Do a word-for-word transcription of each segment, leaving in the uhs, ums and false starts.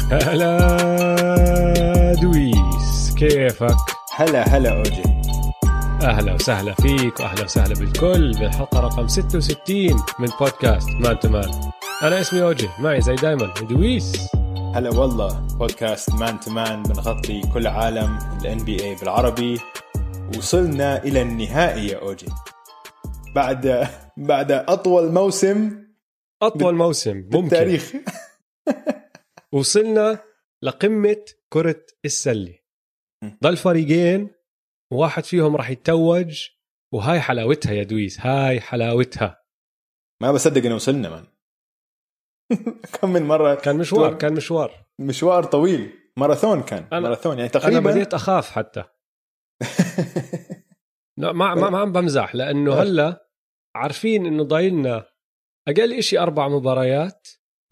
هلا دويس، كيفك؟ هلا هلا أوجي. أهلا وسهلا فيك وأهلا وسهلا بالكل بالحلقة رقم ستة وستين من بودكاست مان تو مان. أنا اسمي أوجي، معي زي دايما دويس. هلا والله، بودكاست مان تو مان بنغطي كل عالم ال إن بي إيه بالعربي. وصلنا إلى النهائي يا أوجي، بعد بعد أطول موسم أطول موسم ممكن بالتاريخ. وصلنا لقمة كرة السلة. ضل فريقين وواحد فيهم راح يتوج، وهاي حلاوتها يا دويس، هاي حلاوتها. ما بصدق إنه وصلنا من كم من مرة. كان مشوار كان مشوار مشوار طويل، ماراثون كان ماراثون يعني تقريبا. أنا بديت أخاف حتى لا ما ما ما عم بمزح، لأنه هلا عارفين إنه ضايلنا أقل إشي أربع مباريات،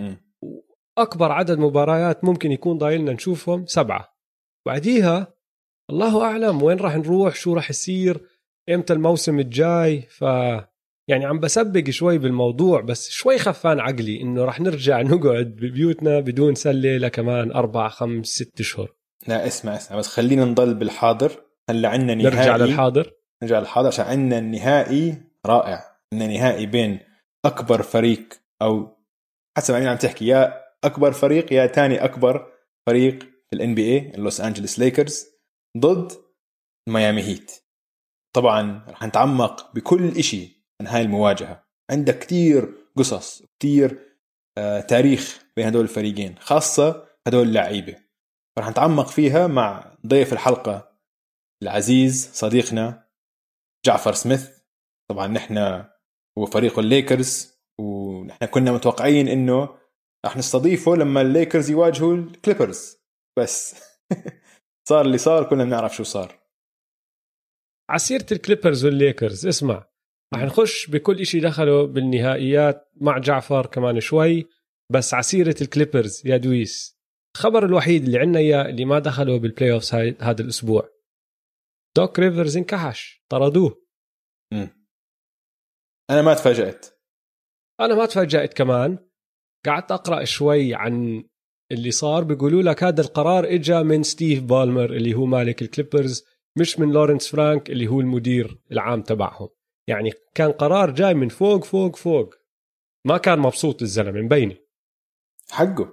وأكبر عدد مباريات ممكن يكون ضايلنا نشوفهم سبعة. بعديها الله أعلم وين راح نروح، شو راح يصير، إمتى الموسم الجاي. ف يعني عم بسبق شوي بالموضوع، بس شوي خفان عقلي إنه راح نرجع نقعد ببيوتنا بدون سلة لكمان أربع خمس ست شهور. لا اسمع اسمع بس خلينا نضل بالحاضر. هلا عنا نهائي، نرجع للحاضر نرجع للحاضر عشان عنا النهائي رائع. عنا نهائي بين أكبر فريق، أو حسب مين عم تحكي، يا أكبر فريق يا تاني أكبر فريق في ال إن بي إيه، اللوس أنجلس ليكرز، ضد ميامي هيت. طبعا رح نتعمق بكل إشي عن هاي المواجهة. عندك كتير قصص، كتير آه تاريخ بين هدول الفريقين، خاصة هدول اللعيبة، رح نتعمق فيها مع ضيف الحلقة العزيز صديقنا جعفر سميث. طبعا نحن هو فريق الليكرز، ونحن كنا متوقعين إنه رح نستضيفه لما الليكرز يواجهوا الكليبرز، بس صار اللي صار، كلنا بنعرف شو صار. عسيرة الكليبرز والليكرز. اسمع، رح نخش بكل إشي دخلوا بالنهائيات مع جعفر كمان شوي، بس عسيرة الكليبرز يا دويس، الخبر الوحيد اللي عنا إياه اللي ما دخلوا بالبلاي أوفس هذا الأسبوع، دوك ريفرز انكحش، طردوه. م. أنا ما تفاجأت أنا ما تفاجأت كمان. قعدت أقرأ شوي عن اللي صار، بيقولوا لك هذا القرار إجا من ستيف بالمر اللي هو مالك الكليبرز، مش من لورنس فرانك اللي هو المدير العام تبعهم. يعني كان قرار جاي من فوق فوق فوق. ما كان مبسوط الزلمة مبينه. حقه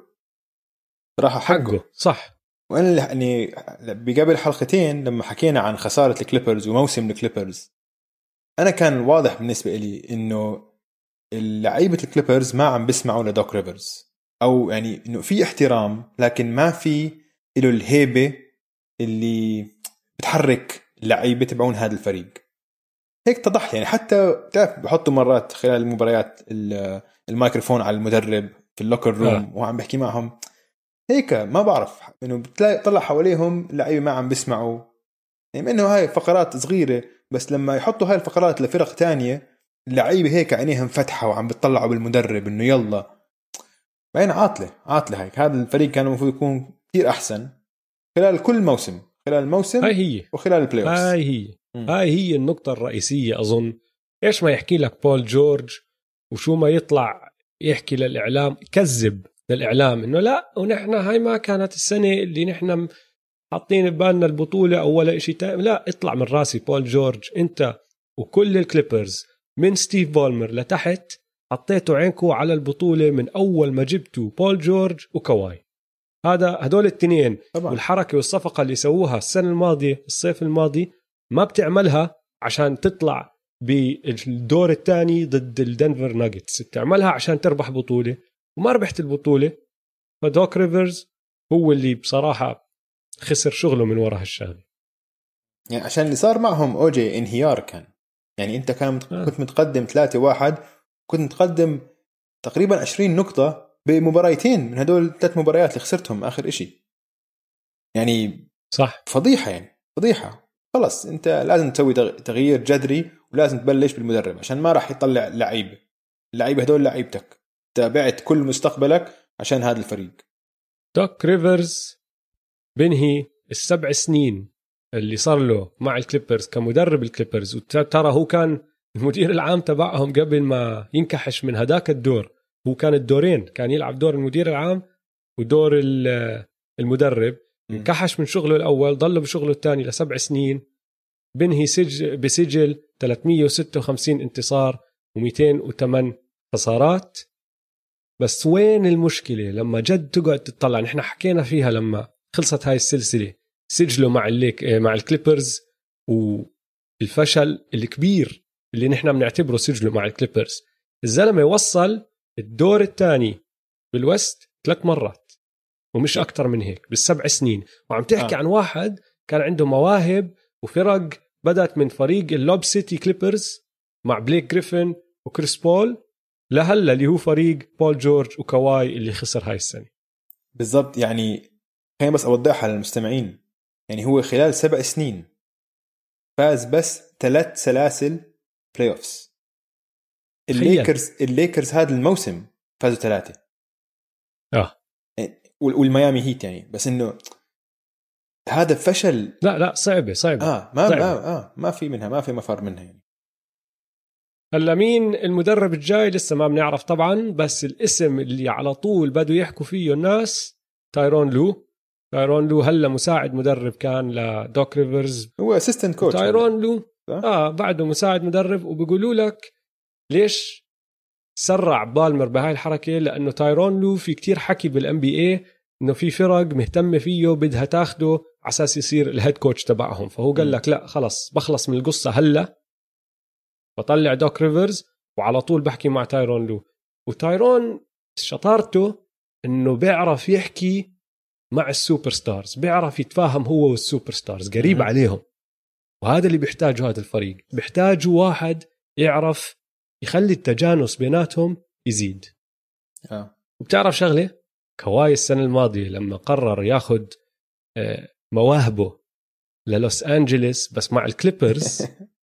راح حقه. حقه صح. وأنا يعني بقبل حلقتين لما حكينا عن خسارة الكليبرز وموسم الكليبرز، أنا كان واضح بالنسبة لي إنه اللعيبة الكليبرز ما عم بيسمعوا لدوك ريفرز، أو يعني إنه في احترام لكن ما في له الهيبة اللي بتحرك اللعيبة تبعون هذا الفريق. هيك اتضح يعني. حتى تعرف بحطوا مرات خلال المباريات الميكروفون على المدرب في اللوكر روم آه. وعم بحكي معهم هيك، ما بعرف إنه بتلاقي طلع حواليهم اللعيبة ما عم بيسمعوا. يعني إنه هاي فقرات صغيرة، بس لما يحطوا هاي الفقرات لفرق تانية اللعيبة هيك عينيهم فتحة وعم بتطلعوا بالمدرب إنه يلا. بعدين عاطلة عاطلة هيك. هذا الفريق كان المفروض يكون كتير أحسن خلال كل موسم، خلال الموسم هاي هي وخلال البلاي أوفس. هاي هي م. هاي هي النقطة الرئيسية أظن. إيش ما يحكي لك بول جورج وشو ما يطلع يحكي للإعلام، يكذب للإعلام إنه لا ونحن هاي ما كانت السنة اللي نحن حاطين ببالنا البطولة أو ولا إشي تاني. لا، اطلع من راسي بول جورج. أنت وكل الكليبرز من ستيف بالمر لتحت حطيتوا عينكو على البطولة من أول ما جبتوا بول جورج وكواي. هذا هدول التنين طبعا. والحركة والصفقة اللي سووها السنة الماضية الصيف الماضي ما بتعملها عشان تطلع بالدور الثاني ضد الدنفر ناجتس، بتعملها عشان تربح بطولة، وما ربحت البطولة. فدوك ريفرز هو اللي بصراحة خسر شغله من وراء هالشغله. يعني عشان اللي صار معهم أوجي انهيار كان. يعني أنت كان آه. كنت متقدم ثلاثة واحد، كنت متقدم تقريبا عشرين نقطة بمباريتين من هدول ثلاث مباريات اللي خسرتهم آخر إشي. يعني صح، فضيحة يعني فضيحة. خلص أنت لازم تسوي تغيير جذري، ولازم تبلش بالمدرب عشان ما راح يطلع لعيبة. اللعيبة هدول لعيبتك، تابعت كل مستقبلك عشان هذا الفريق. دوك ريفرز بنهي السبع سنين اللي صار له مع الكليبرز كمدرب الكليبرز، وترى هو كان المدير العام تبعهم قبل ما ينكحش من هداك الدور. هو كان الدورين، كان يلعب دور المدير العام ودور المدرب، انكحش من شغله الأول، ضل بشغله الثاني لسبع سنين، بنهي سجل بسجل ثلاثمية وستة وخمسين انتصار ومئتين وثمانية خسارات. بس وين المشكلة لما جد تقعد تطلع؟ نحن حكينا فيها لما خلصت هاي السلسلة، سجلوا مع الليك مع الكليبرز والفشل الكبير اللي نحن بنعتبره سجلوا مع الكليبرز. الزلمة وصل الدور الثاني بالوست ثلاث مرات ومش أكتر من هيك بالسبع سنين، وعم تحكي آه. عن واحد كان عنده مواهب وفرق بدأت من فريق اللوب سيتي كليبرز مع بليك جريفن وكريس بول لهلا اللي هو فريق بول جورج وكواي اللي خسر هاي السنة. بالضبط. يعني خلينا بس أوضحها للمستمعين، يعني هو خلال سبع سنين فاز بس ثلاث سلاسل بلاي أوفس. الليكرز الليكرز هذا الموسم فازوا ثلاثة اه والميامي هيت يعني، بس إنه هذا فشل. لا لا صعبة صعبة آه ما صعبة. آه, آه ما في منها، ما في مفر منها يعني. هلا مين المدرب الجاي لسه ما بنعرف طبعا، بس الاسم اللي على طول بدوا يحكوا فيه الناس تايرون لو. تايرون لو هلا مساعد مدرب كان لدوك ريفرز، هو اسيستنت كوتش. تايرون لو اه بعده مساعد مدرب، وبيقولوا لك ليش سرع بالمر بهاي الحركة؟ لأنه تايرون لو في كتير حكي بالان بي اي انه في فرق مهتمة فيه بدها تاخده على اساس يصير الهيد كوتش تبعهم، فهو قال لك لا خلص بخلص من القصة هلا، بطلع دوك ريفرز وعلى طول بحكي مع تايرون لو. وتايرون شطارته انه بيعرف يحكي مع السوبر ستارز، بيعرف يتفاهم هو والسوبر ستارز، قريب م- عليهم، وهذا اللي بيحتاجه هذا الفريق. بيحتاجه واحد يعرف يخلي التجانس بيناتهم يزيد. آه. وبتعرف شغلة، كواي السنة الماضية لما قرر ياخد مواهبه للوس أنجلس بس مع الكليبرز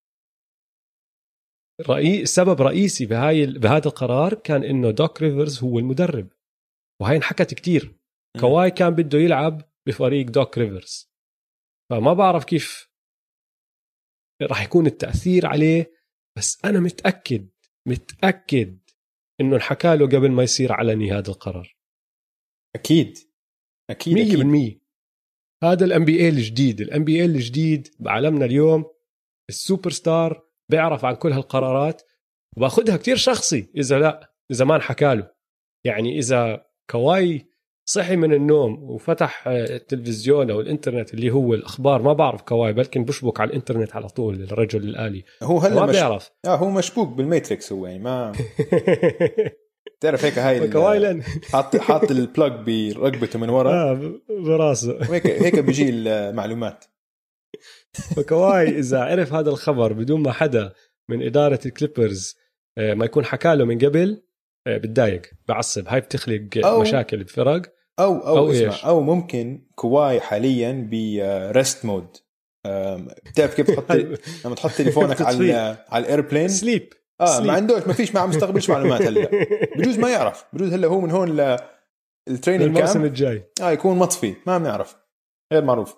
رئي... سبب رئيسي بهاي بهذا القرار كان إنه دوك ريفرز هو المدرب، وهاي انحكت كتير. كواي كان بده يلعب بفريق دوك ريفرز، فما بعرف كيف راح يكون التأثير عليه، بس أنا متأكد متأكد إنه انحكى له قبل ما يصير علني هذا القرار. أكيد أكيد مية بالمية. هذا الام بي اي الجديد، الام بي اي الجديد بعالمنا اليوم، السوبر ستار بيعرف عن كل هالقرارات وباخدها كتير شخصي. إذا لا إذا ما انحكى له، يعني إذا كواي صحي من النوم وفتح التلفزيون أو الإنترنت اللي هو الأخبار، ما بعرف كواي بلكن بشبك على الإنترنت على طول الرجل الآلي، هو هلا ما مش... بيعرف. آه هو مشبوك بالماتريكس هو يعني ما تعرف هيك هاي كواي حاط حاط البلاج برقبته من ورا آه براسه هيك هيك بيجي المعلومات. فكواي إذا عرف هذا الخبر بدون ما حدا من إدارة الكليبرز ما يكون حكى له من قبل، بتضايق بعصب. هاي بتخلق أو مشاكل بفرق أو أو, أو اسمع أو ممكن كواي حاليا بريست مود. بتعرف كيف تحط لما تحط تليفونك على على الايربلين سليب اه سليب. ما عندوش ما فيش ما عم مستقبلش معلومات هلا بجوز ما يعرف، بجوز هلا هو من هون للتريننج الموسم الجاي اه يكون مطفي، ما بنعرف، غير معروف.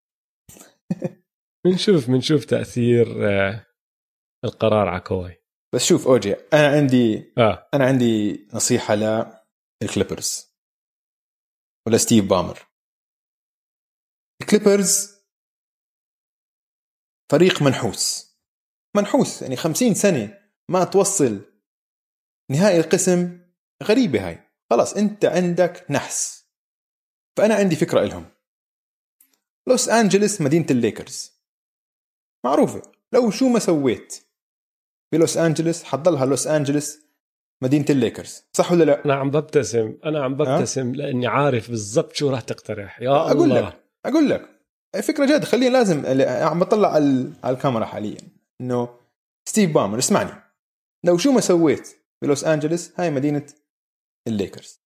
بنشوف بنشوف تأثير آه القرار على كواي. بس شوف اوجي، انا عندي آه. انا عندي نصيحة للكليبرز ولا ستيف بامر. الكليبرز فريق منحوس منحوس يعني خمسين سنة ما توصل نهائي القسم، غريبة هاي. خلاص انت عندك نحس. فانا عندي فكرة لهم. لوس أنجلس مدينة الليكرز معروفة، لو شو ما سويت بلوس أنجلس حضلها لوس أنجلس مدينة الليكرز، صح ولا لا؟ أنا عم ببتسم أنا عم ببتسم أه؟ لأني عارف بالضبط شو راح تقترح. يا أقول الله لك أقول لك فكرة جد. خلينا لازم عم بطلع على الكاميرا حاليا إنه ستيف بامر اسمعني، لو شو ما سويت بلوس أنجلس هاي مدينة الليكرز،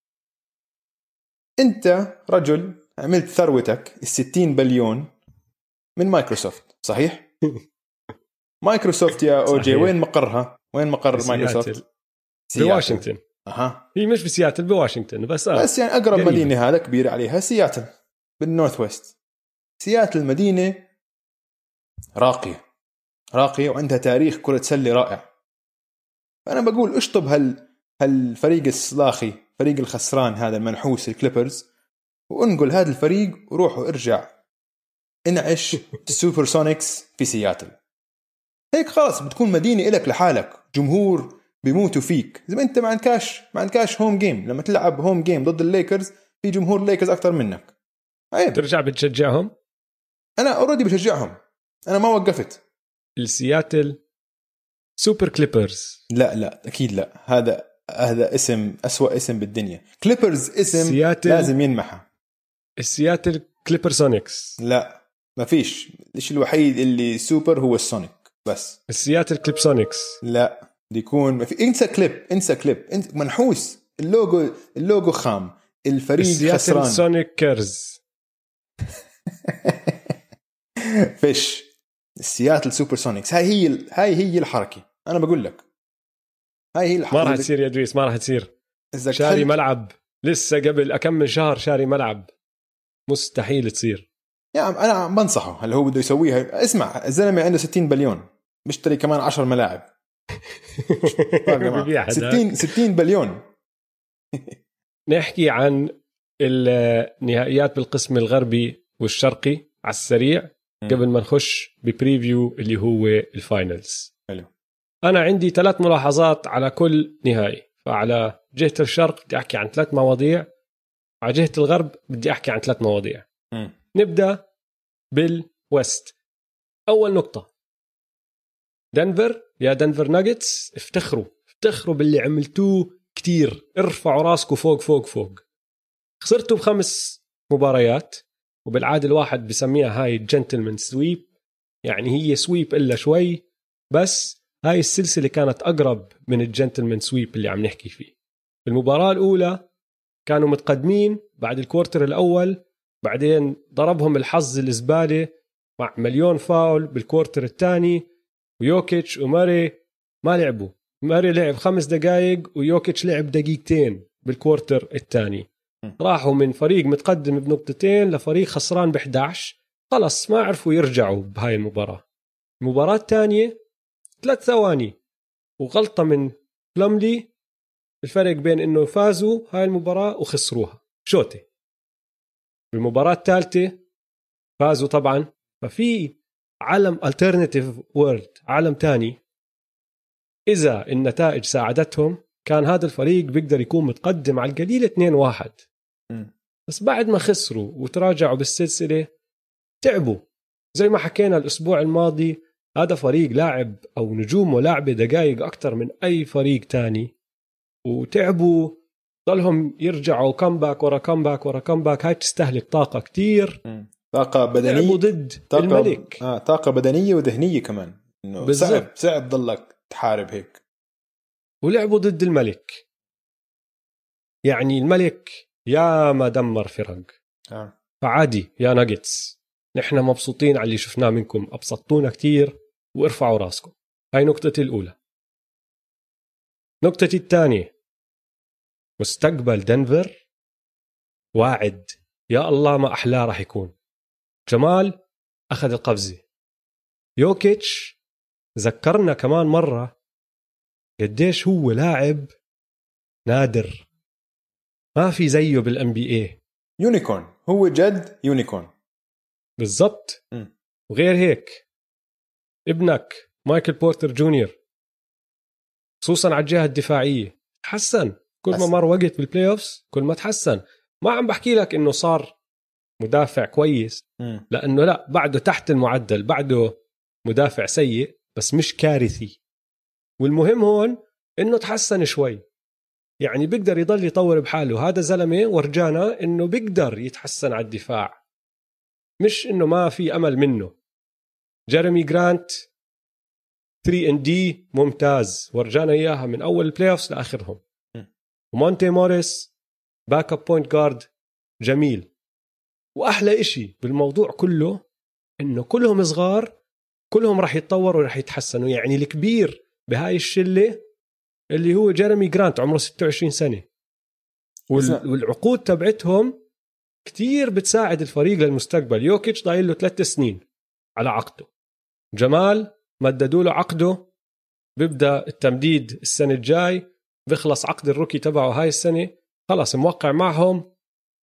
أنت رجل عملت ثروتك الستين بليون من مايكروسوفت، صحيح؟ مايكروسوفت يا أوجي وين مقرها؟ وين مقر مايكروسوفت؟ بواشنطن. أها هي مش بسياتل، بواشنطن بس آه. بس يعني أقرب قريبة. مدينة هذا كبير عليها سياتل بالنورث ويست. سياتل مدينة راقية راقية وعندها تاريخ كرة سلة رائع. فأنا بقول اشطب هال هالفريق الصلاخي، فريق الخسران هذا المنحوس الكليبرز، وانقل هذا الفريق وروحوا ارجع انعش السوبر سونيكس في سياتل. هيك خلاص بتكون مدينة إلك لحالك، جمهور بيموتوا فيك. زي ما انت ما عندكاش ما عندكاش هوم جيم، لما تلعب هوم جيم ضد الليكرز في جمهور ليكرز أكتر منك، عيب ترجع بتشجعهم. أنا أوريدي بشجعهم، أنا ما وقفت. السياتل سوبر كليبرز. لا لا أكيد لا، هذا هذا اسم أسوأ اسم بالدنيا. كليبرز اسم سياتل. لازم ينمحى. السياتل كليبر سونيكس. لا ما فيش، الشيء الوحيد اللي سوبر هو السونيك بس. السياتل كليب سونيكس لا يكون ما في، انسى كليب انسى كليب انت منحوس. اللوجو اللوجو خام، الفريق السياتل خسران. سونيك كيرز. فيش السياتل سوبر سونيكس. هاي هي هاي هي الحركة، أنا بقول لك هاي هي الحركة. ما راح تصير يا دويس، ما راح تصير. شاري خلت... ملعب لسه قبل أكمل شهر شاري ملعب، مستحيل تصير. يا عم أنا عم بنصحه هل هو بده يسويها. اسمع الزلمة عنده ستين بليون، مشتري كمان عشر ملاعب. ستين ستين بليون. نحكي عن النهائيات بالقسم الغربي والشرقي على السريع قبل ما نخش ببريفيو اللي هو الفاينلز. حلو. أنا عندي ثلاث ملاحظات على كل نهائي. فعلى جهة الشرق بدي أحكي عن ثلاث مواضيع، على جهة الغرب بدي أحكي عن ثلاث مواضيع. م. نبدأ بالوست. أول نقطة، دنفر يا دنفر ناجتس، افتخروا افتخروا باللي عملتوه كتير، ارفعوا راسكم فوق فوق فوق. خسرتوا بخمس مباريات، وبالعادة الواحد بسميها هاي جنتلمان سويب، يعني هي سويب إلا شوي، بس هاي السلسلة كانت أقرب من الجنتلمان سويب اللي عم نحكي فيه. المباراة الأولى كانوا متقدمين بعد الكوارتر الأول، بعدين ضربهم الحظ الزبالة مع مليون فاول بالكوارتر الثاني، ويوكيتش وماري ما لعبوا. ماري لعب خمس دقايق ويوكيتش لعب دقيقتين بالكوارتر الثاني. راحوا من فريق متقدم بنقطتين لفريق خسران بإحدى عشر، خلص ما عرفوا يرجعوا بهاي المباراة. المباراة الثانية ثلاث ثواني وغلطة من بلملي، الفرق بين انه فازوا هاي المباراة وخسروها شوتي. المباراة الثالثة فازوا طبعا. ففي عالم alternative world، عالم تاني، إذا النتائج ساعدتهم كان هذا الفريق بيقدر يكون متقدم على القليل اثنين واحد. بس بعد ما خسروا وتراجعوا بالسلسلة تعبوا. زي ما حكينا الأسبوع الماضي، هذا فريق لاعب أو نجومه لاعبة دقائق أكتر من أي فريق تاني، وتعبوا ضلهم يرجعوا كمباك ورا كمباك ورا كمباك. هاي تستهلك طاقة كتير، طاقة بدنية. لعبوا ضد طاقة الملك. آه طاقة بدنية وذهنية كمان، إنه صعب صعب ضلك تحارب هيك. ولعبوا ضد الملك، يعني الملك يا ما دمر فرق. آه. فعادي يا ناجتس، نحن مبسوطين على اللي شفناه منكم، أبسطونا كتير وارفعوا راسكم. هاي نقطتي الأولى. نقطتي الثانية، مستقبل دنفر واعد، يا الله ما أحلاه راح يكون. جمال أخذ القفزة، يوكيتش ذكرنا كمان مرة قديش هو لاعب نادر، ما في زيه بالان بي اي. يونيكورن، هو جد يونيكورن بالضبط. وغير هيك ابنك مايكل بورتر جونيور خصوصا على الجهة الدفاعية تحسن كل ما مر وقت بالبلاي اوفز، كل ما تحسن. ما عم بحكي لك انه صار مدافع كويس، م. لانه لا، بعده تحت المعدل، بعده مدافع سيء بس مش كارثي. والمهم هون انه تحسن شوي، يعني بيقدر يضل يطور بحاله. هذا زلمة ورجانا انه بيقدر يتحسن على الدفاع، مش انه ما في امل منه. جيريمي جرانت ثري ان دي ممتاز، ورجانا اياها من اول البلاي اوفز لاخرهم. ومونتي موريس باك اب بوينت جارد جميل. واحلى اشي بالموضوع كله انه كلهم صغار، كلهم راح يتطوروا وراح يتحسنوا. يعني الكبير بهاي الشله اللي هو جيريمي جرانت عمره ستة وعشرين سنة، والعقود تبعتهم كتير بتساعد الفريق للمستقبل. يوكيتش ضايل له ثلاث سنين على عقده، جمال مددوا له عقده، بيبدأ التمديد السنة الجاي، بيخلص عقد الروكي تبعه هاي السنة، خلاص موقع معهم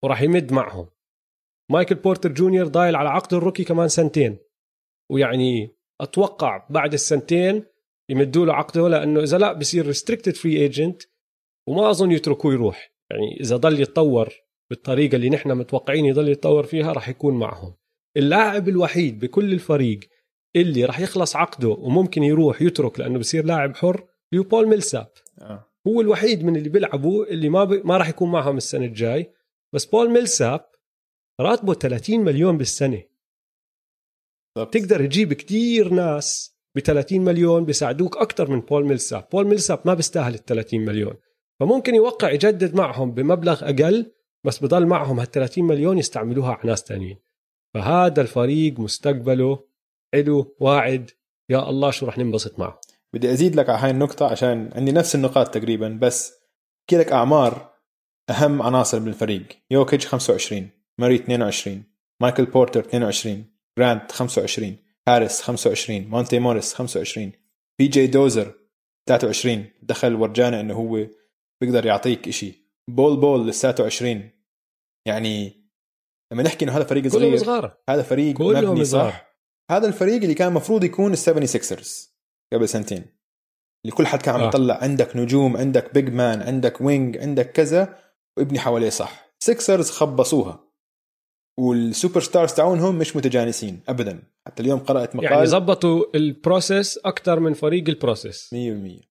وراح يمد معهم. مايكل بورتر جونيور ضايل على عقد الروكي كمان سنتين، ويعني أتوقع بعد السنتين يمدوا له عقده، لأنه إذا لا بصير restricted free agent، وما أظن يتركوه يروح. يعني إذا ضل يتطور بالطريقة اللي نحن متوقعين يضل يتطور فيها راح يكون معهم. اللاعب الوحيد بكل الفريق اللي راح يخلص عقده وممكن يروح يترك لأنه بصير لاعب حر هو بول ميلساب. آه. هو الوحيد من اللي بيلعبوا اللي ما ب... ما راح يكون معهم السنة الجاي. بس بول ميلساب راتبه ثلاثين مليون بالسنة. طب. تقدر تجيب كتير ناس ب ثلاثين مليون بيساعدوك أكتر من بول ميلساب. بول ميلساب ما بيستاهل ال ثلاثين مليون، فممكن يوقع يجدد معهم بمبلغ أقل، بس بضل معهم هال ثلاثين مليون يستعملوها على ناس تانيين. فهذا الفريق مستقبله حلو واعد، يا الله شو رح ننبسط معه. بدي أزيد لك على هاي النقطة عشان عندي نفس النقاط تقريبا، بس كي لك أعمار أهم عناصر بالفريق. يوكيتش خمسة وعشرين، ماري اثنين وعشرين، مايكل بورتر اثنين وعشرين، جرانت خمسة وعشرين، هاريس خمسة وعشرين، مونتي موريس خمسة وعشرين، بي جي دوزر ثلاثة وعشرين، دخل ورجانا إنه هو بيقدر يعطيك إشي. بول بول لساته عشرين. يعني لما نحكي إنه هذا فريق صغير، هذا فريق مبني صح. هذا الفريق اللي كان مفروض يكون السبني سيكسرز قبل سنتين، اللي كل حد كان عم يطلع آه. عندك نجوم، عندك بيج مان، عندك وينج، عندك كذا، وابني حواليه صح. سيكسرز خبصوها، والسوبر ستارز تاعونهم مش متجانسين أبدا. حتى اليوم قرأت مقال يعني زبطوا البروسيس أكتر من فريق البروسيس مية بالمية.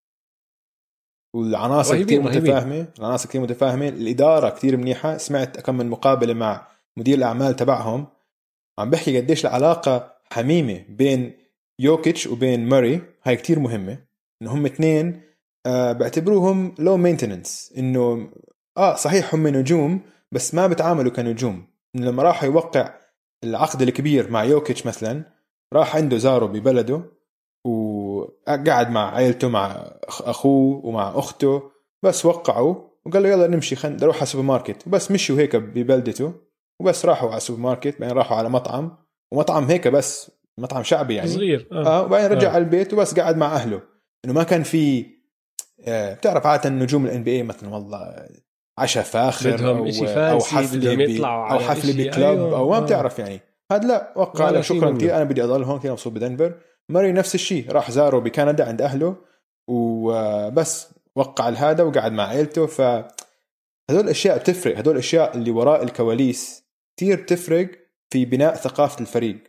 والعناصر كتير متفاهمة، العناصر كتير متفاهمة، الإدارة كتير منيحة. سمعت كم من مقابلة مع مدير الأعمال تبعهم عم بحكي قديش العلاقة حميمة بين يوكيتش وبين ماري. هاي كتير مهمة، إنه هم اثنين آه بعتبروهم لو مينتيننس. إنه آه صحيح هم نجوم بس ما بتعاملوا كنجوم. إنه لما راح يوقع العقد الكبير مع يوكيتش مثلا، راح عنده زاره ببلده وقعد مع عائلته، مع أخوه ومع أخته، بس وقعوا وقال له يلا نمشي، خلينا نروح على السوبر ماركت. وبس مشوا هيك ببلدته، وبس راحوا على السوبر ماركت، بعدين راحوا على مطعم، ومطعم هيك بس مطعم شعبي يعني صغير آه. آه. وبعدين رجع آه. على البيت وبس قعد مع أهله. إنه ما كان في آه بتعرف عادة نجوم ال إن بي إيه مثلا والله عشاء فاخر أو, أو حفلة أو حفلة بكلاب أيوة. أو ما آه. بتعرف يعني. هذا لا، وقع لك شكرا كثير، أنا بدي أضل هون، كثير مبسوط بدنفر. ماري نفس الشيء، راح زاره بكندا عند أهله وبس وقع هذا وقعد مع عائلته. فهذول الأشياء بتفرق، هذول الأشياء اللي وراء الكواليس كتير بتفرق في بناء ثقافة الفريق.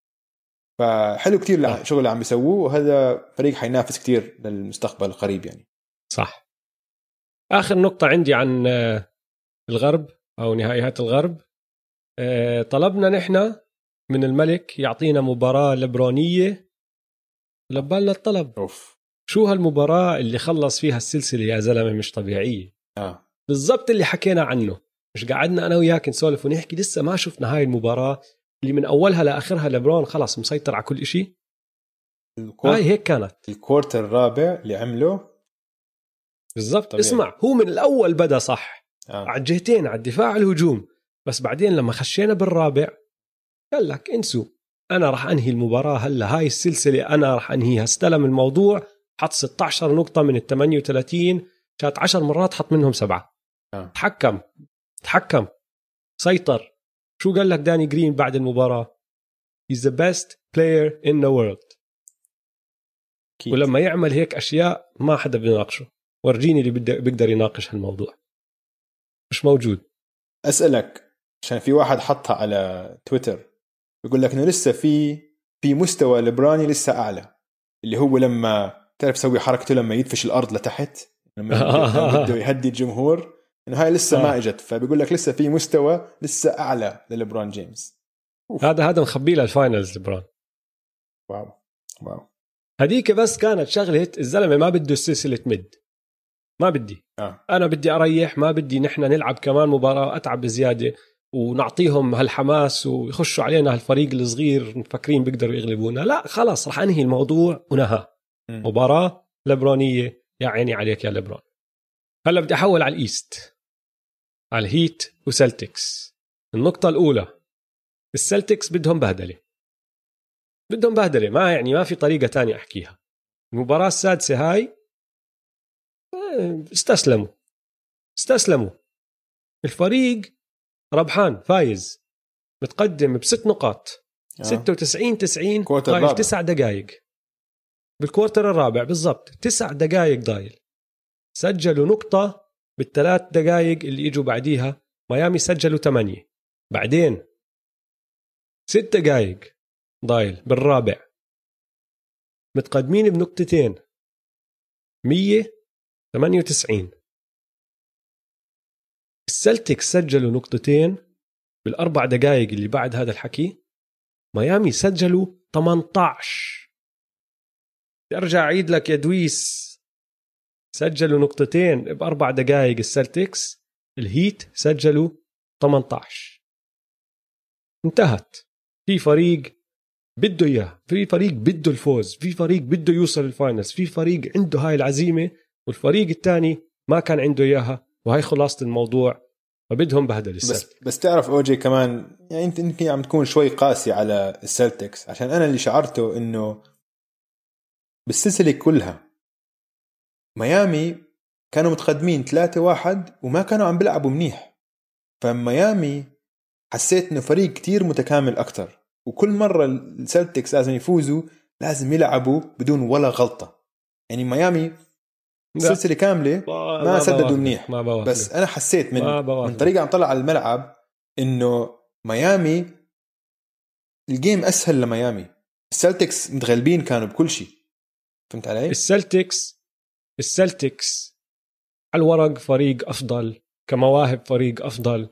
فحلو كتير آه. شغل اللي عم بيسووه، وهذا فريق حينافس كتير للمستقبل القريب يعني. صح. آخر نقطة عندي عن الغرب أو نهائيات الغرب، طلبنا نحن من الملك يعطينا مباراة لبرونية، لبالنا الطلب. أوف. شو هالمباراة اللي خلص فيها السلسلة يا زلمة؟ مش طبيعية. آه. بالضبط اللي حكينا عنه، مش قعدنا أنا وياك نسولف ونحكي لسه ما شفنا هاي المباراة اللي من أولها لآخرها لبرون خلاص مسيطر على كل إشي. هاي هيك كانت الكورتر الرابع اللي عمله بالضبط. اسمع، هو من الأول بدأ صح آه. على الجهتين، على الدفاع الهجوم، بس بعدين لما خشينا بالرابع قال لك انسوا، أنا رح أنهي المباراة هلا، هاي السلسلة أنا رح أنهيها. استلم الموضوع، حط ستة عشر نقطة من الثمانية وثلاثين، كانت عشر مرات حط منهم سبعة. آه. تحكم تحكم سيطر. شو قال لك داني جرين بعد المباراة؟ He's the best player in the world. كيت. ولما يعمل هيك أشياء ما حدا بيناقشه. ورجيني اللي بيقدر يناقش هالموضوع، مش موجود. أسألك عشان في واحد حطها على تويتر يقول لك إنه لسه في في مستوى لبراني لسه أعلى، اللي هو لما تعرف سوي حركته لما يدفش الأرض لتحت، لما بده يهدي الجمهور، إنه هاي لسه ما إجت. فبيقول لك لسه في مستوى لسه أعلى للبران جيمس. أوف. هذا هذا مخبي له الفاينلز لبران. واو واو. هديك بس كانت شغلة الزلمة ما بده السلسلة مد، ما بدي آه. أنا بدي أريح، ما بدي نحن نلعب كمان مباراة أتعب بزيادة ونعطيهم هالحماس ويخشوا علينا هالفريق الصغير مفكرين بيقدروا يغلبونا. لا خلاص رح أنهي الموضوع ونهى. م. مباراة لبرانية، يا عيني عليك يا لبران. هلا بدي أحول على الإيست، على الهيت وسلتكس. النقطة الأولى، السلتكس بدهم بهدلة، بدهم بهدلة، ما يعني ما في طريقة تانية أحكيها. المباراة السادسة هاي استسلموا استسلموا الفريق ربحان فايز متقدم بست نقاط آه. ستة وتسعين تسعين كوارتر ضايل الرابع. تسع دقائق بالكوارتر الرابع بالضبط تسع دقائق ضايل سجلوا نقطة بالثلاث دقائق اللي اجوا بعديها ميامي سجلوا ثمانية بعدين ست دقائق ضايل بالرابع متقدمين بنقطتين مية وثمانية وتسعين السلتكس سجلوا نقطتين بالأربع دقائق اللي بعد هذا الحكي ميامي سجلوا ثمانية عشر ارجع اعيد لك يا دويس سجلوا نقطتين بأربع دقائق السلتكس الهيت سجلوا ثمانية عشر انتهت في فريق بده اياه في فريق بده الفوز في فريق بده يوصل الفاينلز في فريق عنده هاي العزيمة والفريق الثاني ما كان عنده اياها وهي خلاصة الموضوع فبدهم بهدل السلتكس. بس بس تعرف اوجي كمان يعني انت يمكن عم تكون شوي قاسي على السلتكس عشان انا اللي شعرته انه بالسلسلة كلها ميامي كانوا متقدمين ثلاثة واحد وما كانوا عم بيلعبوا منيح فميامي حسيت انه فريق كتير متكامل اكتر وكل مرة السلتكس لازم يفوزوا لازم يلعبوا بدون ولا غلطة يعني ميامي السلسلة كاملة ما, ما سددوا منيح ما بس أنا حسيت من من طريقة عم طلع على الملعب إنه ميامي الجيم أسهل لميامي السلتكس متغلبين كانوا بكل شيء فهمت علي؟ السلتكس السلتكس على الورق فريق أفضل كمواهب فريق أفضل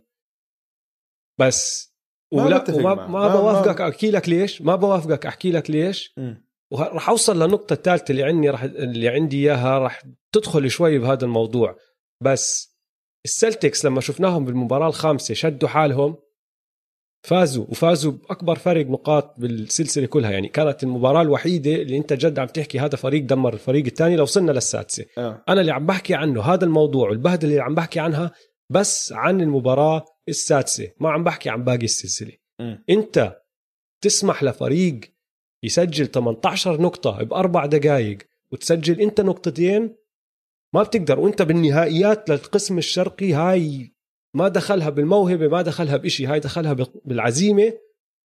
بس ولا وما ما, ما بوافقك ما... أحكي لك ليش ما بوافقك أحكي لك ليش م. وراح أوصل للنقطة الثالثة اللي عندي راح اللي عندي إياها راح تدخل شوي بهذا الموضوع بس السلتكس لما شفناهم بالمباراة الخامسة شدوا حالهم فازوا وفازوا بأكبر فرق نقاط بالسلسلة كلها يعني كانت المباراة الوحيدة اللي أنت جد عم تحكي هذا فريق دمر الفريق الثاني لو وصلنا للسادسة أه. أنا اللي عم بحكي عنه هذا الموضوع والبهدلة اللي عم بحكي عنها بس عن المباراة السادسة ما عم بحكي عن باقي السلسلة م. أنت تسمح لفريق يسجل ثمانية عشر نقطة بأربع دقائق وتسجل أنت نقطتين ما بتقدر وأنت بالنهائيات للقسم الشرقي هاي ما دخلها بالموهبة ما دخلها بإشي هاي دخلها بالعزيمة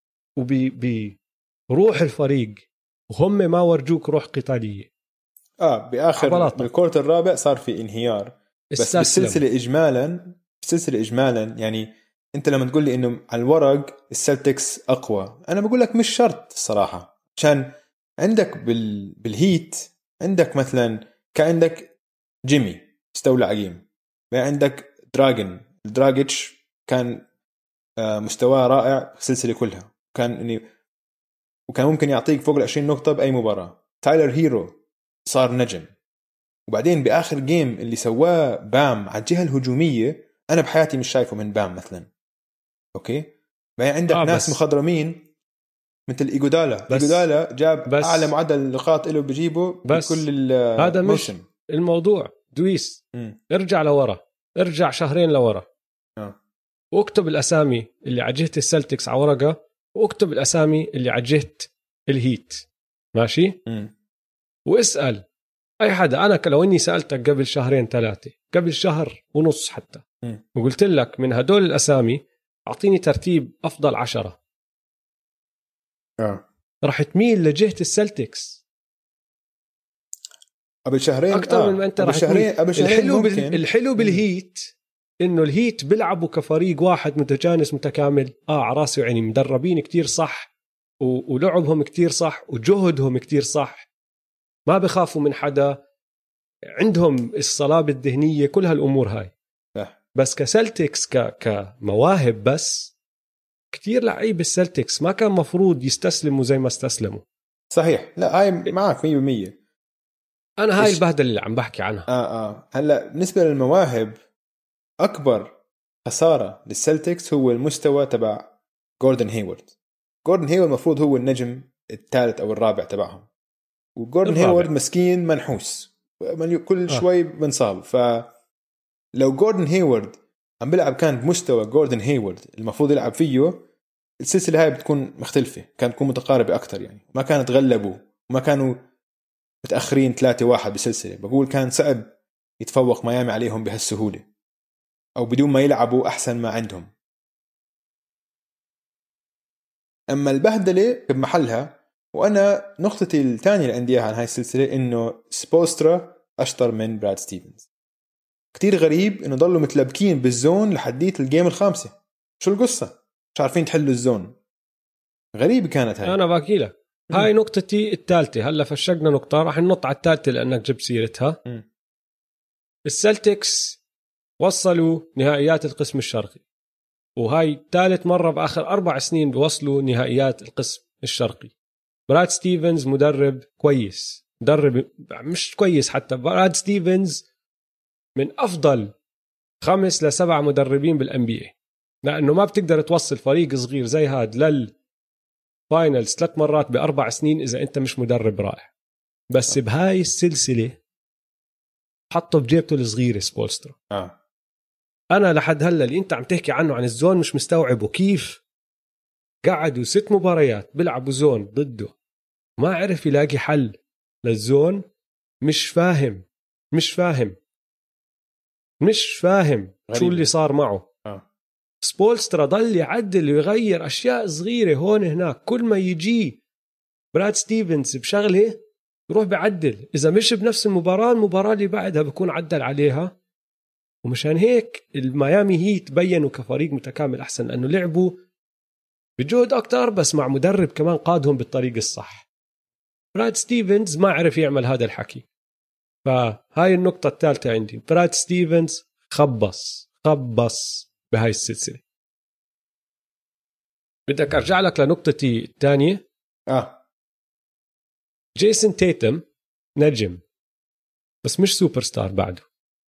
وبروح الفريق وهم ما ورجوك روح قتالية آه بآخر بالكورت الرابع صار في انهيار بس بالسلسلة إجمالا بالسلسلة إجمالا يعني أنت لما تقول لي إنه على الورق السلتكس أقوى أنا بقول لك مش شرط الصراحة عشان عندك بال... بالهيت عندك مثلا كعندك جيمي استولى عقيم عندك دراجن دراجيتش كان مستواه رائع في السلسلة كلها كان يعني وكان ممكن يعطيك فوق العشرين نقطة بأي مباراة تايلر هيرو صار نجم وبعدين بآخر جيم اللي سواه بام على الجهة الهجومية أنا بحياتي مش شايفه من بام مثلا أوكي بعدين عندك آه ناس مخضرمين مثل إيجودالا إيجودالا جاب بس أعلى معدل نقاط له بجيبه بكل هذا مش الموضوع دويس م. ارجع لورا ارجع شهرين لورا أه. واكتب الأسامي اللي على جهة السلتكس على ورقة واكتب الأسامي اللي على جهة الهيت ماشي م. واسأل أي حدا أنا لو إني سألتك قبل شهرين ثلاثة قبل شهر ونص حتى م. وقلت لك من هدول الأسامي أعطيني ترتيب أفضل عشرة أه. راح تميل لجهة السلتكس قبل شهرين أكثر آه. من ما أنت قبل راح شهرين قبل شهرين الحلو, بال... الحلو بالهيت إنه الهيت بيلعبوا كفريق واحد متجانس متكامل آه على راسي وعيني مدربين كتير صح و... ولعبهم كتير صح وجهدهم كتير صح ما بخافوا من حدا عندهم الصلابة الذهنية كل هالأمور هاي أه. بس كسلتكس ك... كمواهب بس كتير لعيب السلتكس ما كان مفروض يستسلموا زي ما استسلموا صحيح لا هاي معك مية بالمية أنا هاي البهدلة اللي عم بحكي عنها آه آه. هلأ بالنسبة للمواهب أكبر خسارة للسلتكس هو المستوى تبع جوردن هيورد جوردن هيورد مفروض هو النجم الثالث أو الرابع تبعهم وجوردن الرابع. هيورد مسكين منحوس كل شوي بنصاب فلو جوردن هيورد عم بلعب كان بمستوى جوردن هيورد المفروض يلعب فيه السلسلة هاي بتكون مختلفة كانت تكون متقاربة أكتر يعني ما كانت تغلبوا وما كانوا متأخرين ثلاثة واحد بسلسلة بقول كان صعب يتفوق ميامي عليهم بهالسهولة أو بدون ما يلعبوا أحسن ما عندهم اما البهدله بمحلها. وانا نقطتي الثانيه اللي عندي عن هاي السلسله انه سبولسترا اشطر من براد ستيفنز. كتير غريب انه ضلوا متلبكين بالزون لحديت الجيم الخامسه. شو القصه؟ مش عارفين تحلوا الزون. غريب كانت هاي. انا باكي لك هاي نقطتي الثالثه. هلا فشقنا نقطه، راح ننط على الثالثه لانك جبت سيرتها. م. السلتكس وصلوا نهائيات القسم الشرقي، وهاي ثالث مرة بآخر أربع سنين بوصلوا نهائيات القسم الشرقي. براد ستيفنز مدرب كويس، مدرب مش كويس حتى. براد ستيفنز من أفضل خمس لسبع مدربين بالان بي اي، لأنه ما بتقدر توصل فريق صغير زي هاد للفاينلز ثلاث مرات بأربع سنين إذا أنت مش مدرب رائع. بس بهاي السلسلة حطه بجيبته الصغيرة سبولسترا. آه. أنا لحد هلا اللي أنت عم تحكي عنه عن الزون مش مستوعبه. كيف قعدوا ست مباريات بيلعبوا زون ضده ما عرف يلاقي حل للزون؟ مش فاهم مش فاهم مش فاهم شو اللي صار معه. آه. سبولسترا ضل يعدل ويغير أشياء صغيرة هون هناك. كل ما يجي براد ستيفنز بشغلة يروح بعدل، إذا مش بنفس المباراة المباراة اللي بعدها بكون عدل عليها. ومشان هيك الميامي هيت بينوا كفريق متكامل أحسن، لأنه لعبوا بجهد أكتر بس مع مدرب كمان قادهم بالطريق الصح. براد ستيفنز ما عرف يعمل هذا الحكي. فهاي النقطة الثالثة عندي. براد ستيفنز خبص خبص بهاي السلسلة. بدك أرجع لك لنقطتي الثانية. آه. جيسون تيتم نجم بس مش سوبر ستار بعده،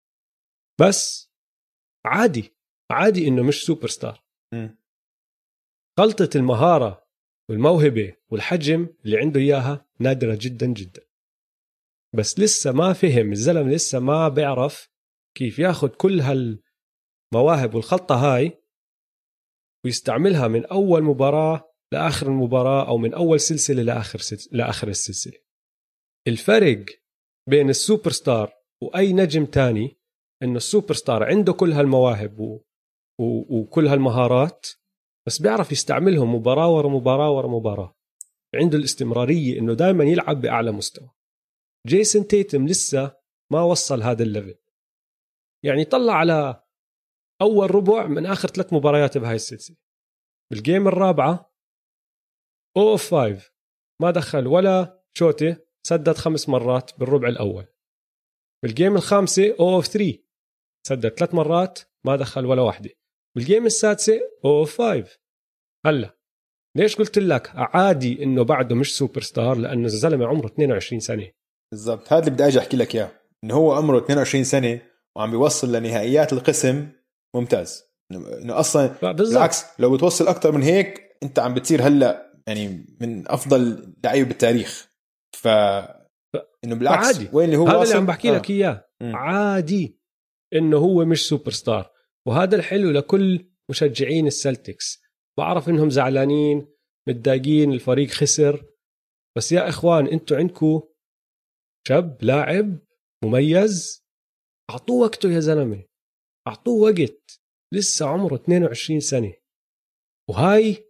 بس عادي عادي إنه مش سوبر ستار. م. خلطة المهارة والموهبة والحجم اللي عنده إياها نادرة جدا جدا، بس لسه ما فهم الزلم، لسه ما بيعرف كيف ياخد كل هالمواهب والخلطة هاي ويستعملها من أول مباراة لآخر المباراة، أو من أول سلسلة لآخر, سلسلة لآخر السلسلة. الفرق بين السوبر ستار وأي نجم تاني إنه السوبر ستار عنده كل هالمواهب و... و... وكل هالمهارات، بس بيعرف يستعملهم مباراة ورا مباراة ورا مباراة. عنده الاستمرارية إنه دائما يلعب بأعلى مستوى. جيسون تيتم لسه ما وصل هذا الليفل. يعني طلع على أول ربع من آخر ثلاث مباريات بهاي السلسلة. بالجيم الرابعة أو أوف فايف ما دخل ولا شوتة، سدد خمس مرات بالربع الأول. بالجيم الخامسة أو أوف ثري سدد ثلاث مرات ما دخل ولا واحدة. بالجيم السادسة أو أوف فايف. هلا ليش قلت لك عادي إنه بعده مش سوبر ستار؟ لأنه الزلمة عمره اثنين وعشرين سنة. بالضبط، هذا اللي بدي أجي أحكي لك إياه، إنه هو عمره اثنين وعشرين سنة وعم بيوصل لنهائيات القسم. ممتاز. إنه أصلا بالعكس لو بتوصل أكتر من هيك أنت عم بتصير هلا يعني من أفضل لعيبة بالتاريخ. ف إنه بالعكس عادي. وين اللي هو هذا واصل اللي عم بحكي آه. لك إياه. عادي إنه هو مش سوبر ستار. وهذا الحلو لكل مشجعين السلتكس. بعرف إنهم زعلانين متضايقين الفريق خسر، بس يا إخوان أنتوا عندكم شاب لاعب مميز، أعطوه وقته يا زلمة، أعطوه وقت. لسه عمره اثنين وعشرين سنة، وهاي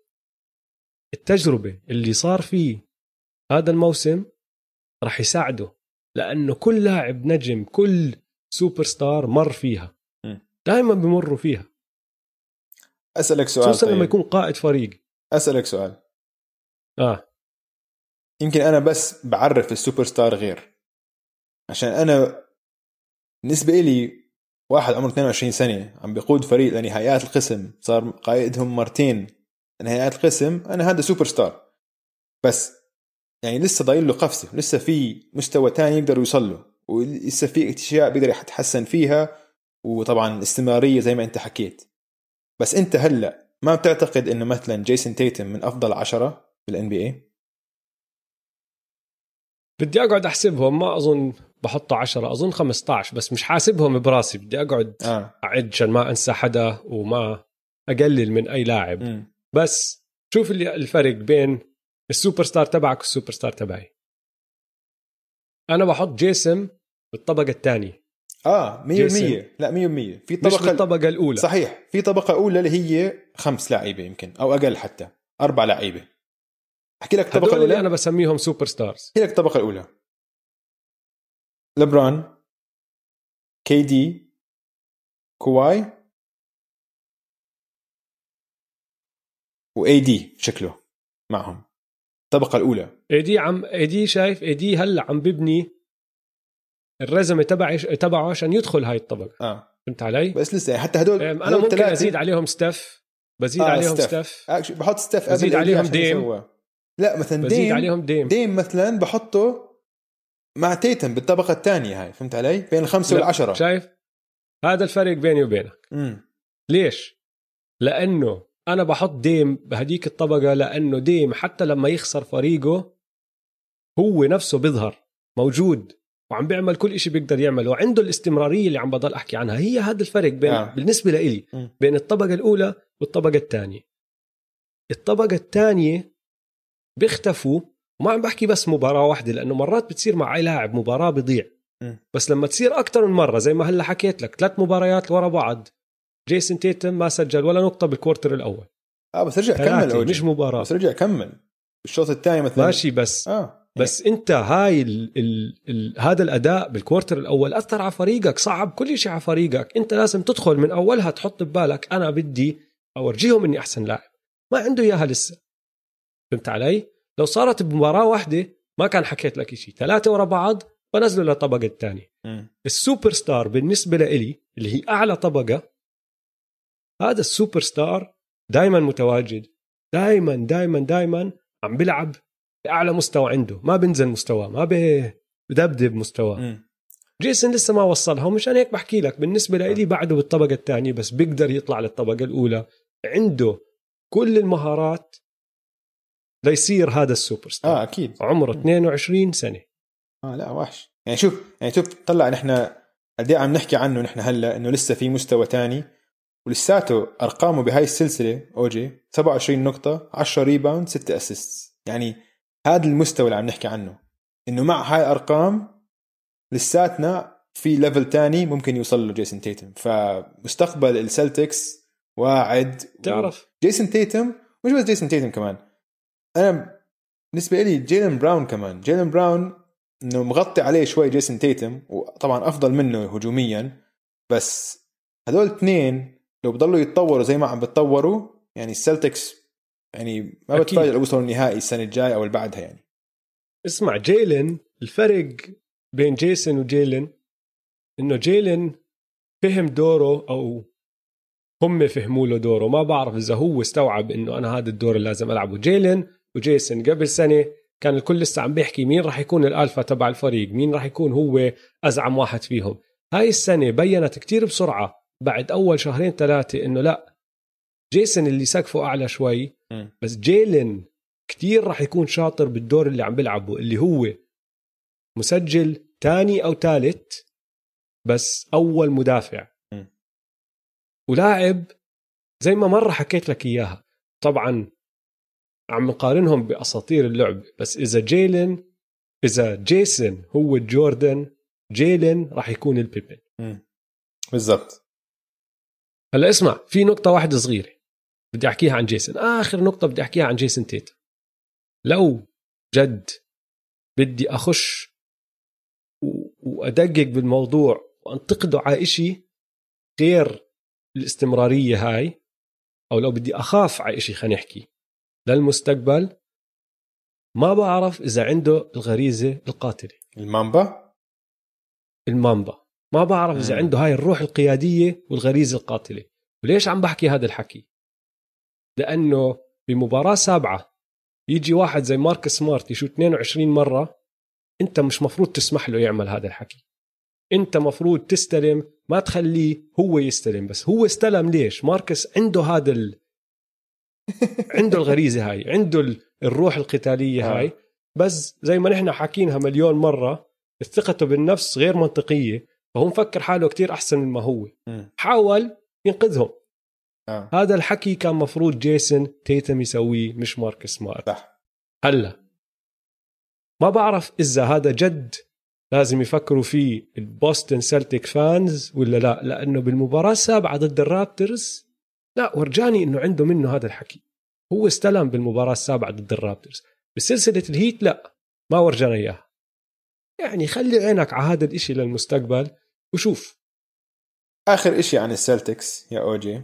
التجربة اللي صار فيه هذا الموسم رح يساعده، لأنه كل لاعب نجم كل سوبر ستار مر فيها، دائما بمروا فيها. أسألك سؤال، خصوصا طيب. لما يكون قائد فريق. أسألك سؤال. آه. يمكن أنا بس بعرف السوبر ستار غير، عشان أنا بالنسبة إلي واحد عمره اثنين وعشرين سنة عم بيقود فريق لنهايات القسم، صار قائدهم مرتين لنهايات القسم، أنا هذا سوبر ستار. بس يعني لسه ضايل له قفزة، لسه في مستوى تاني يقدر يوصل له، ولسه في اشياء بيقدر يتحسن فيها، وطبعا استمرارية زي ما أنت حكيت. بس أنت هلأ ما بتعتقد إنه مثلا جيسون تيتم من أفضل عشرة بالان بي اي؟ بدي أقعد أحسبهم، ما أظن بحطه عشرة، أظن خمسة عشر، بس مش حاسبهم براسي. بدي أقعد آه. أعد عشان ما أنسى حدا وما أقلل من أي لاعب. م. بس شوف اللي الفرق بين السوبر ستار تبعك والسوبر ستار تبعي. أنا بحط جيسم بالطبقة الثانية. آه مية بالمية. لا مية بالمية في طبقة، مش بالطبقة الأولى. صحيح، في طبقة أولى اللي هي خمس لاعيبة يمكن أو أقل، حتى أربع لاعيبة. احكي لك الطبقه الاولى الاولى انا بسميهم سوبر ستارز. احكي لك الطبقه الاولى: لبران، كي دي، كواي، واي دي شكله معهم. الطبقه الاولى اي دي عم اي دي شايف اي دي هلا عم ببني الرزمه تبعي تبعه عشان يدخل هاي الطبقه. اه فهمت علي؟ بس لسه حتى هدول انا هدول ممكن ثلاثة. ازيد عليهم ستاف، بزيد آه عليهم ستيف. ستاف آه بحط ستيف بزيد قبل عليهم عشان ديم. يسوى. لا مثلا بزيد ديم عليهم ديم ديم مثلا بحطه مع تيتم بالطبقه الثانيه هاي. فهمت علي؟ بين الخمسه والعشره. شايف هذا الفرق بيني وبينك. امم ليش؟ لانه انا بحط ديم بهديك الطبقه لانه ديم حتى لما يخسر فريقه هو نفسه بيظهر موجود وعم بيعمل كل إشي بيقدر يعمله وعنده الاستمرارية اللي عم بضل أحكي عنها. هي هذا الفرق بين آه. بالنسبة لإلي م. بين الطبقة الأولى والطبقة الثانية. الطبقة الثانية بيختفوا، وما عم بحكي بس مباراة واحدة لأنه مرات بتصير مع أي لاعب مباراة بيضيع، م. بس لما تصير أكتر من مرة زي ما هلا حكيت لك ثلاث مباريات ورا بعض جيسون تيتم ما سجل ولا نقطة بالكوارتر الأول. اه بس رجع كمل أوجي. مش مباراة بس رجع كمل الشوط الثاني مثلا ماشي بس اه بس انت هاي ال ال ال هذا الاداء بالكوارتر الاول اثر على فريقك، صعب كل شيء على فريقك. انت لازم تدخل من اولها تحط ببالك انا بدي اورجيهم اني احسن لاعب، ما عنده اياها لسه. فهمت علي؟ لو صارت بمباراه واحده ما كان حكيت لك شيء، ثلاثه ورا بعض بنزلوا للطبقه الثانيه. السوبر ستار بالنسبه لإلي اللي هي اعلى طبقه، هذا السوبر ستار دائما متواجد، دائما دائما دائما عم بيلعب بأعلى مستوى عنده، ما بنزل مستوى، ما بدبدب مستوى. جيسون لسه ما وصلها، ومشان هيك بحكي لك بالنسبة لي بعده بالطبقة الثانية، بس بيقدر يطلع للطبقة الأولى. عنده كل المهارات ليصير هذا السوبر ستار. اه اكيد عمره اثنين وعشرين سنة. اه لا وحش يعني. شوف يعني شوف طلع نحن قد ايه عم نحكي عنه نحن هلا انه لسه في مستوى تاني، ولساته ارقامه بهاي السلسله اوجي سبعة وعشرين نقطه، عشرة ريباوند، ستة اسيست. يعني هذا المستوى اللي عم نحكي عنه، انه مع هاي ارقام لساتنا في ليفل تاني ممكن يوصل له جيسون تيتم. فمستقبل السلتكس واعد. تعرف جيسون تيتم مش بس جيسون تيتم كمان، انا بالنسبه لي جيلن براون كمان. جيلن براون انه مغطي عليه شوي جيسون تيتم، وطبعا افضل منه هجوميا، بس هذول اثنين لو بضلوا يتطوروا زي ما عم بتطوروا يعني السلتكس يعني ما بتفاجئ لو وصلوا النهائي السنه الجايه او اللي بعدها. يعني اسمع جيلن، الفرق بين جيسون وجيلن انه جيلن فهم دوره او هم فهموا له دوره. ما بعرف اذا هو استوعب انه انا هذا الدور اللي لازم العبه. جيلن وجيسون قبل سنه كان الكل لسه عم بيحكي مين راح يكون الالفا تبع الفريق، مين راح يكون هو ازعم واحد فيهم. هاي السنه بينت كتير بسرعه بعد اول شهرين ثلاثه انه لا، جيسون اللي سقفه اعلى شوي، بس جيلن كتير راح يكون شاطر بالدور اللي عم بيلعبه، اللي هو مسجل تاني أو ثالث بس أول مدافع، م. ولاعب زي ما مرة حكيت لك إياها. طبعا عم نقارنهم بأساطير اللعب، بس إذا جيلن إذا جيسون هو جوردن، جيلن راح يكون البيبن. بالضبط. هلا اسمع، في نقطة واحدة صغيرة بدي أحكيها عن جيسون، آخر نقطة بدي أحكيها عن جيسون تيتم. لو جد بدي أخش وأدقق بالموضوع وأنتقده على إشي غير الاستمرارية هاي، أو لو بدي أخاف على إشي خلينا نحكي للمستقبل، ما بعرف إذا عنده الغريزة القاتلة. المامبا المامبا ما بعرف إذا مم. عنده هاي الروح القيادية والغريزة القاتلة. وليش عم بحكي هذا الحكي؟ لأنه بمباراة سابعة يجي واحد زي ماركس سمارت يشوت اثنين وعشرين مرة، أنت مش مفروض تسمح له يعمل هذا الحكي. أنت مفروض تستلم، ما تخليه هو يستلم. بس هو استلم ليش؟ ماركس عنده هذا ال... عنده الغريزة هاي، عنده الروح القتالية هاي، بس زي ما نحن حكينها مليون مرة ثقته بالنفس غير منطقية، فهو مفكر حاله كتير أحسن مما هو. حاول ينقذهم. آه. هذا الحكي كان مفروض جيسون تيتم يسويه مش ماركس سمارت. صح. هلا ما بعرف إذا هذا جد لازم يفكروا فيه البوستن سلتيك فانز ولا لا، لأنه بالمباراة السابعة ضد الرابترز لا ورجاني إنه عنده منه هذا الحكي. هو استلم بالمباراة السابعة ضد الرابترز، بسلسلة الهيت لا ما ورجانا إياه. يعني خلي عينك على هذا الاشي للمستقبل وشوف. آخر اشي عن السلتكس يا أوجي،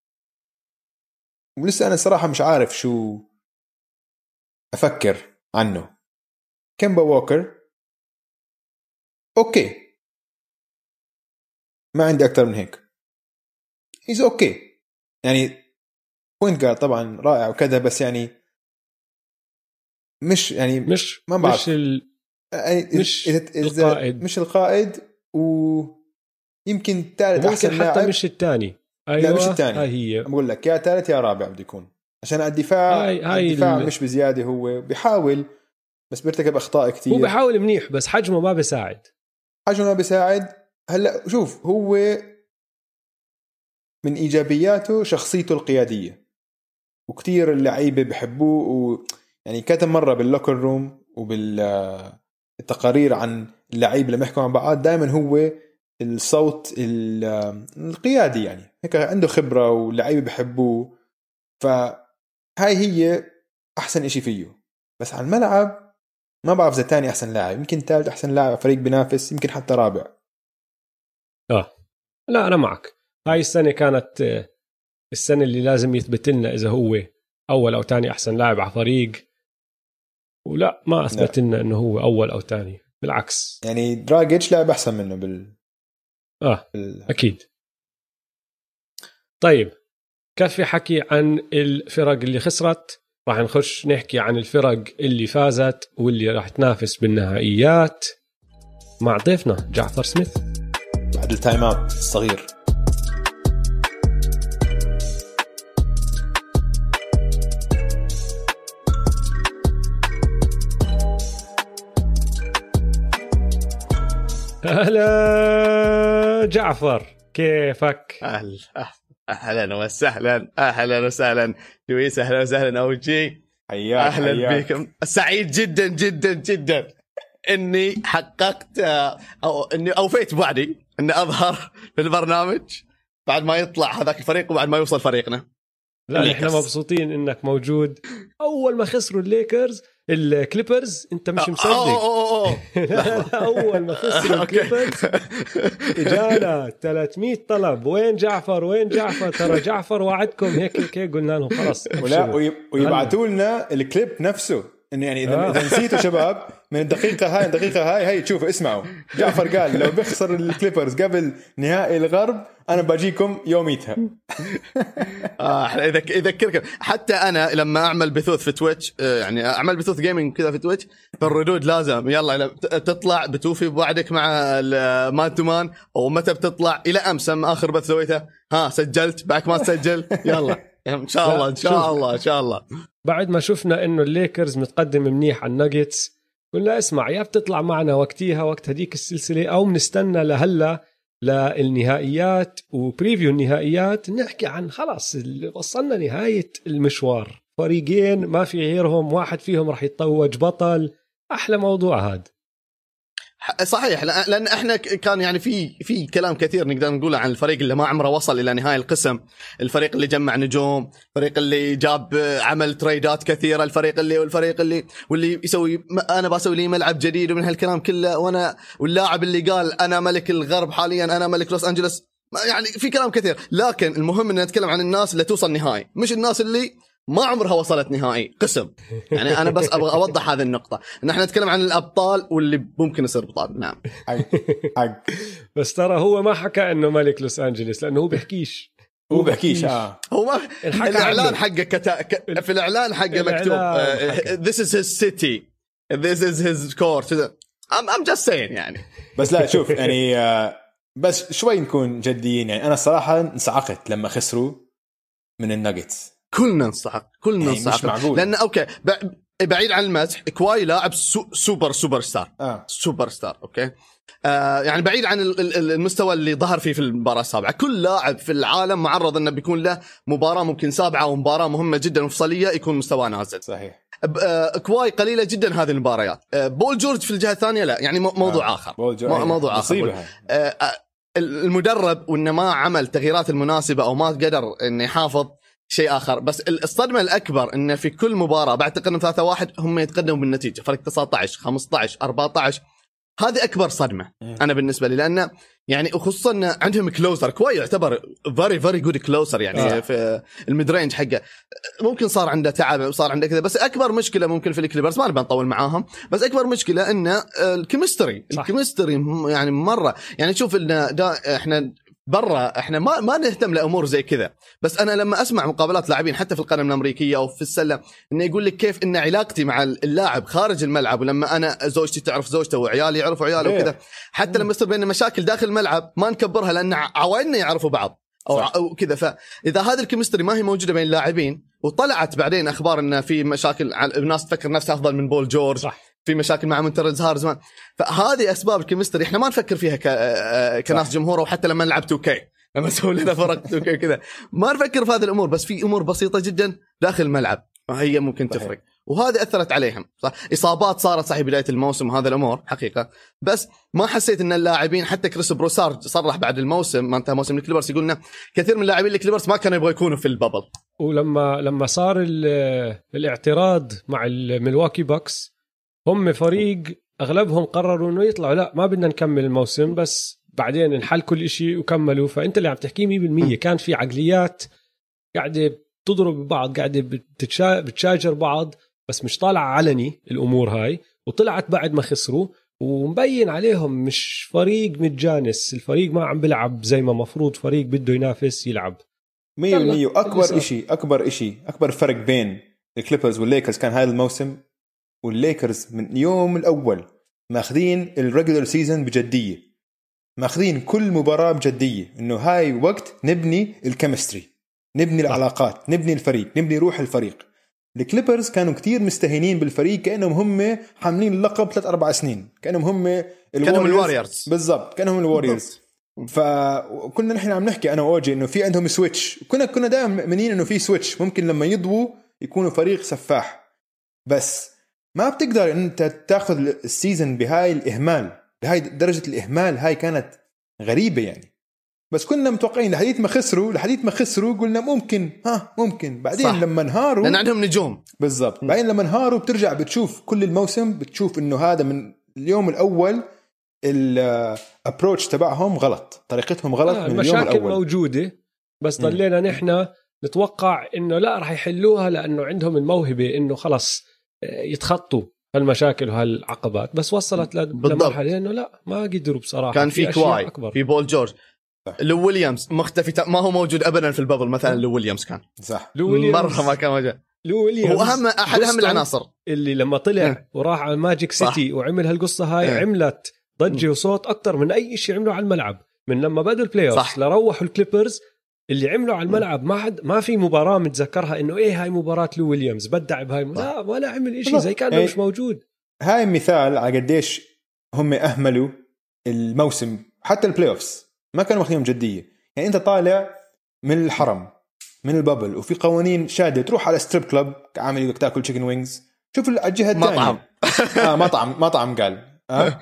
ولسه أنا صراحة مش عارف شو أفكر عنه. كيمبا ووكر أوكي، ما عندي أكتر من هيك. إيز أوكي يعني بوينت جارد طبعا رائع وكذا، بس يعني مش يعني مش ما بعرف مش ال... يعني مش إذا القائد، مش القائد، ويمكن ثالث أحسن حتى لاعب. مش الثاني. أيوة لا مش الثاني، هاي هي بقول لك يا ثالث يا رابع بده يكون، عشان الدفاع هاي هاي الدفاع ال... مش بزيادة. هو بيحاول بس بيرتكب أخطاء كتير. هو بيحاول منيح بس حجمه ما بيساعد. حجمه ما بيساعد. هلا شوف، هو من إيجابياته شخصيته القيادية، وكتير اللعيبة بحبوه، و يعني كتم مرة باللوكر روم وبالتقارير عن اللعيبة لما يحكوا عن بعض دائما هو الصوت القيادي، يعني هيك عنده خبرة واللعيبة بحبوه. فهاي هي أحسن إشي فيه. بس على الملعب ما بعرف إذا تاني أحسن لاعب، يمكن ثالث أحسن لاعب فريق بينافس، يمكن حتى رابع. آه لا أنا معك. هاي السنة كانت السنة اللي لازم يثبت لنا إذا هو أول أو تاني أحسن لاعب على فريق، ولا ما أثبت لنا إنه هو أول أو تاني، بالعكس. يعني دراجيتش لاعب أحسن منه بال آه بال... أكيد. طيب كفي حكي عن الفرق اللي خسرت، راح نخش نحكي عن الفرق اللي فازت واللي راح تنافس بالنهائيات مع ضيفنا جعفر سميث بعد التايم اوت الصغير. أهلا جعفر، كيفك؟ أهلا أهلا وسهلا أهلا وسهلا لويس، أهلا وسهلا أوجي، أهلا بكم. سعيد جدا جدا جدا إني حققت أو إني أوفيت بوعدي إني أظهر في البرنامج بعد ما يطلع هذاك الفريق وبعد ما يوصل فريقنا. لا احنا مبسوطين انك موجود. اول ما خسروا الليكرز الكليبرز انت مش مصدق. أوه أوه اول ما خسروا الكليبرز اجانا ثلاثمية طلب، وين جعفر وين جعفر، ترى جعفر وعدكم هيك هيك. قلنا لهم خلاص ولا ويبعثوا لنا الكليب نفسه، انه يعني اذا آه. اذا نسيتوا شباب من الدقيقه هاي الدقيقه هاي هي تشوفوا اسمعوا. جعفر قال لو بيخسر الكليبرز قبل نهائي الغرب انا باجيكم يوميتها. اه اذا اذكركم حتى انا لما اعمل بثوث في تويتش، يعني اعمل بثوث جيمنج كذا في تويتش، فالردود لازم يلا تطلع بتوفي بوعدك مع مان تو مان، ومتى بتطلع. الى امس اخر بث سويته ها سجلت بعد ما تسجل يلا ان شاء الله ان شاء الله ان شاء الله. بعد ما شفنا انه الليكرز متقدم منيح على الناجتس قلنا اسمع يا بتطلع معنا وقتيها وقت هديك السلسله او بنستنى لهلا للنهائيات وبريفيو النهائيات نحكي عن خلاص وصلنا نهايه المشوار، فريقين ما في غيرهم، واحد فيهم راح يتوج بطل. احلى موضوع هذا. صحيح، لان احنا كان يعني في في كلام كثير نقدر نقوله عن الفريق اللي ما عمره وصل الى نهاية القسم، الفريق اللي جمع نجوم، الفريق اللي جاب عمل تريدات كثيره، الفريق اللي والفريق اللي واللي يسوي انا بسوي لي ملعب جديد ومن هالكلام كله، وانا واللاعب اللي قال انا ملك الغرب حاليا، انا ملك لوس انجلوس. يعني في كلام كثير، لكن المهم ان نتكلم عن الناس اللي توصل نهائي، مش الناس اللي ما عمرها وصلت نهائي قسم. يعني أنا بس أبغى أوضح هذه النقطة، إن إحنا نتكلم عن الأبطال واللي ممكن يصير بطل. نعم حق. بس ترى هو ما حكى إنه ملك لوس أنجلوس لأنه هو بيحكيش هو بيحكيش آه هو ما الإعلان حقه كتا... ك... في الإعلان حقه مكتوب uh, this is his city this is his court. I'm, I'm just saying يعني. بس لا شوف يعني uh, بس شوي نكون جديين. يعني أنا الصراحة انصعقت لما خسروا من الناجتس. كلنا نصعق كلنا يعني نصعق لأن أوكي بعيد عن المزح، كواي لاعب سو سوبر سوبر ستار آه. سوبر ستار أوكي آه يعني بعيد عن المستوى اللي ظهر فيه في المباراة السابعة. كل لاعب في العالم معرض أنه بيكون له مباراة ممكن سابعة ومباراة مهمة جدا مفصلية يكون مستوى نازل. صحيح. آه كواي قليلة جدا هذه المباريات. آه بول جورج في الجهة الثانية لا، يعني موضوع آه. آخر مو موضوع آخر. آه المدرب وإنه ما عمل تغييرات المناسبة أو ما قدر إنه يحافظ شيء آخر. بس الصدمة الأكبر إن في كل مباراة بعد تقدم ثلاثة واحد هم يتقدموا بالنتيجة، فرق تسعة عشر خمسة عشر أربعة عشر. هذه أكبر صدمة أنا بالنسبة لي، لأن يعني خصوصا عندهم كلوزر كوي يعتبر very very good كلوزر يعني آه. في الميدرينج حقه ممكن صار عنده تعب وصار عنده كذا. بس أكبر مشكلة ممكن في الكليبرز ما نبي نطول معاهم، بس أكبر مشكلة إن الكيمستري الكيمستري يعني مرة يعني شوف إن دا إحنا برا احنا ما ما نهتم لامور زي كذا. بس انا لما اسمع مقابلات لاعبين حتى في القدم الامريكيه او في السله انه يقول لك كيف ان علاقتي مع اللاعب خارج الملعب، ولما انا زوجتي تعرف زوجته وعيالي يعرفوا عياله وكذا، حتى لما يصير بيننا مشاكل داخل الملعب ما نكبرها لان عوائلنا يعرفوا بعض او, أو كذا. فاذا هذه الكيمستري ما هي موجوده بين اللاعبين، وطلعت بعدين اخبار ان في مشاكل الناس تفكر نفسها افضل من بول جورج صح. في مشاكل مع مونتريز هارزمان، فهذه اسباب الكيمستري احنا ما نفكر فيها ك... كناس جمهور، وحتى لما نلعب تو كي لما نسوي لنا فرق تو كي كذا ما نفكر في هذه الامور. بس في امور بسيطه جدا داخل الملعب هي ممكن صحيح. تفرق، وهذه اثرت عليهم صح. اصابات صارت صحيح بدايه الموسم وهذا الامور حقيقه، بس ما حسيت ان اللاعبين حتى كريس بروسارد صرح بعد الموسم ما انتهى موسم الكليبرز يقولنا كثير من اللاعبين الكليبرز ما كانوا يبغوا يكونوا في البابل. ولما لما صار الاعتراض مع الميلواكي باكس، هم فريق أغلبهم قرروا إنه يطلعوا لا ما بدنا نكمل الموسم، بس بعدين انحل كل إشي وكملوا. فأنت اللي عم تحكيه مية بالمية كان في عقليات قاعدة تضرب بعض، قاعدة بتشا... بتشاجر بعض، بس مش طالع علني الأمور هاي. وطلعت بعد ما خسروا ومبين عليهم مش فريق متجانس، الفريق ما عم بلعب زي ما مفروض فريق بده ينافس يلعب مية بالمية. وأكبر إشي أكبر إشي أكبر فرق بين الكليبرز والليكرز كان هذا الموسم. والليكرز من يوم الأول ماخذين الريجولر سيزن بجدية، ماخذين كل مباراة بجدية، إنه هاي وقت نبني الكيمستري، نبني العلاقات، نبني الفريق، نبني روح الفريق. الكليبرز كانوا كتير مستهينين بالفريق كأنهم هم حاملين اللقب ثلاث أربع سنين، كأنهم هم كانهم الواريورز بالضبط، كانهم الواريورز. فكنا نحن عم نحكي أنا وأوجي إنه في عندهم سويتش، كنا كنا دائما مؤمنين إنه في سويتش ممكن لما يضووا يكونوا فريق سفاح. بس ما بتقدر ان انت تاخذ السيزن بهاي الاهمال، بهاي درجه الاهمال هاي كانت غريبه يعني. بس كنا متوقعين لحديث ما خسروا لحديث ما خسروا قلنا ممكن ها ممكن بعدين صح. لما انهاروا لان عندهم نجوم بالضبط، بعدين لما انهاروا بترجع بتشوف كل الموسم، بتشوف انه هذا من اليوم الاول الابروتش تبعهم غلط، طريقتهم غلط آه من اليوم الاول. المشاكل موجوده بس ضلينا نحن نتوقع انه لا راح يحلوها لانه عندهم الموهبه انه خلص يتخطوا هالمشاكل وهالعقبات. بس وصلت لمرحله انه لا ما قدروا بصراحه. كان في كواي أكبر. في بول جورج صح. لو ويليامز مختفي ما هو موجود ابدا في البابل مثلا. لو ويليامز كان صح مره ما كان موجود. لو ويليامز هو اهم احد اهم العناصر اللي لما طلع م. وراح على ماجيك سيتي صح. وعمل هالقصه هاي م. عملت ضجه وصوت اكتر من اي شيء عمله على الملعب. من لما بدوا البلاي اوف لروحوا الكليبرز اللي عملوا على الملعب ما حد ما في مباراة متذكرها إنه إيه هاي مباراة لو ويليامز بدع بهاي لا ولا عمل إشي زي كان مش موجود. هاي مثال على قديش هم أهملوا الموسم، حتى البلاي أوفس ما كانوا واخدينهم جدية. يعني أنت طالع من الحرم من البابل وفي قوانين شادة، تروح على ستريب كلاب عامل يقولك تاكل تشيكن وينجز، شوف الجهة الثانية مطعم آه مطعم مطعم قال آه.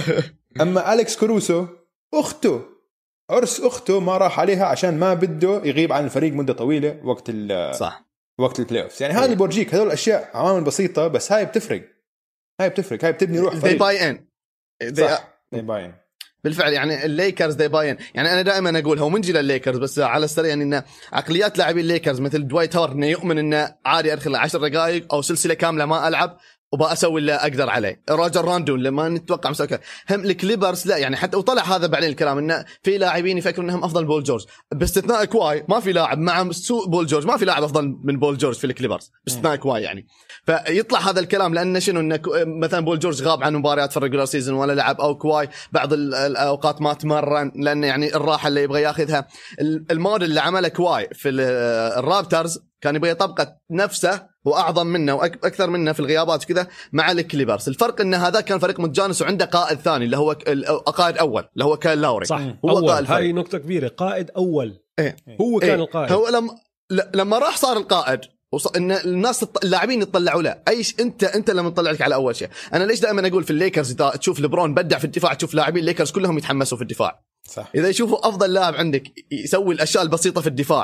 أما أليكس كروسو أخته عرس أخته ما راح عليها عشان ما بده يغيب عن الفريق مدة طويلة وقت ال صح وقت البلاي أوفس. يعني هذا بورجيك هذول الأشياء عوامل بسيطة بس هاي بتفرق، هاي بتفرق، هاي بتبني روح فريق. they buy in صح they buy in بالفعل. يعني الليكرز they buy in. يعني أنا دائما أقولها ومن جيل الليكرز بس على السريع يعني إن عقليات لاعبين الليكرز مثل دوايت هاورد إنه يؤمن إنه عادي أدخل عشر دقائق أو سلسلة كاملة ما ألعب وبقى أسوي اللي أقدر عليه. روجر راندون لما نتوقع مساكة هم الكليبرز لا يعني حتى وطلع هذا بعدين الكلام إنه في لاعبين يفكروا إنهم أفضل بول جورج باستثناء كواي. ما في لاعب مع سوء بول جورج ما في لاعب أفضل من بول جورج في الكليبرز باستثناء كواي. يعني فيطلع هذا الكلام لأن شنو إنه مثلا بول جورج غاب عن مباريات في الريجولار سيزون ولا لعب، أو كواي بعض الأوقات ما تمرن لأن يعني الراحة اللي يبغى ياخذها. الموديل اللي عمله كواي في الرابترز كان يبغى يطبق نفسه وأعظم منه وأكثر منه في الغيابات كذا مع الكليبرز. الفرق إن هذا كان فريق متجانس وعنده قائد ثاني اللي هو قائد أول اللي هو كايل لاوري صح. هو أول هاي نقطة كبيرة، قائد أول إيه. هو كان إيه. القائد. هو لما لما راح صار القائد وص... إن الناس اللاعبين يطلعوا له أيش أنت أنت لما تطلع لك على أول شيء. أنا ليش دائما أقول في الليكرز إذا تشوف لبرون بدع في الدفاع تشوف لاعبين الليكرز كلهم يتحمسوا في الدفاع صح. إذا يشوفوا أفضل لاعب عندك يسوي الأشياء البسيطة في الدفاع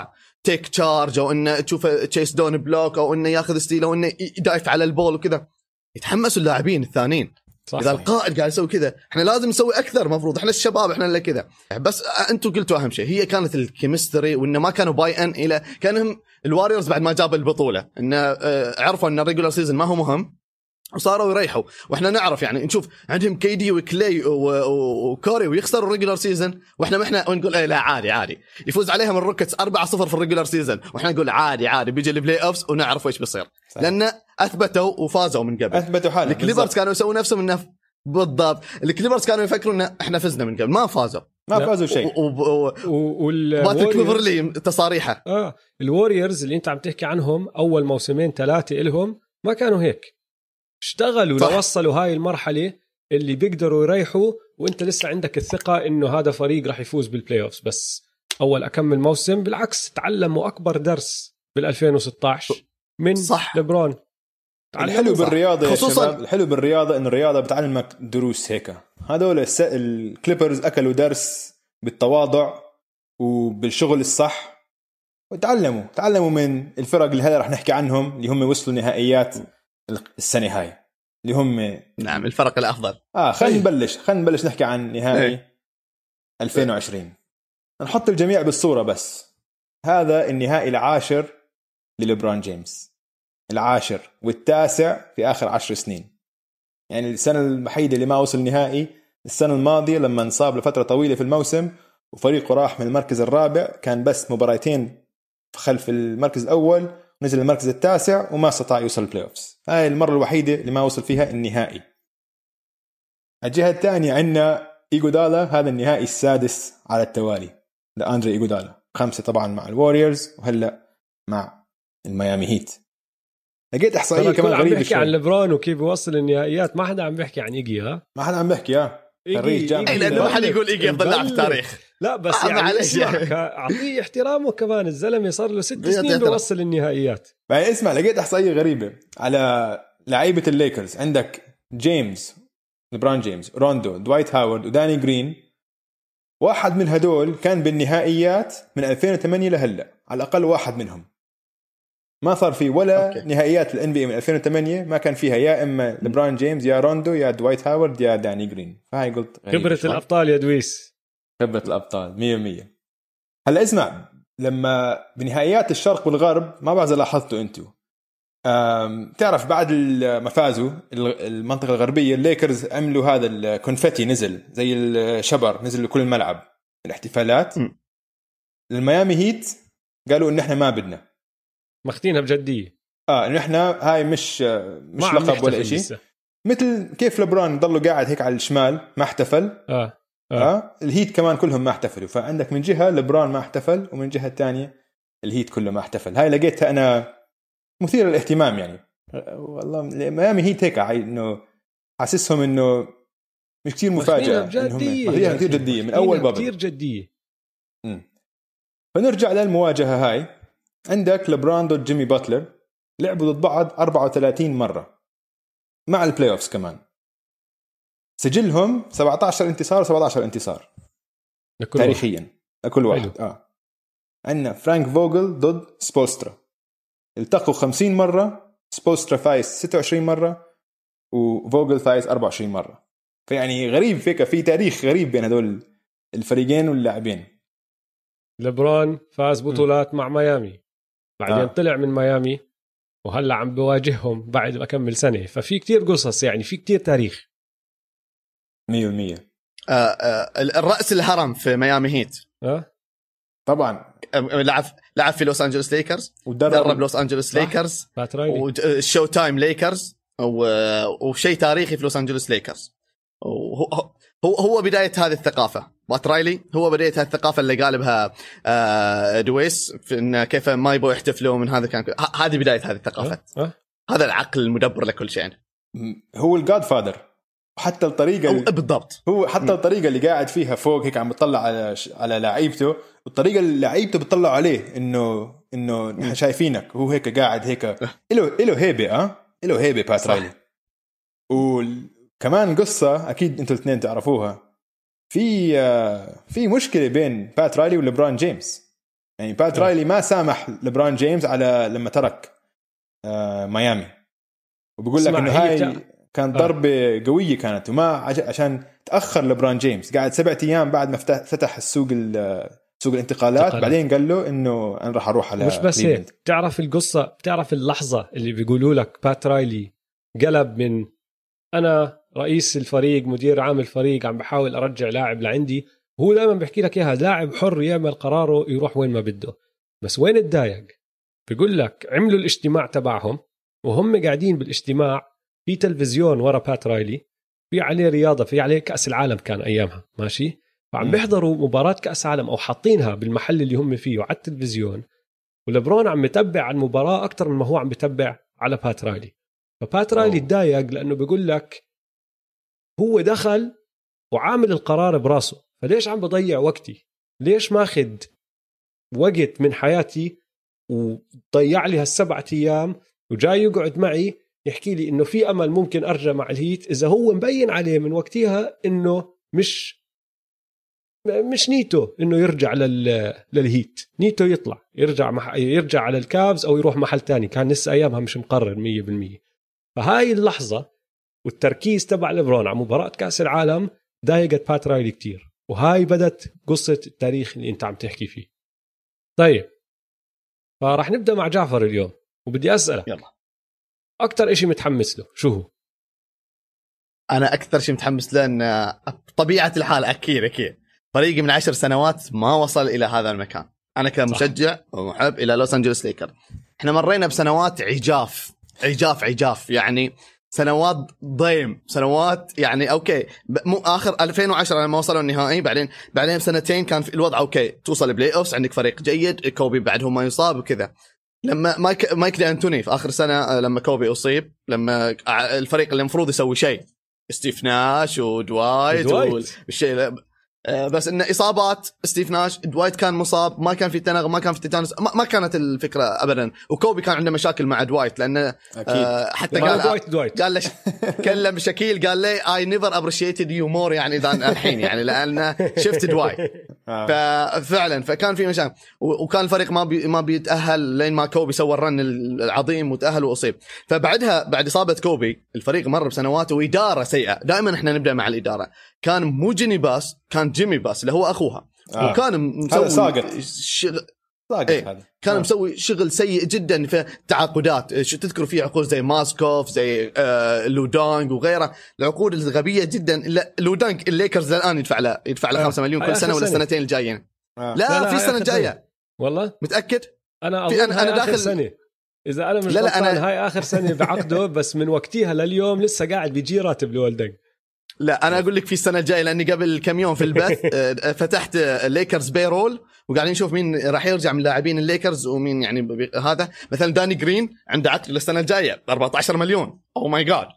تيك تشارج او انه تشوف تشيس دون بلوك او انه ياخذ ستيل او انه يدافع على البول وكذا، يتحمسوا اللاعبين الثانيين. صح اذا صح. القائد قاعد يسوي كذا احنا لازم نسوي اكثر، مفروض احنا الشباب احنا اللي كذا. بس انتم قلتوا اهم شيء هي كانت الكيمستري، وانه ما كانوا باي ان الى كانهم الواريورز بعد ما جاب البطوله انه عرفوا ان الريجولار سيزون ما هو مهم وصاروا يريحوا. واحنا نعرف يعني نشوف عندهم كيدي وكلي وكوري ويخسروا الريجولار سيزون واحنا ما احنا ونقول ايه لا عادي عادي، يفوز عليهم الروكيتس أربعة صفر في الريجولار سيزون واحنا نقول عادي عادي، بيجي البلاي اوفز ونعرف ايش بيصير لان اثبتوا وفازوا من قبل. اثبتوا حالهم. الكليبرز كانوا يسوون نفسهم انه بالضبط، الكليبرز كانوا يفكرون ان احنا فزنا من قبل، ما فازوا ما فازوا شيء. وبات كليفرلي تصاريحه اه الوريورز اللي انت عم تحكي عنهم اول موسمين ثلاثه إلهم ما كانوا هيك، اشتغلوا لوصلوا هاي المرحله اللي بيقدروا يريحوا وانت لسه عندك الثقه انه هذا فريق راح يفوز بالبلاي اوفز. بس اول اكمل موسم بالعكس تعلموا اكبر درس بال2016 من صح. لبرون. الحلو بالرياضه يا شباب، الحلو بالرياضه انه الرياضه بتعلمك دروس هيك. هذول الس... الكليبرز اكلوا درس بالتواضع وبالشغل الصح، وتعلموا تعلموا من الفرق اللي هلا رح نحكي عنهم اللي هم وصلوا نهائيات السنه هاي اللي هم نعم الفرق الافضل. اه خلينا نبلش خلينا نبلش نحكي عن نهائي ايه. ألفين وعشرين. نحط الجميع بالصوره. بس هذا النهائي العاشر لليبرون جيمس، العاشر والتاسع في آخر عشر سنين. يعني السنة الوحيدة اللي ما وصل نهائي السنة الماضية لما انصاب لفترة طويلة في الموسم وفريقه راح من المركز الرابع، كان بس مباراتين خلف المركز الأول ونزل المركز التاسع وما استطاع يوصل البلاي أوفس. هاي المرة الوحيدة اللي ما وصل فيها النهائي. الجهة الثانية عندنا إيغودالا، هذا النهائي السادس على التوالي لأندري إيغودالا، خمسة طبعا مع الواريورز وهلأ مع الميامي هيت. لقيت احصائيه كمان غريبه شوي عن لبرون وكيف بيوصل النهائيات. ما حدا عم بيحكي عن ايجي. ها ما حدا عم بيحكي اه تاريخ جامد لانه ما حدا يقول ايجي افضل لاعب في التاريخ. لا بس آه يعني اسمع اعطيه احترامه كمان، الزلمه صار له ست سنين بيوصل النهائيات. بعدين اسمع لقيت احصائيه غريبه على لعيبه الليكرز. عندك جيمس لبرون جيمس، روندو، دوايت هاورد وداني جرين. واحد من هدول كان بالنهائيات من ألفين وثمانية لهلا، على الاقل واحد منهم ما صار فيه ولا أوكي. نهائيات الان بي من ألفين وثمانية ما كان فيها يا اما لبرون جيمس يا روندو يا دوايت هاورد يا داني جرين. فهاي قلت خبرة الابطال يا دويس، خبرة الابطال مية مية. هلا اسمع، لما بنهائيات الشرق والغرب ما بعرف اذا لاحظتوا انتوا، تعرف بعد ما فازوا المنطقة الغربية الليكرز عملوا هذا الكونفتي نزل زي الشبر نزل لكل الملعب الاحتفالات. م. الميامي هيت قالوا ان احنا ما بدنا، ماخذينها بجديه. اه انه احنا هاي مش مش لقب ولا شيء، مثل كيف لبران ضلوا قاعد هيك على الشمال ما احتفل. اه اه, آه. الهيت كمان كلهم ما احتفلوا. فعندك من جهه لبران ما احتفل ومن جهه الثانيه الهيت كله ما احتفل. هاي لقيتها انا مثيره للاهتمام يعني. والله ميامي هيت هيك انه حاسسهم انه مش كثير مفاجاه انهم هي كثير جديه من اول بابل، كثير جديه. امم فنرجع للمواجهه هاي. عندك لبران ضد جيمي باتلر، لعبوا ضد بعض أربعة وثلاثين مرة مع البلاي أوفس كمان. سجلهم سبعة عشر انتصار وسبعة عشر انتصار لكل تاريخيا واحد. لكل واحد. حلو. آه. عندنا فرانك فوغل ضد سبولسترا، التقوا خمسين مرة، سبولسترا فايز ستة وعشرين مرة وفوغل فايز أربعة وعشرين مرة. فيعني غريب فيك، في تاريخ غريب بين هدول الفريقين واللاعبين. لبران فاز بطولات م. مع ميامي، بعدين آه. طلع من ميامي وهلا عم بواجههم بعد ما كمل سنة. ففي كتير قصص يعني، في كتير تاريخ. مية بالمية. آه آه الرأس الهرم في ميامي هيت آه؟ طبعا لعب لعب في لوس أنجلوس ليكرز ودرب لوس أنجلوس ليكرز والشو تايم ليكرز وشيء تاريخي في لوس أنجلوس ليكرز. وهو هو هو بداية هذه الثقافة. بات رايلي هو بداية هذه الثقافة اللي قالبها آه دويس في إن كيف ما يبغوا يحتفلوا من هذا. كان هذه بداية هذه الثقافة. أه؟ هذا العقل المدبر لكل شيء. هو الجاد فادر. وحتى الطريقة اللي... بالضبط هو حتى الطريقة اللي قاعد فيها فوق هيك عم بتطلع على ش... على لعيبته، والطريقة اللي لعيبته بتطلع عليه إنه إنه نحن شايفينك هو هيك قاعد هيك إله إله هيبة. أه إله هيبة بات رايلي. وكمان قصة أكيد أنتوا الاثنين تعرفوها، في في مشكلة بين بات رايلي ولبران جيمس. يعني بات رايلي ما سامح لبران جيمس على لما ترك آه ميامي، وبقول لك انه هاي تا... كانت ضربه آه. قويه كانت، وما عج... عشان تاخر لبران جيمس قاعد سبعة ايام بعد ما فتح السوق سوق الانتقالات انتقالات. بعدين قال له انه انا راح اروح على مش بس هيك، بتعرف القصه، بتعرف اللحظه اللي بيقولوا لك بات رايلي قلب من انا رئيس الفريق مدير عام الفريق عم بحاول ارجع لاعب لعندي، هو دائما بيحكي لك اياها لاعب حر يعمل قراره يروح وين ما بده، بس وين الدايق بيقول لك عملوا الاجتماع تبعهم وهم قاعدين بالاجتماع في تلفزيون ورا بات رايلي، في عليه رياضه، في عليه كاس العالم كان ايامها ماشي، فعم بيحضروا مباراه كاس عالم او حاطينها بالمحل اللي هم فيه على التلفزيون، ولبرون عم يتبع على المباراه اكثر من ما هو عم يتبع على بات رايلي. فبات رايلي تضايق لانه بيقول لك هو دخل وعامل القرار براسه، فليش عم بضيع وقتي؟ ليش ماخد وقت من حياتي وضيع لي هالسبعة ايام وجاي يقعد معي يحكي لي انه في امل ممكن ارجع مع الهيت، اذا هو مبين عليه من وقتها انه مش مش نيته انه يرجع لل للهيت، نيته يطلع يرجع مح... يرجع على الكابز او يروح محل تاني، كان لسه ايامها مش مقرر مية بالمية. فهاي اللحظة والتركيز تبع ليبرون على مباراة كأس العالم ضايقت بات رايلي كتير، وهاي بدت قصة التاريخ اللي انت عم تحكي فيه. طيب فراح نبدأ مع جعفر اليوم، وبدي أسألك يلا أكتر إشي متحمس له شو هو؟ أنا أكثر شيء متحمس له أن طبيعة الحال أكيد أكيد فريقي من عشر سنوات ما وصل إلى هذا المكان. أنا كمشجع ومحب إلى لوس أنجلوس ليكر، إحنا مرينا بسنوات عجاف عجاف عجاف يعني سنوات ضيم، سنوات يعني أوكي مو آخر ألفين وعشرة لما وصلوا النهائي، بعدين بعدين سنتين كان في الوضع أوكي توصل بلاي أوفس، عندك فريق جيد، كوبي بعدهم ما يصاب وكذا. لما مايك مايك دي أنتوني في آخر سنة لما كوبي أصيب، لما الفريق اللي المفروض يسوي شيء ستيف ناش ودوايت والشيء، بس إن إصابات ستيف ناش، دوايت كان مصاب، ما كان في تناغم، ما كان في تيتانوس، ما, ما كانت الفكرة أبدا. وكوبي كان عنده مشاكل مع دوايت لأنه آه حتى قال دوايت دوايت قال ليش كلم شكيل قال لي I never appreciated you more يعني ذان الحين يعني لأنه شفت دوايت. ففعلا فكان في مشاكل، وكان الفريق ما بي ما بيتأهل لين ما كوبي سوى الرن العظيم وتأهل وأصيب. فبعدها بعد إصابة كوبي الفريق مر بسنوات وإدارة سيئة. دائما إحنا نبدأ مع الإدارة، كان مو جيني باس، كان جيمي باس اللي هو أخوها آه. وكان مسوي شغل ايه هذا. كان آه. مسوي شغل سيء جدا في تعاقدات، شو تذكروا فيه عقود زي ماسكوف زي آه لودانج وغيره، العقود الغبية جدا. لودانج الليكرز الآن يدفع له يدفع له خمسة مليون كل سنة ولا السنتين الجايين آه. لا, لا, لا في السنة الجاية والله متأكد أنا أظن أنا, أنا داخل سنة إذا أنا مش غلطان أنا... هاي آخر سنة بعقده بس من وقتها لليوم لسه قاعد بيجي راتب لولدانج. لا أنا أقول لك في السنة الجاية، لأني قبل كم يوم في البث فتحت الليكرز بيرول وقاعدين نشوف مين راح يرجع من لاعبين الليكرز ومين يعني هذا. مثلا داني جرين عنده عقد للسنة الجاية أربعة عشر مليون. أو ماي جاد.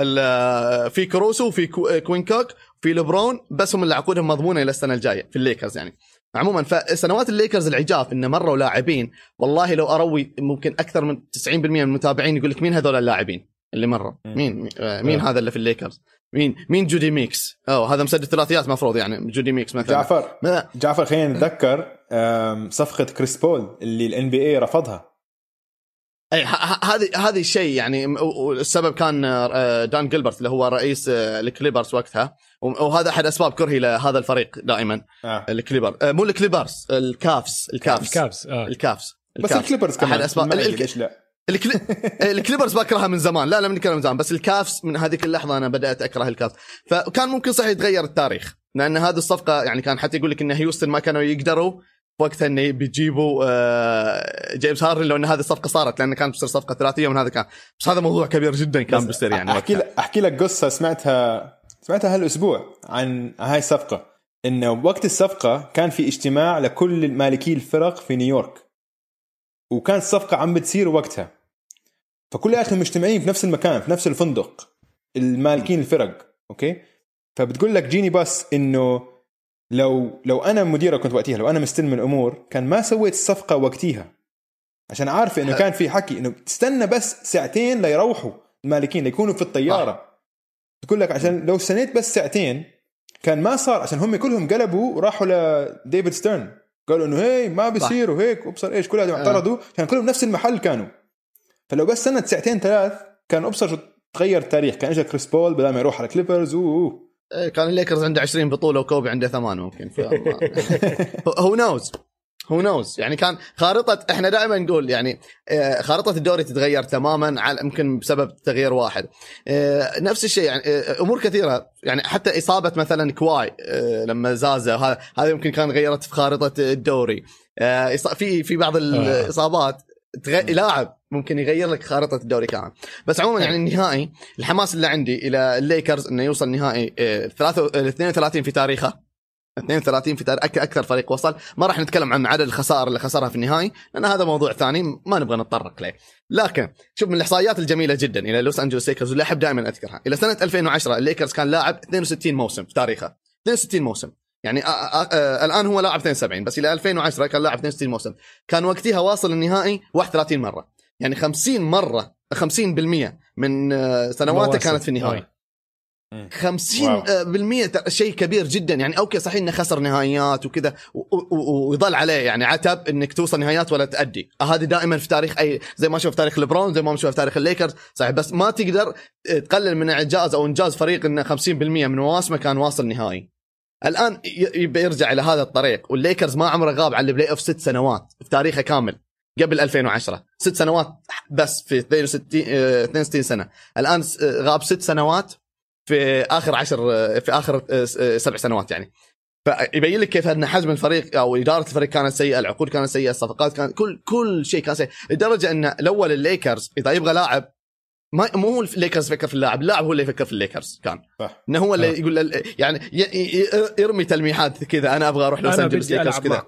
في كروسو في كوين كوك في لبرون، بس هم اللي عقودهم مضمونة إلى السنة الجاية في الليكرز يعني. عموما فسنوات الليكرز العجاف إن مروا لاعبين، والله لو أروي ممكن أكثر من تسعين بالمئة من المتابعين يقول لك مين هذول اللاعبين اللي مروا، مين مين هذا اللي في الليكرز، مين مين جودي ميكس. أو هذا مسدد ثلاثيات مفروض يعني جودي ميكس مثلا. جعفر ما. جعفر خلينا نتذكر صفقة كريس بول اللي الان بي اي رفضها. اي هذه هذه الشيء يعني، والسبب كان دان جيلبرت اللي هو رئيس الكليبرز وقتها، وهذا احد اسباب كرهي لهذا الفريق دائما. آه. الكليبر مو الكليبرز الكافس الكافس الكافس آه. الكافس بس الكليبرز كمان احد اسباب ليش لا الكلي... الكليبرز بكرهها من زمان، لا لا من كلام زمان، بس الكافس من هذيك اللحظة أنا بدأت أكره الكافس. فكان ممكن صحيح يتغير التاريخ، لأن هذه الصفقة يعني كان حتى يقول لك إن هيوستن ما كانوا يقدروا وقتها إنه بيجيبوا جيمس هاردن لو إن هذه الصفقة صارت، لأن كانت بتصير صفقة ثلاثية من هذا كان. بس هذا موضوع كبير جدا كان بيصير يعني. أحكي لك أحكي لك قصة سمعتها سمعتها هالأسبوع عن هاي الصفقة. إنه وقت الصفقة كان في اجتماع لكل مالكي الفرق في نيويورك، وكانت الصفقة عم بتصير وقتها، فكل اخر مجتمعين في نفس المكان في نفس الفندق المالكين الفرق. اوكي فبتقول لك جيني باس انه لو لو انا مديره كنت وقتها، لو انا مستلم الامور كان ما سويت الصفقه وقتها، عشان عارفه انه كان في حكي انه تستنى بس ساعتين ليروحوا المالكين ليكونوا في الطياره. بتقول لك عشان لو استنيت بس ساعتين كان ما صار، عشان هم كلهم قلبوا وراحوا لديفيد ستيرن قالوا انه هي ما بيصير وهيك وابصر ايش كلهم اعترضوا كان كلهم نفس المحل كانوا. فلو بس سنه ساعتين ثلاث كان ابصر تغير التاريخ. كان اجى كريس بول بدل ما يروح على كليبرز و كان الليكرز عنده عشرين بطوله وكوبي عنده ثمانية ممكن. هو نوز هو نوز يعني كان خارطة. احنا دائما نقول يعني خارطة الدوري تتغير تماما على يمكن بسبب تغيير واحد. نفس الشيء يعني امور كثيرة يعني حتى اصابة مثلا كواي لما زازا هذا هذا يمكن كان غيرت في خارطة الدوري. في في بعض الاصابات لاعب ممكن يغير لك خارطة الدوري كامل. بس عموما يعني النهائي الحماس اللي عندي الى الليكرز انه يوصل نهائي اثنين وثلاثين في تاريخه اثنين وثلاثين في تاريخ أكثر فريق وصل. ما راح نتكلم عن عدد الخسائر اللي خسرها في النهائي لأن هذا موضوع ثاني ما نبغى نتطرق له. لكن شوف من الإحصائيات الجميلة جدا إلى لوس أنجلوس ليكرز واللي أحب دائما أذكرها إلى سنة ألفين وعشرة الليكرز كان لاعب اثنين وستين موسم في تاريخه اثنين وستين موسم يعني آآ آآ الآن هو لاعب اثنين وسبعين بس إلى ألفين وعشرة كان لاعب اثنين وستين موسم. كان وقتها واصل النهائي واحد وثلاثين مرة يعني خمسين مرة خمسين بالمية من سنواته كانت في النهائي. خمسين بالمية شيء كبير جدا يعني. أوكي صحيح إنه خسر نهائيات وكذا ويظل عليه يعني عتب إنك توصل نهائيات ولا تأدي. هذا دائما في تاريخ أي زي ما شوف في تاريخ ليبرون زي ما نشوف في تاريخ الليكرز صحيح. بس ما تقدر تقلل من إنجاز أو إنجاز فريق إنه خمسين بالمية من مواسمه كان واصل نهائي. الآن يبي يرجع إلى هذا الطريق. والليكرز ما عمره غاب عن البلاي أوف ست سنوات في تاريخه كامل قبل ألفين وعشرة ست سنوات بس في اثنين وستين سنة. الآن غاب ست سنوات في آخر عشر في آخر سبع سنوات يعني. فيبين لك كيف أن حجم الفريق أو إدارة الفريق كانت سيئة العقود كانت سيئة الصفقات كان كل كل شيء كان سيء لدرجة أن الأول الليكرز إذا يبغى لاعب ما مو هو الليكرز فكر في اللاعب اللاعب هو اللي يفكر في الليكرز كان إنه هو اللي يقول يعني يرمي تلميحات كذا أنا أبغى أروح لوس أنجلوس ليكرز كذا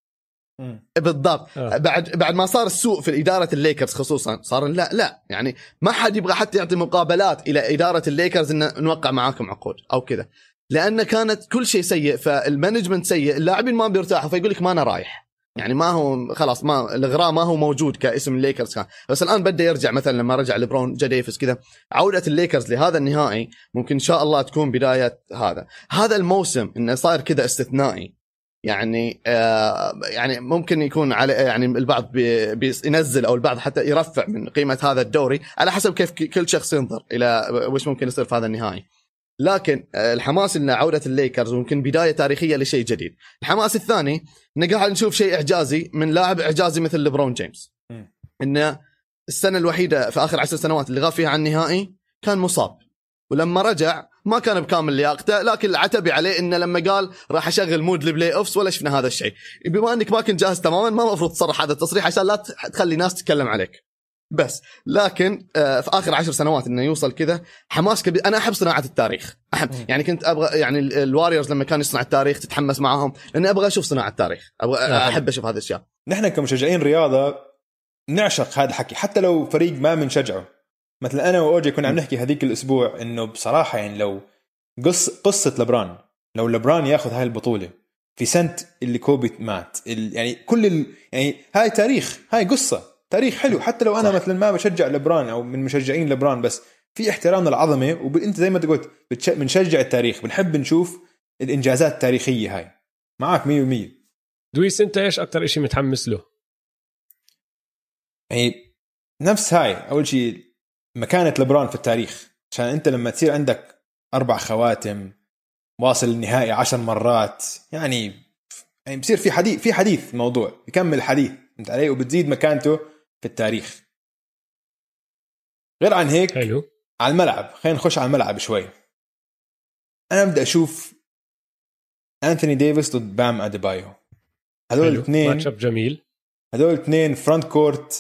بالضبط. آه. بعد بعد ما صار السوء في إدارة الليكرز خصوصا صار لا لا يعني ما حد يبغى حتى يعطي مقابلات إلى إدارة الليكرز إن نوقع معاكم عقود أو كذا لأن كانت كل شيء سيء. فالمانجمنت سيء اللاعبين ما بيرتاحوا فيقول لك ما أنا رايح يعني ما هو خلاص ما الإغراء ما هو موجود كاسم الليكرز كان. بس الآن بدأ يرجع مثلا لما رجع ليبرون جا ديفيس كذا عودة الليكرز لهذا النهائي ممكن إن شاء الله تكون بداية هذا هذا الموسم إنه صار كذا استثنائي يعني آه يعني ممكن يكون على يعني البعض بي بينزل او البعض حتى يرفع من قيمة هذا الدوري على حسب كيف كل شخص ينظر الى وش ممكن يصير في هذا النهائي. لكن آه الحماس ان عودة الليكرز ممكن بداية تاريخية لشيء جديد. الحماس الثاني ان قاعد نشوف شيء اعجازي من لاعب اعجازي مثل ليبرون جيمس. انه السنة الوحيدة في اخر عشر سنوات اللي غاب فيها عن النهائي كان مصاب ولما رجع ما كان بكامل لياقته لكن العتبي عليه إنه لما قال راح أشغل مود لبلاي أوفس ولا شفنا هذا الشيء. بما أنك ما كنت جاهز تماما ما مفروض تصرح هذا التصريح عشان لا تخلي ناس تتكلم عليك بس. لكن آه في آخر عشر سنوات إنه يوصل كذا حماس كبير. أنا أحب صناعة التاريخ أحب يعني كنت أبغى يعني الواريورز لما كان يصنع التاريخ تتحمس معهم لأني أبغى أشوف صناعة التاريخ أبغى أحب أشوف هذه الأشياء. نحن كمشجعين رياضة نعشق هذا الحكي حتى لو فريق ما منشجعه. مثلا أنا وأوجي كنا عم نحكي هذيك الأسبوع إنه بصراحة يعني لو قص قصة لبران لو لبران ياخذ هاي البطولة في سنة اللي كوبي مات يعني كل ال... يعني هاي تاريخ هاي قصة تاريخ حلو. حتى لو أنا مثلا ما بشجع لبران أو من مشجعين لبران بس في احترام للعظمة وأنت زي ما تقولت بتش... بنشجع التاريخ بنحب نشوف الإنجازات التاريخية هاي معك مية ومية. دويس أنت إيش أكتر إشي متحمس له؟ يعني نفس هاي أول شيء مكانة لبران في التاريخ عشان أنت لما تصير عندك أربع خواتم واصل النهائي عشر مرات يعني يعني بصير في حديث في حديث موضوع يكمل الحديث انت عليه وبتزيد مكانته في التاريخ. غير عن هيك حلو. على الملعب خلينا نخش على الملعب شوي. أنا بدي أشوف أنثوني ديفيس ضد بام أديبايو. هذول الاثنين ماتش اب جميل. هذول الاثنين فرونت كورت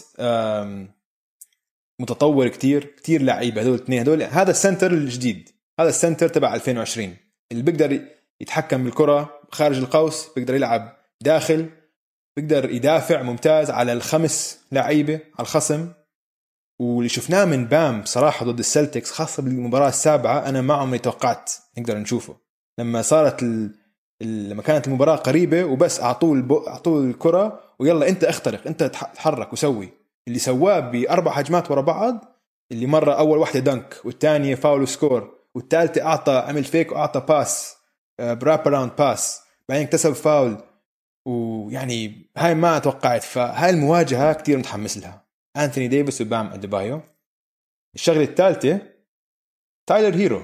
متطور كتير كتير لعيبة. هذول الاثنين هذول هذا السنتر الجديد هذا السنتر تبع ألفين وعشرين اللي بيقدر يتحكم بالكرة خارج القوس بيقدر يلعب داخل بيقدر يدافع ممتاز على الخمس لعيبة على الخصم. واللي شفناه من بام صراحة ضد السلتكس خاصة بالمباراة السابعة أنا ما عمري توقعت نقدر نشوفه لما صارت ال... لما كانت المباراة قريبة وبس أعطوه الب... أعطوه الكرة ويلا أنت اخترق أنت تحرك وسوي اللي سواه بأربع هجمات ورا بعض. اللي مرة أول واحدة دنك والثانية فاول سكور والثالثة أعطى عمل فيك وأعطى باس براب راوند باس بعدين اكتسب فاول ويعني هاي ما توقعت. فهاي المواجهة كتير متحمس لها، أنتوني ديفيس وبام أديبايو. الشغلة الثالثة تايلر هيرو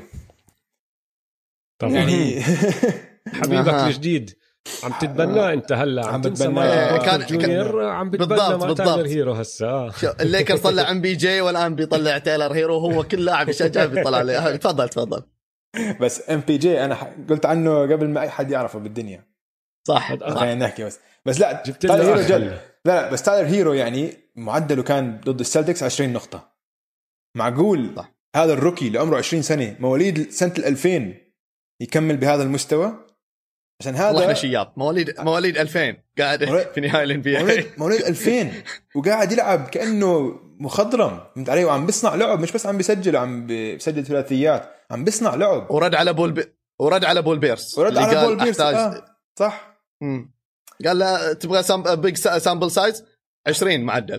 طبعا يعني حبيبك الجديد عم تتبناه انت هلا، عم تنسى مايكل جونيور، عم بتبنى مع تايلر هيرو هسه. الليكر طلع ام بي جي والان بيطلع تايلر هيرو، هو كل لاعب يشجع بيطلع عليه. تفضل تفضل. بس ام بي جي انا قلت عنه قبل ما اي حد يعرفه بالدنيا. صح خلينا نحكي بس بس لا جبت تايلر هيرو جل. لا لا بس تايلر هيرو يعني معدله كان ضد السلتكس عشرين نقطة. معقول صح. هذا الروكي اللي عمره عشرين سنة مواليد سنة الألفين يكمل بهذا المستوى؟ عشان هذا احنا شياب مواليد مواليد ألفين قاعد في نهائي الان بي اي مواليد ألفين وقاعد يلعب كانه مخضرم فهمت علي، وعم بيصنع لعب، مش بس عم بيسجل، عم بيسجل ثلاثيات، عم بيصنع لعب. ورد على بول بي... ورد على بول بيرس ورد على بول بيرس أحتاج... آه. صح. مم. قال له تبغى سام... بيج سامبل سايز عشرين معدل.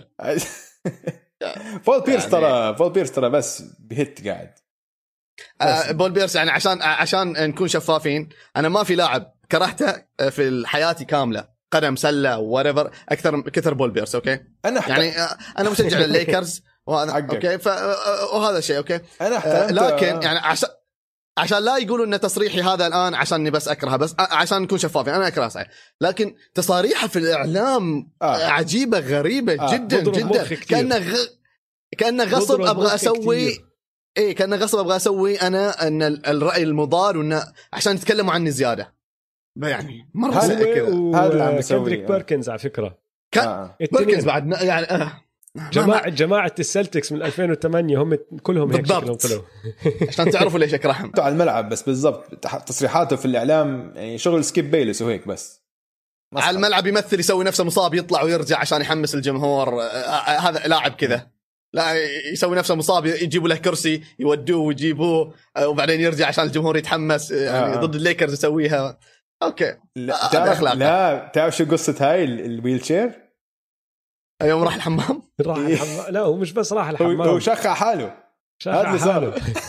بول بيرس ترى بول بيرس ترى بس بهت قاعد آه بول بيرس يعني عشان عشان نكون شفافين، انا ما في لاعب كرهته في حياتي كامله قدم سله وريفر اكثر كثر بول بيرس. اوكي انا حت... يعني انا مشجع للليكرز وهذا اوكي ف... وهذا شيء اوكي انا احترمت لكن يعني عشان عشان لا يقولوا ان تصريحي هذا الان عشان اني بس اكرهه، بس عشان نكون شفافين انا اكره صحيح، لكن تصاريحه في الاعلام آه. عجيبه غريبه آه. جدا جدا، كانه غ... كانه غصب ابغى اسوي كتير. ايه كانه غصب ابغى اسوي انا ان الراي المضاد، وان عشان يتكلموا عني زياده يعني مره هذا اللي عم بيسوي بيركنز على فكره كان آه. بيركنز بعد يعني آه. جماعه جماعه السلتكس من ألفين وثمانية هم كلهم هيك شكلهم طلعوا عشان تعرفوا ليش اكرههم على الملعب. بس بالضبط تصريحاته في الاعلام يعني شغل سكيب بيلس وهيك، بس مصحف. على الملعب يمثل، يسوي نفسه مصاب يطلع ويرجع عشان يحمس الجمهور. آه هذا لاعب كذا، لا يسوي نفسه مصاب يجيبوا له كرسي يودوه ويجيبوه آه وبعدين يرجع عشان الجمهور يتحمس يعني آه. ضد الليكرز يسويها. اوكي لا تعرف لا تعرف شو قصه هاي الويل شير؟ يوم راح الحمام راح الحمام لا هو مش بس راح الحمام، هو شخع حاله هذا حاله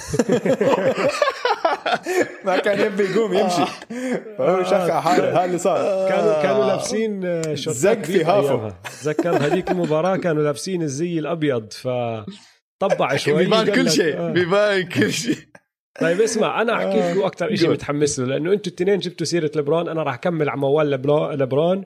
ما كان يبي يقوم يمشي فهو شخع حاله. هذا اللي صار. كانوا كانوا لابسين زق في هافه. تذكر هذيك المباراه كانوا لابسين الزي الابيض فطبع شوي بيبان كل شيء بيبان كل شيء. طيب اسمع انا احكي لكم اكثر شيء متحمس له، لانه انتوا الاثنين جبتوا سيره لبرون، انا راح اكمل على موال لبرون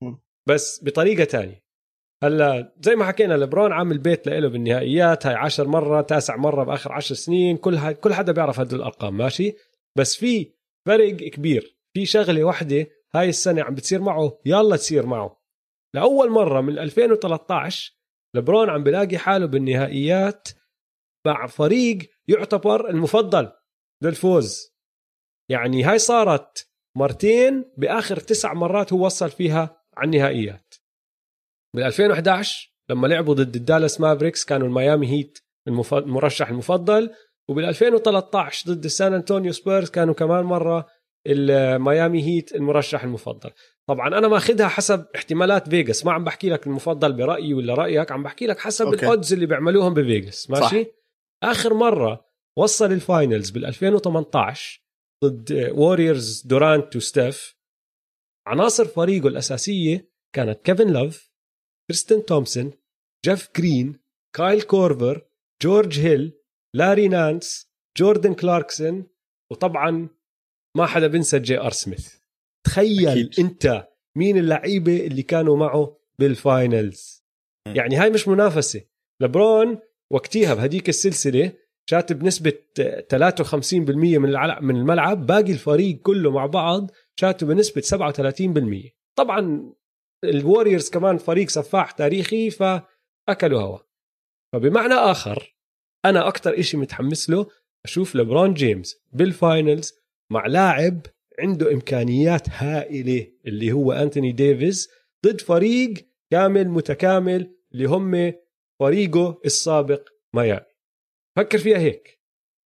بس بطريقه تانية. هلا زي ما حكينا لبرون عامل بيت له بالنهائيات، هاي عشر مرة تاسع مرة بآخر عشر سنين، كل ها... كل حدا بيعرف هدول الأرقام ماشي. بس في فرق كبير، في شغلة واحدة هاي السنة عم بتصير معه يلا تصير معه لأول مرة من ألفين وثلاثة عشر. لبرون عم بلاقي حاله بالنهائيات مع فريق يعتبر المفضل للفوز. يعني هاي صارت مرتين بآخر تسع مرات هو وصل فيها على النهائيات. بال2011 لما لعبوا ضد الدالاس مافريكس كانوا الميامي هيت المرشح المفضل، وبال2013 ضد السان أنطونيو سبيرز كانوا كمان مرة الميامي هيت المرشح المفضل. طبعا أنا ما أخذها حسب احتمالات فيغاس، ما عم بحكي لك المفضل برأيي ولا رأيك، عم بحكي لك حسب الأودز اللي بيعملوهم بفيغاس ماشي. صح. آخر مرة وصل الفاينلز بال2018 ضد ووريرز دورانت وستيف، عناصر فريقه الأساسية كانت كيفن لوف، كريستن تومسون، جيف جرين، كايل كورفر، جورج هيل، لاري نانس، جوردن كلاركسون، وطبعا ما حدا بنسى جي ار سميث. تخيل أكيد. انت مين اللعيبة اللي كانوا معه بالفاينلز. م. يعني هاي مش منافسة. لبرون وقتها بهديك السلسلة شات بنسبة ثلاثة وخمسين بالمية من الملعب، باقي الفريق كله مع بعض شاتوا بنسبة سبعة وثلاثين بالمية. طبعا الواريورز كمان فريق سفاح تاريخي فأكلوا هوا. فبمعنى آخر أنا أكتر إشي متحمس له أشوف لبرون جيمس بالفاينلز مع لاعب عنده إمكانيات هائلة اللي هو أنتوني ديفيس ضد فريق كامل متكامل اللي هم فريقه السابق ميامي. فكر فيها هيك،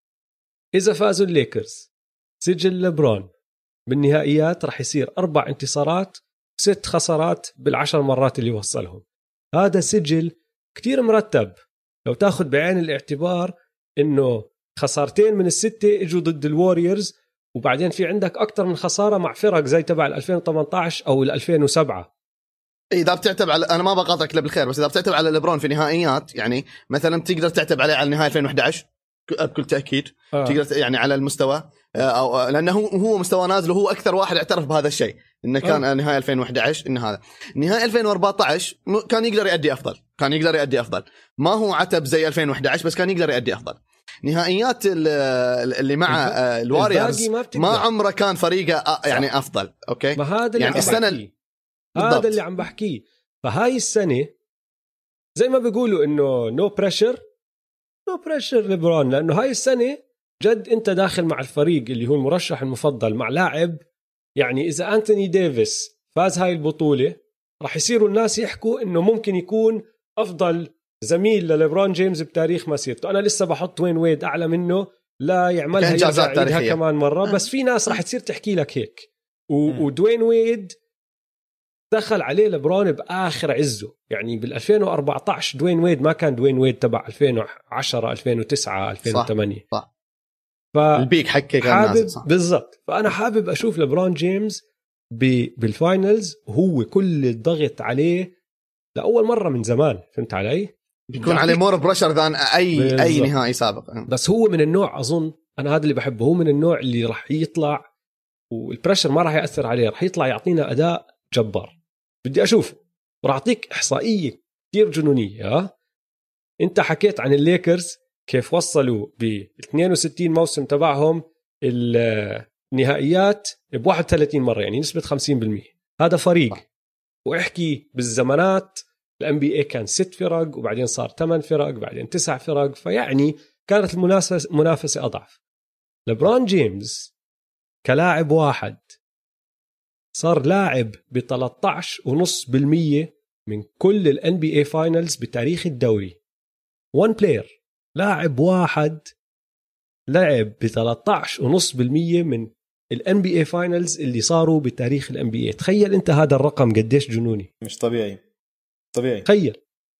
إذا فازوا الليكرز سجل لبرون بالنهائيات رح يصير أربع انتصارات ست خسارات بالعشر مرات اللي وصلهم. هذا سجل كتير مرتب لو تاخد بعين الاعتبار انه خسارتين من الستة اجوا ضد الواريورز وبعدين في عندك أكتر من خسارة مع فرق زي تبع ألفين وثمانية عشر أو ألفين وسبعة. إذا بتعتب على أنا ما بقاطعك له بالخير، بس إذا بتعتب على ليبرون في نهائيات يعني مثلا تقدر تعتب عليه على نهاية ألفين وإحدى عشر بكل تأكيد. آه. تقدر يعني على المستوى أو لأنه هو مستوى نازل وهو أكثر واحد اعترف بهذا الشيء إنه كان آه. نهاية ألفين وإحدى عشر إن هذا نهاية ألفين وأربعة عشر كان يقدر يؤدي أفضل، كان يقدر يؤدي أفضل، ما هو عتب زي ألفين وإحدى عشر بس كان يقدر يؤدي أفضل. نهائيات اللي مع الواريورز ما, ما عمره كان فريقه يعني أفضل. أوكي ما هذا يعني السنة هذا اللي عم بحكيه. فهاي السنة زي ما بيقولوا إنه نو بريشر نو بريشر ليبرون، لأنه هاي السنة جد أنت داخل مع الفريق اللي هو المرشح المفضل مع لاعب يعني إذا أنتوني ديفيس فاز هاي البطولة راح يصيروا الناس يحكوا إنه ممكن يكون أفضل زميل لليبرون جيمس بتاريخ مسيرته. أنا لسه بحط وين ويد أعلى منه لا يعملها يرجع كمان مرة، بس في ناس راح تصير تحكي لك هيك. ودوين ويد دخل عليه ليبرون بآخر عزه، يعني بال2014 دوين ويد ما كان دوين ويد تبع ألفين وعشرة ألفين وتسعة ألفين وثمانية. صح صح. البيك حكي كان حابب بالضبط. فأنا حابب أشوف ليبرون جيمس بالفاينلز هو كل الضغط عليه لأول مرة من زمان، فهمت علي؟ بيكون عليه مور بريشر ذان أي بالزبط. أي نهائي سابق. بس هو من النوع أظن أنا هذا اللي بحبه، هو من النوع اللي راح يطلع والبريشر ما راح يأثر عليه، راح يطلع يعطينا أداء جبار. بدي أشوف وراح أعطيك إحصائية كتير جنونية. ها؟ أنت حكيت عن الليكرز كيف وصلوا ب اثنين وستين موسم تبعهم النهائيات ب واحد وثلاثين مرة، يعني نسبة خمسين بالمية. هذا فريق واحكي بالزمانات الام بي اي كان ست فرق وبعدين صار ثمان فرق بعدين تسع فرق، فيعني كانت المنافسة منافسة أضعف. ليبرون جيمس كلاعب واحد صار لاعب ب ثلاثة عشر فاصلة خمسة بالمية من كل ال إن بي إيه فاينلز بتاريخ الدوري. one player لاعب واحد لعب ب ثلاثة عشر فاصلة خمسة بالمية من ال إن بي إيه فاينلز اللي صاروا بتاريخ ال إن بي إيه. تخيل انت هذا الرقم قديش جنوني، مش طبيعي طبيعي. تخيل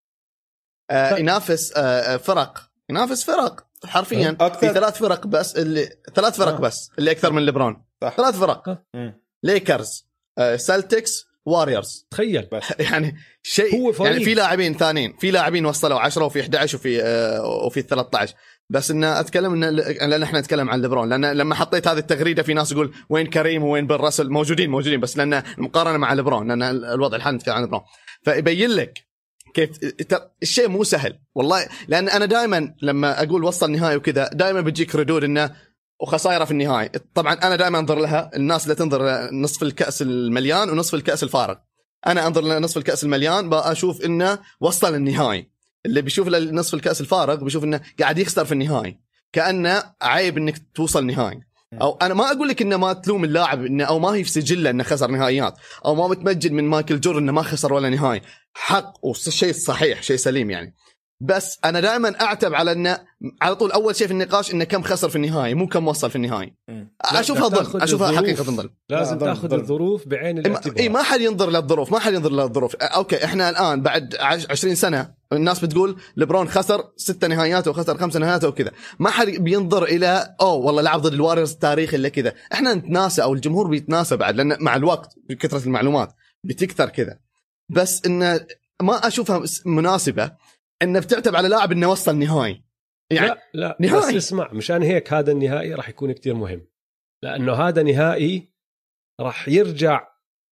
آه ينافس آه فرق ينافس فرق حرفيا أكثر. في ثلاث فرق بس اللي ثلاث فرق آه. بس اللي اكثر من ليبرون. ثلاث فرق آه. ليكرز آه سلتكس واريورز. تخيل يعني شيء يعني في لاعبين ثانيين في لاعبين وصلوا عشرة وفي أحد عشر وفي آه وفي ثلاثة عشر، بس إن أتكلم إن لأن إحنا نتكلم عن ليبرون، لأن لما حطيت هذه التغريدة في ناس يقول وين كريم وين بن راسل، موجودين موجودين بس لأن المقارنة مع ليبرون، لأن الوضع الحالي نتكلم عن ليبرون، فيبين لك كيف الشيء مو سهل والله. لأن أنا دائما لما أقول وصل نهائي وكذا دائما بتجيك ردود إنه وخسائر في النهائي. طبعا أنا دائما أنظر لها، الناس اللي تنظر نصف الكأس المليان ونصف الكأس الفارغ، أنا أنظر لنصف الكأس المليان بأشوف إنه وصل النهائي. اللي بيشوف نصف الكأس الفارغ بيشوف إنه قاعد يخسر في النهائي، كأنه عيب إنك توصل نهائي. أو أنا ما أقول لك إنه ما تلوم اللاعب إنه أو ما هي في سجله إنه خسر نهائيات، أو ما متمجد من مايكل جوردن إنه ما خسر ولا نهائي، حق وشيء صحيح شيء سليم يعني. بس أنا دائما أعتب على إنه على طول أول شيء في النقاش إنه كم خسر في النهائي مو كم وصل في النهائي. أشوفها ظلم، أشوفها حقيقة ظلم. لازم تأخذ الظروف بعين الاعتبار. إيه ما حد ينظر للظروف، ما حد ينظر للظروف. أوكي إحنا الآن بعد عشرين سنة الناس بتقول ليبرون خسر ستة نهائيات وخسر خمسة نهائيات وكذا، ما حد بينظر إلى أوه والله لعب ضد الواريورز تاريخ إلا كذا. إحنا نتناسى أو الجمهور بيتناسى بعد، لأن مع الوقت بكثرة المعلومات بتكثر كذا. بس إن ما أشوفها مناسبة إنه بتعتب على لاعب إنه وصل نهائي. يعني لا لا نهائي. بس اسمع، مشان هيك هذا النهائي راح يكون كتير مهم، لأنه هذا نهائي راح يرجع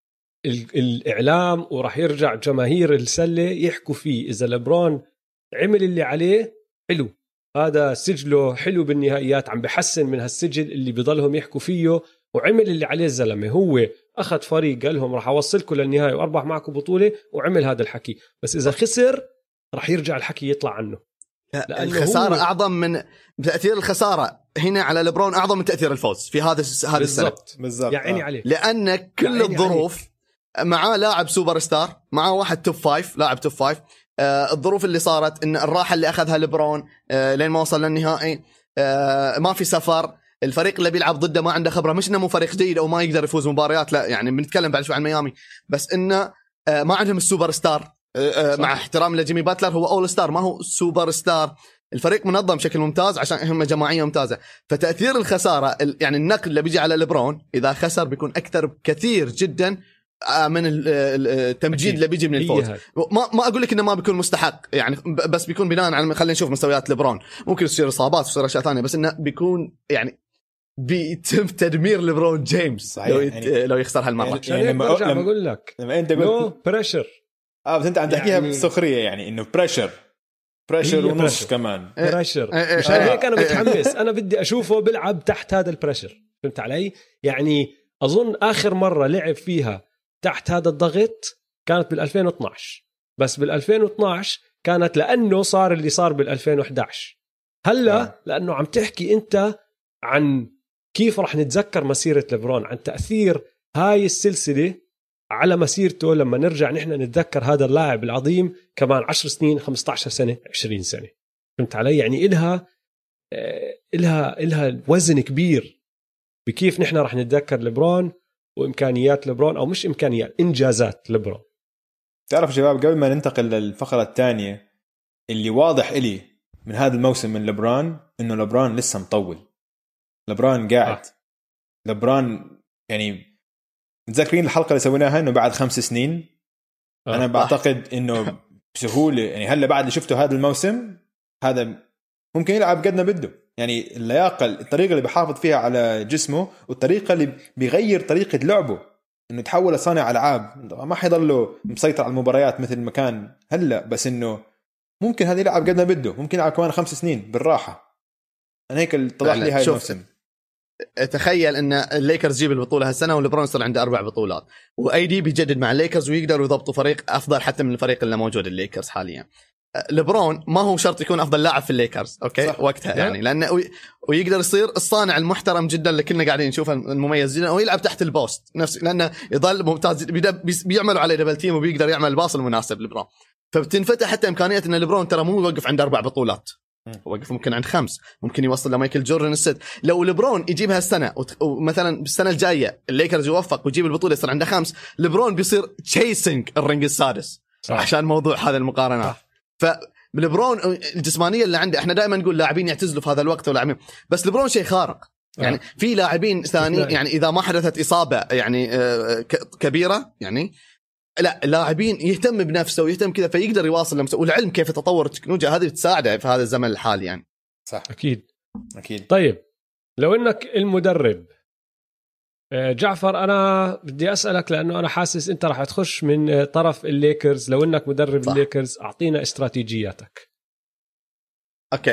الإعلام وراح يرجع جماهير السلة يحكوا فيه. إذا ليبرون عمل اللي عليه حلو، هذا سجله حلو بالنهائيات، عم بحسن من هالسجل اللي بيضلهم يحكوا فيه، وعمل اللي عليه الزلمة. هو أخذ فريق قال لهم راح أوصلكم للنهائي وأربح معكم بطولة وعمل هذا الحكي. بس إذا خسر راح يرجع الحكي يطلع عنه. الخسارة هو... أعظم من تأثير الخسارة هنا على ليبرون أعظم من تأثير الفوز في هذا هذا السنة. بالضبط يعني عليه، لأن كل الظروف معاه لاعب سوبر ستار، معاه واحد توب فايف، لاعب توب فايف. آه الظروف اللي صارت إن الراحة اللي أخذها ليبرون آه لين ما وصل للنهائي، آه ما في سفر، الفريق اللي بيلعب ضده ما عنده خبرة، مش إنه مو فريق جيد أو ما يقدر يفوز مباريات، لا يعني بنتكلم بعد شوي عن ميامي، بس إنه آه ما عندهم السوبر ستار. مع احترام لجيمي باتلر هو أول ستار ما هو سوبر ستار. الفريق منظم بشكل ممتاز عشان هم جماعيه ممتازه. فتاثير الخساره يعني النقل اللي بيجي على ليبرون اذا خسر بيكون اكثر بكثير جدا من التمجيد اللي بيجي من الفوز. ما ما اقول لك انه ما بيكون مستحق يعني، بس بيكون بناء على خلينا نشوف مستويات ليبرون، ممكن تصير اصابات وتصير اشياء ثانيه، بس انه بيكون يعني بيتم تدمير ليبرون جيمس لو يت... يعني لو يخسر هالمره. يعني لما برجع لما بقول لك لما انت قلت بريشر اه بس انت عم تحكيها يعني... بسخريه يعني انه بريشر بريشر ونص كمان بريشر. مشان هيك انا متحمس، انا بدي اشوفه بيلعب تحت هذا البريشر. فهمت علي؟ يعني اظن اخر مره لعب فيها تحت هذا الضغط كانت بال2012، بس بال2012 كانت لانه صار اللي صار بال2011. هلا آه. لانه عم تحكي انت عن كيف رح نتذكر مسيرة ليبرون، عن تأثير هاي السلسلة على مسيرته لما نرجع نحن نتذكر هذا اللاعب العظيم كمان عشر سنين خمسة عشر سنة عشرين سنة. فهمت علي؟ يعني إلها إلها إلها وزن كبير بكيف نحن رح نتذكر ليبرون وإمكانيات ليبرون، أو مش إمكانيات، إنجازات ليبرون. تعرف شباب قبل ما ننتقل للفقرة الثانية، اللي واضح إلي من هذا الموسم من ليبرون إنه ليبرون لسه مطول. لبران قاعد آه. لبران يعني متذكرين الحلقة اللي سويناها إنه بعد خمس سنين آه. أنا بعتقد إنه بسهولة يعني هلا بعد اللي شفته هذا الموسم هذا ممكن يلعب قدنا بده. يعني اللياقة، الطريقة اللي بيحافظ فيها على جسمه والطريقة اللي بيغير طريقة لعبه إنه يتحول لصانع ألعاب، ما حيضله مسيطر على المباريات مثل ما كان هلا، بس إنه ممكن هذا يلعب قدنا بده، ممكن يلعب كمان خمس سنين بالراحة. أنا هيك طلع لي هاي الموسم. تخيل ان الليكرز جيب البطوله هالسنه وليبرون صار عنده اربع بطولات، واي دي بيجدد مع الليكرز ويقدروا يضبطوا فريق افضل حتى من الفريق اللي موجود الليكرز حاليا. ليبرون ما هو شرط يكون افضل لاعب في الليكرز اوكي صح. وقتها يعني لانه ويقدر يصير الصانع المحترم جدا اللي كنا قاعدين نشوفه المميز جدا، ويلعب تحت البوست نفس لانه يضل ممتاز، بيعملوا عليه دبل تيم وبيقدر يعمل الباص المناسب ليبرون. فبتنفتح حتى امكانيه ان ليبرون ترى مو يوقف عند اربع بطولات، وقف ممكن عند خمس، ممكن يوصل لمايكل جوردن الست. لو ليبرون يجيبها السنة ومثلا بالسنة الجاية الليكرز يوفق ويجيب البطولة يصير عنده خمس، ليبرون بيصير تشيسنج الرينج السادس صح. عشان موضوع هذا المقارنات. فليبرون الجسمانية اللي عنده، احنا دائما نقول لاعبين يعتزلوا في هذا الوقت ولاعبين، بس ليبرون شيء خارق. يعني آه. في لاعبين ثاني يعني إذا ما حدثت إصابة يعني كبيرة يعني لا لاعبين يهتم بنفسه ويهتم كذا فيقدر يواصل لمسه، والعلم كيف تطور التكنولوجيا هذه بتساعده في هذا الزمن الحالي يعني. صح أكيد أكيد. طيب لو إنك المدرب جعفر، أنا بدي أسألك لأنه أنا حاسس أنت راح تخش من طرف الليكرز، لو إنك مدرب صح. الليكرز أعطينا استراتيجياتك. أوكي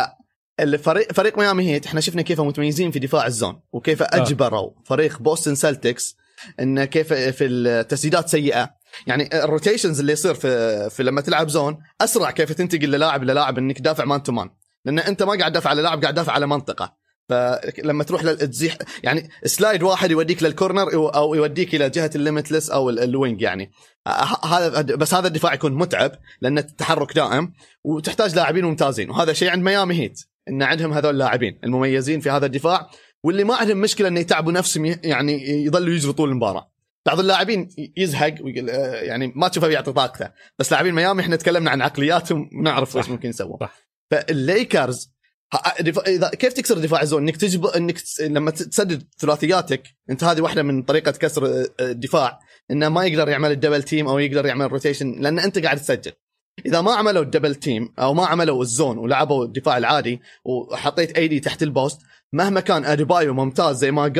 الفريق فريق ميامي هيت احنا شفنا كيف متميزين في دفاع الزون وكيف أجبروا آه. فريق بوستن سلتكس ان كيف في التسديدات سيئه. يعني الروتيشنز اللي يصير في, في لما تلعب زون اسرع، كيف تنتقل للاعب للاعب انك دافع مان تو مان، لان انت ما قاعد دافع على لاعب، قاعد دافع على منطقه. فلما تروح للتزيح يعني سلايد واحد يوديك للكورنر او يوديك الى جهه الليميتلس او الوينج يعني هذا، بس هذا الدفاع يكون متعب لان التحرك دائم وتحتاج لاعبين ممتازين، وهذا شيء عند ميامي هيت ان عندهم هذول اللاعبين المميزين في هذا الدفاع، واللي ما عندهم مشكله انه يتعبوا نفسهم يعني يضلوا يجروا طول المباراه. بعض اللاعبين يزهق ويقول يعني ما تشوفه بيعطي طاقته، بس لاعبين ميامي احنا تكلمنا عن عقلياتهم ونعرف ايش ممكن يسووا. فالليكرز اذا كيف تكسر دفاع الزون، انك تجب انك لما تسدد ثلاثياتك انت، هذه واحده من طريقه كسر الدفاع، انه ما يقدر يعمل الدبل تيم او يقدر يعمل روتيشن لان انت قاعد تسجل. اذا ما عملوا الدبل تيم او ما عملوا الزون ولعبوا الدفاع العادي وحطيت ايدي تحت البوست، مهما كان اديبايو ممتاز زي ما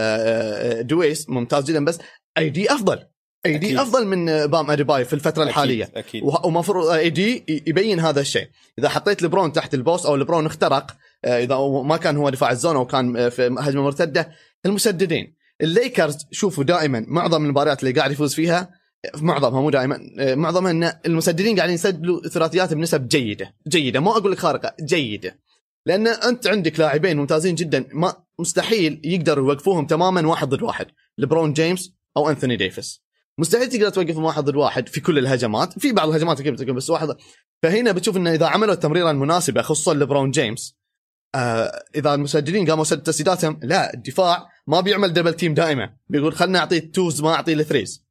قال دويس ممتاز جدا، بس اي دي افضل اي دي افضل من بام اديبايو في الفتره الحاليه أكيد. أكيد. ومفروض اي دي يبين هذا الشيء. اذا حطيت ليبرون تحت البوست او ليبرون اخترق، اذا ما كان هو دفاع الزون او كان في هجمه مرتده، المسددين الليكرز شوفوا دائما معظم المباريات اللي قاعد يفوز فيها، معظمها مو دائما، معظمها ان المسددين قاعدين يسدلوا ثلاثيات بنسب جيده جيده، ما اقول لك خارقه، جيده، لان انت عندك لاعبين ممتازين جدا ما مستحيل يقدروا يوقفوهم تماما واحد ضد واحد. ليبرون جيمس او أنثوني ديفيس مستحيل تقدر توقفهم واحد ضد واحد في كل الهجمات، في بعض الهجمات كيف تكون بس واحد. فهنا بتشوف ان اذا عملوا التمريره المناسبه خصوصا ليبرون جيمس، آه اذا المسددين قاموا سد تسديداتهم، لا الدفاع ما بيعمل دبل تيم دائما، بيقول خلنا نعطيه التوز ما اعطيه الثريز.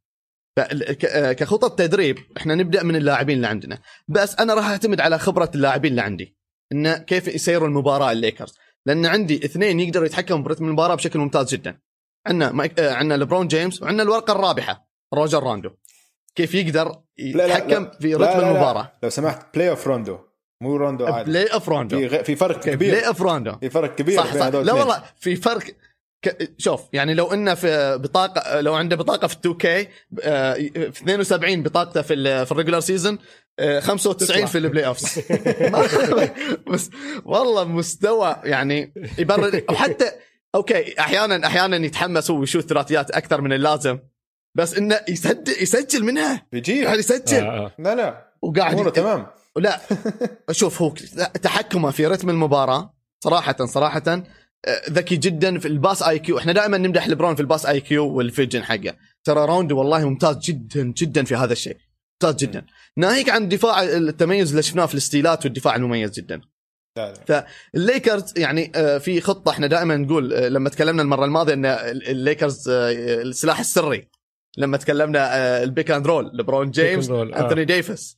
كخطط تدريب احنا نبدا من اللاعبين اللي عندنا، بس انا راح اعتمد على خبره اللاعبين اللي عندي. إنه كيف يسيروا المباراة الليكرز، لأن عندي اثنين يقدروا يتحكموا برتم المباراة بشكل ممتاز جدا. عندنا مايك... عندنا ليبرون جيمس، وعندنا الورقة الرابحة روجر روندو، كيف يقدر يتحكم في رتم لا لا المباراة. لا. لو سمحت بلاي اوف روندو مو روندو عادي. بلاي اوف روندو في, غ... في فرق كبير. بلاي اوف روندو في فرق كبير صح صح. لا والله في فرق ك... شوف يعني لو إنه في بطاقة، لو عنده بطاقة في تو كي في اثنين وسبعين بطاقته في ال... في الريجولار سيزون، خمسة وتسعين في البلاي اوفز. بس والله مستوى يعني يبرر. وحتى اوكي احيانا احيانا يتحمس ويشوت ثلاثيات اكثر من اللازم، بس انه يسجل يسجل منها بيجي يعني يسجل آه. لا لا وقاعد اموره تمام. لا شوف هو تحكمه في رتم المباراة صراحة صراحة ذكي جدا في الباس اي كيو. احنا دائما نمدح لبرون في الباس اي كيو والفيجن حقه، ترى راوند والله ممتاز جدا جدا في هذا الشيء، ممتاز جدا. ناهيك عن الدفاع التميز اللي شفناه في الاستيلات والدفاع المميز جدا. فالليكرز يعني في خطة احنا دائما نقول لما تكلمنا المرة الماضية ان الليكرز السلاح السري، لما تكلمنا البيك اند رول لبرون جيمس أنتوني آه. ديفيس،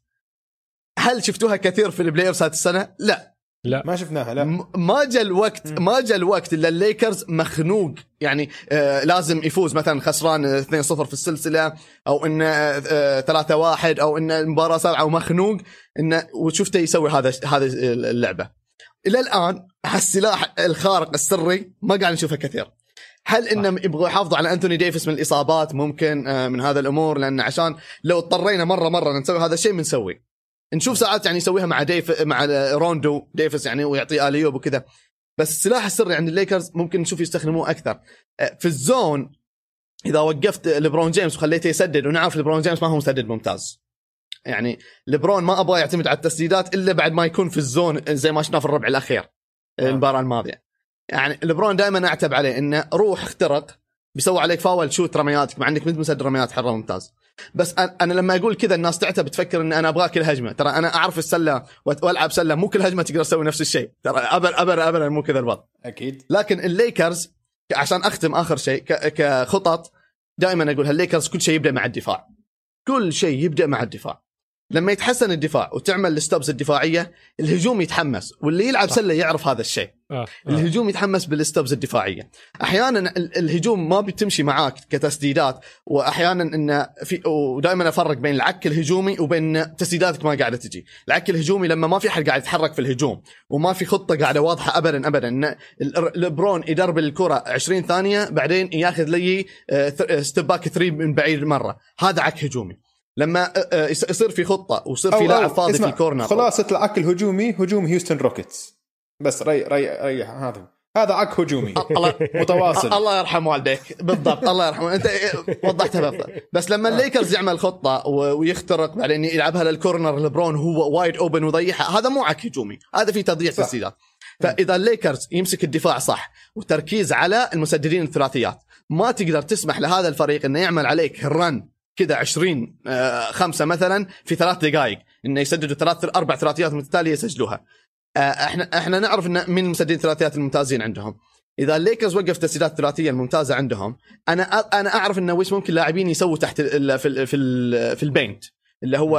هل شفتوها كثير في البلاي اوفز هذه السنة؟ لا لا ما شفناها. لا ما جاء الوقت ما جاء الوقت الا الليكرز مخنوق يعني آه لازم يفوز مثلا خسران اثنين صفر في السلسله، او ان آه ثلاثة واحد، او ان المباراه سبعة ومخنوق انه وشفته يسوي هذا هذه اللعبه. الى الان السلاح الخارق السري ما قاعد نشوفه كثير. هل انهم يبغوا يحافظوا على أنتوني ديفيس من الاصابات؟ ممكن آه من هذا الامور، لان عشان لو اضطرينا مره مره نسوي هذا الشيء بنسوي. نشوف ساعات يعني يسويها مع ديف مع روندو ديفيس يعني ويعطي آليوب وكذا، بس السلاح السري عند الليكرز ممكن نشوف يستخدموه أكثر في الزون. إذا وقفت لبرون جيمس وخليته يسدد، ونعرف لبرون جيمس ما هو مسدد ممتاز، يعني لبرون ما أبغى يعتمد على التسديدات إلا بعد ما يكون في الزون زي ما شفنا في الربع الأخير المباراة الماضية. يعني لبرون دائما أعتب عليه إنه روح اخترق، بيسوي عليك فاول شوت رمياتك، مع عندك مد مسدد رميات حرة ممتاز. بس أنا لما أقول كذا الناس تعتب بتفكر إن أنا أبغى كل هجمة. ترى أنا أعرف السلة وألعب سلة، مو كل هجمة تقدر تسوي نفس الشيء. ترى أبر أبر أبر مو كذا الوضع أكيد. لكن الليكرز عشان أختم آخر شيء كخطط، دائما أقول هالليكرز كل شيء يبدأ مع الدفاع، كل شيء يبدأ مع الدفاع. لما يتحسن الدفاع وتعمل الستوبز الدفاعية، الهجوم يتحمس، واللي يلعب صح. سلة يعرف هذا الشيء. آه. آه. الهجوم يتحمس بالستوبز الدفاعية. أحيانا الهجوم ما بتمشي معاك كتسديدات، وأحيانا إن في ودائما أفرق بين العك الهجومي وبين تسديداتك ما قاعدة تجي. العك الهجومي لما ما في حد قاعد يتحرك في الهجوم وما في خطة قاعدة واضحة أبدا أبدا، إن لبرون يدرب الكرة عشرين ثانية بعدين ياخذ لي ستيب باك ثري من بعيد مرة، هذا عك هجومي. لما يصير في خطة ويصير في لاعب فاضي في الكورنر، خلاصة العك الهجومي هجوم هيوستن روكيتس بس. ري ري ري هذا هذا عك هجومي متواصل. الله يرحم والديك بالضبط. الله يرحمه، انت وضحتها بفضل. بس لما الليكرز يعمل خطة ويخترق بعدين يلعبها للكورنر، لبرون هو وايد اوبن وضيعها، هذا مو عك هجومي، هذا في تضييع تسديدات. فإذا الليكرز يمسك الدفاع صح وتركيز على المسددين الثلاثيات، ما تقدر تسمح لهذا الفريق انه يعمل عليك رن كذا عشرين خمسة مثلا في ثلاث دقائق، انه يسددوا ثلاث اربع ثلاثيات متتاليه يسجلوها. احنا احنا نعرف ان من المسددين الثلاثيات الممتازين عندهم. اذا الليكرز وقف تسديدات الثلاثيه الممتازه عندهم، انا انا اعرف انه وش ممكن لاعبين يسووا تحت ال في ال في ال في البينت اللي هو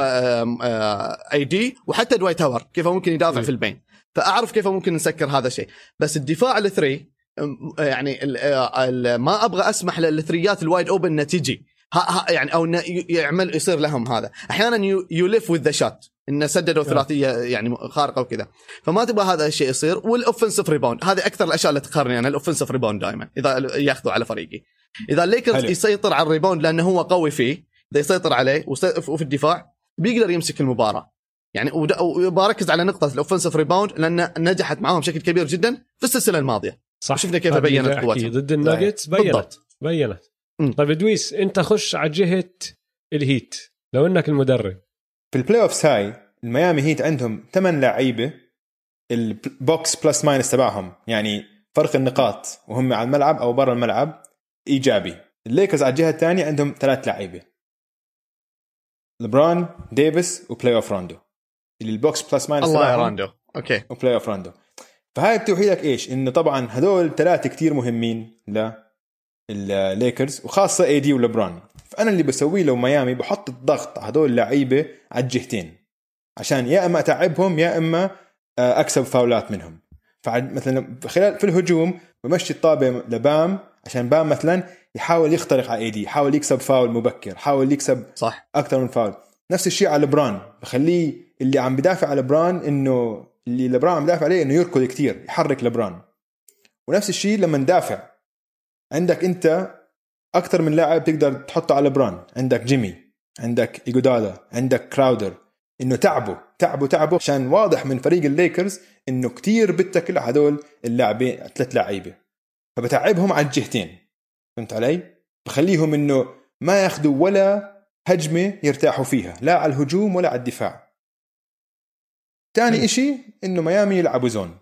اي دي، وحتى دوايت هاور كيف ممكن يدافع في البينت، فاعرف كيف ممكن نسكر هذا الشيء. بس الدفاع الثري يعني ما ابغى اسمح للثريات الوايد اوبن نتيجي ها ها يعني، او انه يعمل يصير لهم هذا. احيانا يلف وذ ذا شات انه سددوا ثلاثيه يعني خارقه وكذا، فما تبغى هذا الشيء يصير. والاوفنسيف ريباوند هذه اكثر الاشياء اللي تقهرني انا، الاوفنسيف ريباوند دائما اذا ياخذوا على فريقي. اذا الليكرز يسيطر على الريباوند لانه هو قوي فيه، اذا يسيطر عليه وفي الدفاع بيقدر يمسك المباراه يعني. وبركز على نقطه الاوفنسيف ريباوند لان نجحت معهم بشكل كبير جدا في السلسله الماضيه. صح. شفنا كيف بينت قوتها ضد الناجتس، بينت بينت م. طيب دويس، انت خش على جهه الهيت لو انك المدرب في البلاي اوفس هاي. الميامي هيت عندهم ثمان لعيبه البوكس بلس ماينس تبعهم يعني فرق النقاط وهم على الملعب او برا الملعب ايجابي. الليكرز على الجهه الثانيه عندهم ثلاث لعيبه، لبرون ديفيس وبلاي اوف روندو، اللي البوكس بلس ماينس الله يا روندو اوكي وبلاي اوف روندو. فهاي بتوحي لك ايش؟ انه طبعا هذول ثلاثه كتير مهمين للليكرز، وخاصه اي دي ولبرون. فانا اللي بسويه لو ميامي بحط الضغط هذول اللعيبه على الجهتين، عشان يا اما اتعبهم يا اما اكسب فاولات منهم. فمثلا خلال في الهجوم بمشي الطابه لبام عشان بام مثلا يحاول يخترق على اي دي، يحاول يكسب فاول مبكر، يحاول يكسب صح اكثر من فاول. نفس الشيء على لبران، بخليه اللي عم بدافع على لبران انه اللي لبران عم بدافع عليه انه يركض كتير، يحرك لبران. ونفس الشيء لما ندافع عندك انت اكثر من لاعب تقدر تحطه على لبران، عندك جيمي، عندك إيجودالا، عندك كراودر، انه تعبوا تعبوا تعبوا عشان واضح من فريق الليكرز انه كتير بتكل هدول اللاعبين ثلاث لاعيبه، فبتعبهم على الجهتين. فهمت علي؟ بخليهم انه ما ياخذوا ولا هجمه يرتاحوا فيها، لا على الهجوم ولا على الدفاع. تاني اشي انه ميامي يلعبوا زون.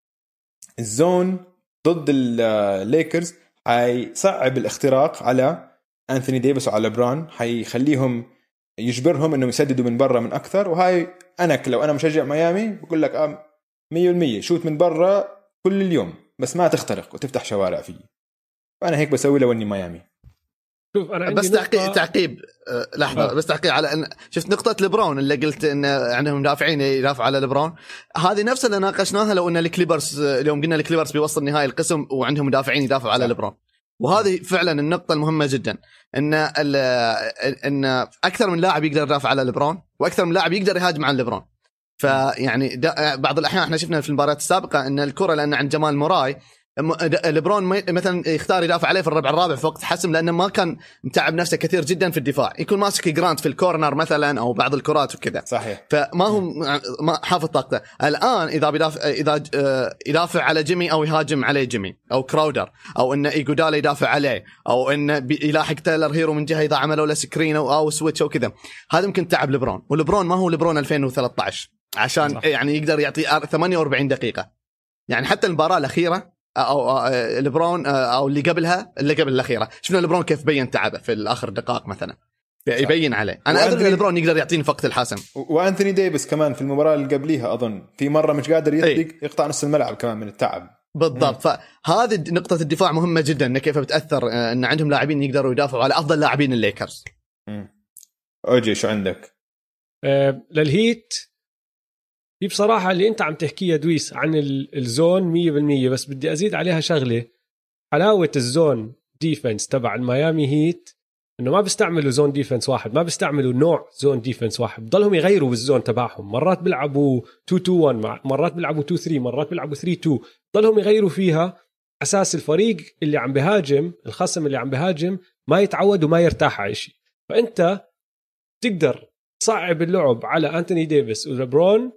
الزون ضد الليكرز حيصعب الاختراق على أنثوني ديفيس وعلى بران، حيخليهم يجبرهم انهم يسددوا من برا من اكثر. وهاي انا لو انا مشجع ميامي بقول لك اه مية بالمية شوت من برا كل اليوم، بس ما تخترق وتفتح شوارع فيه. فانا هيك بسوي لو اني ميامي. شوف انا عندي بس تعقيب نقطة... تعقيب أه لحظه آه. بس تعقيب على ان شفت نقطه لبرون اللي قلت ان عندهم مدافعين يدافعوا على لبرون، هذه نفس اللي ناقشناها لو ان الكليبرز اليوم قلنا الكليبرز بيوصل نهائي القسم وعندهم مدافعين يدافعوا على لبرون. وهذه فعلا النقطه المهمه جدا، ان ان اكثر من لاعب يقدر يدافع على لبرون واكثر من لاعب يقدر يهاجم على لبرون. فيعني بعض الاحيان احنا شفنا في المباريات السابقه ان الكره لان عند جمال موراي لبرون مثلا يختار يدافع عليه في الربع الرابع في وقت حسم لانه ما كان متعب نفسه كثير جدا في الدفاع، يكون ماسك جرانت في الكورنر مثلا او بعض الكرات وكذا. صحيح. فما هو ما حافظ طاقته. الان اذا بيدافع اذا يدافع على جيمي او يهاجم عليه جيمي او كراودر او ان إيجودالا يدافع عليه او ان يلاحق تايلر هيرو من جهه اذا عملوا له سكرين او, أو سويتش او كذا، هذا ممكن تعب لبرون. ولبرون ما هو لبرون ألفين وثلاثة عشر عشان صح. يعني يقدر يعطي ثمانية وأربعين دقيقه. يعني حتى المباراه الاخيره او لبرون او اللي قبلها اللي قبل الاخيره شفنا لبرون كيف بين تعبه في الاخر دقائق مثلا يبين عليه. انا ادري ان لبرون يقدر يعطيني في وقت الحاسم. وانثوني ديفيس كمان في المباراه اللي قبليها اظن في مره مش قادر يطلق يقطع نص الملعب كمان من التعب. بالضبط. فهذه نقطه الدفاع مهمه جدا، ان كيف بتاثر ان عندهم لاعبين يقدروا يدافعوا على افضل لاعبين الليكرز. اوجي شو عندك؟ أه للهيت في بصراحة اللي أنت عم تحكيها دويس عن الزون مية بالمية، بس بدي أزيد عليها شغلة. حلاوة الزون ديفنس تبع الميامي هيت إنه ما بيستعملوا زون ديفنس واحد، ما بيستعملوا نوع زون ديفنس واحد، بضلهم يغيروا بالزون تبعهم. مرات بيلعبوا تو تو ون، مرات بيلعبوا تو ثري، مرات بيلعبوا ثري تو، بضلهم يغيروا فيها أساس الفريق اللي عم بهاجم، الخصم اللي عم بهاجم ما يتعود وما يرتاح على شيء. فأنت تقدر تصعب اللعب على أنتوني ديفيس ولبرون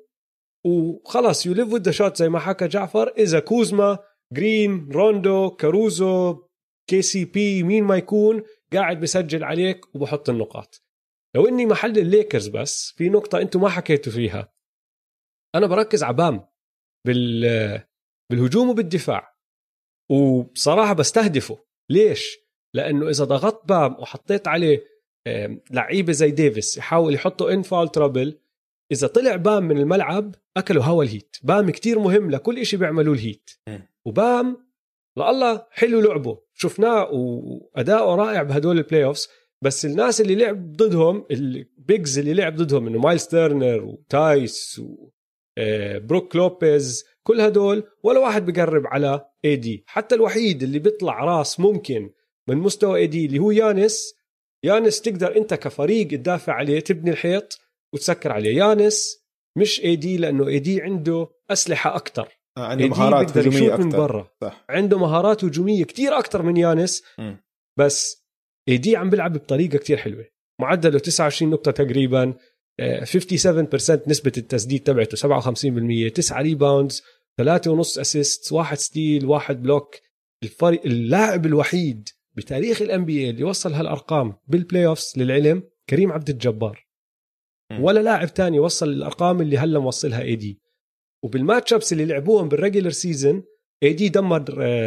وخلاص يو ليف وذ ذا شوت زي ما حكى جعفر. اذا كوزما، جرين، روندو، كاروزو، كي سي بي، مين ما يكون قاعد بسجل عليك وبحط النقاط. لو اني محل الليكرز بس في نقطة انتم ما حكيتوا فيها، انا بركز على بام بال بالهجوم وبالدفاع، وبصراحة بستهدفه. ليش؟ لانه اذا ضغطت بام وحطيت عليه لعيبة زي ديفيس يحاول يحطوا ان فاول ترابل، إذا طلع بام من الملعب أكلوا هوا الهيت. بام كتير مهم لكل إشي بيعملوه الهيت، وبام والله حلو لعبه شفناه وأداؤه رائع بهدول البلاي أوفس. بس الناس اللي لعب ضدهم، البيجز اللي لعب ضدهم، إنه مايلز تيرنر وتايس وبروك لوبيز، كل هدول ولا واحد بيقرب على اي دي. حتى الوحيد اللي بيطلع راس ممكن من مستوى اي دي اللي هو يانس. يانس تقدر أنت كفريق تدافع عليه، تبني الحيط وتسكر عليه. يانس مش اي دي لانه اي دي عنده اسلحه اكتر، آه عنده مهارات هجوميه اكتر من برا. عنده مهارات هجوميه كتير اكتر من يانس. م. بس اي دي عم بيلعب بطريقه كتير حلوه، معدله تسعة وعشرين نقطه تقريبا، خمسة وخمسين بالمية نسبه التسديد تبعته، سبعة وخمسين بالمية، تسعة ريباوندز، ثلاثة ونص اسيست، واحد ستيل، واحد بلوك. الفريق اللاعب الوحيد بتاريخ الان بي اي اللي وصل هالارقام بالبلاي اوفس للعلم كريم عبد الجبار، ولا لاعب تاني وصل الأرقام اللي هلا موصلها اي دي. وبالماتش ابس اللي لعبوهم بالريجولر سيزن اي دي دمر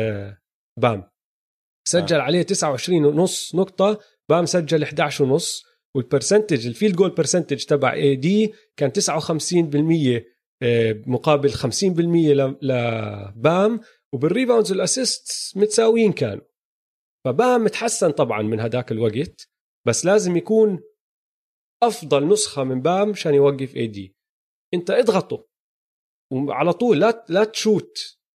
بام، سجل آه. عليه تسعة وعشرين ونص نقطة، بام سجل إحدى عشر ونص. والبرسنتج الفيلد جول برسنتج تبع اي دي كان تسعة وخمسين بالمية مقابل خمسين بالمية لبام، وبالريباوندز والاسيست متساويين كانوا. فبام متحسن طبعا من هداك الوقت، بس لازم يكون أفضل نسخة من بام عشان يوقف اي دي. انت اضغطه وعلى طول لا لا تشوت،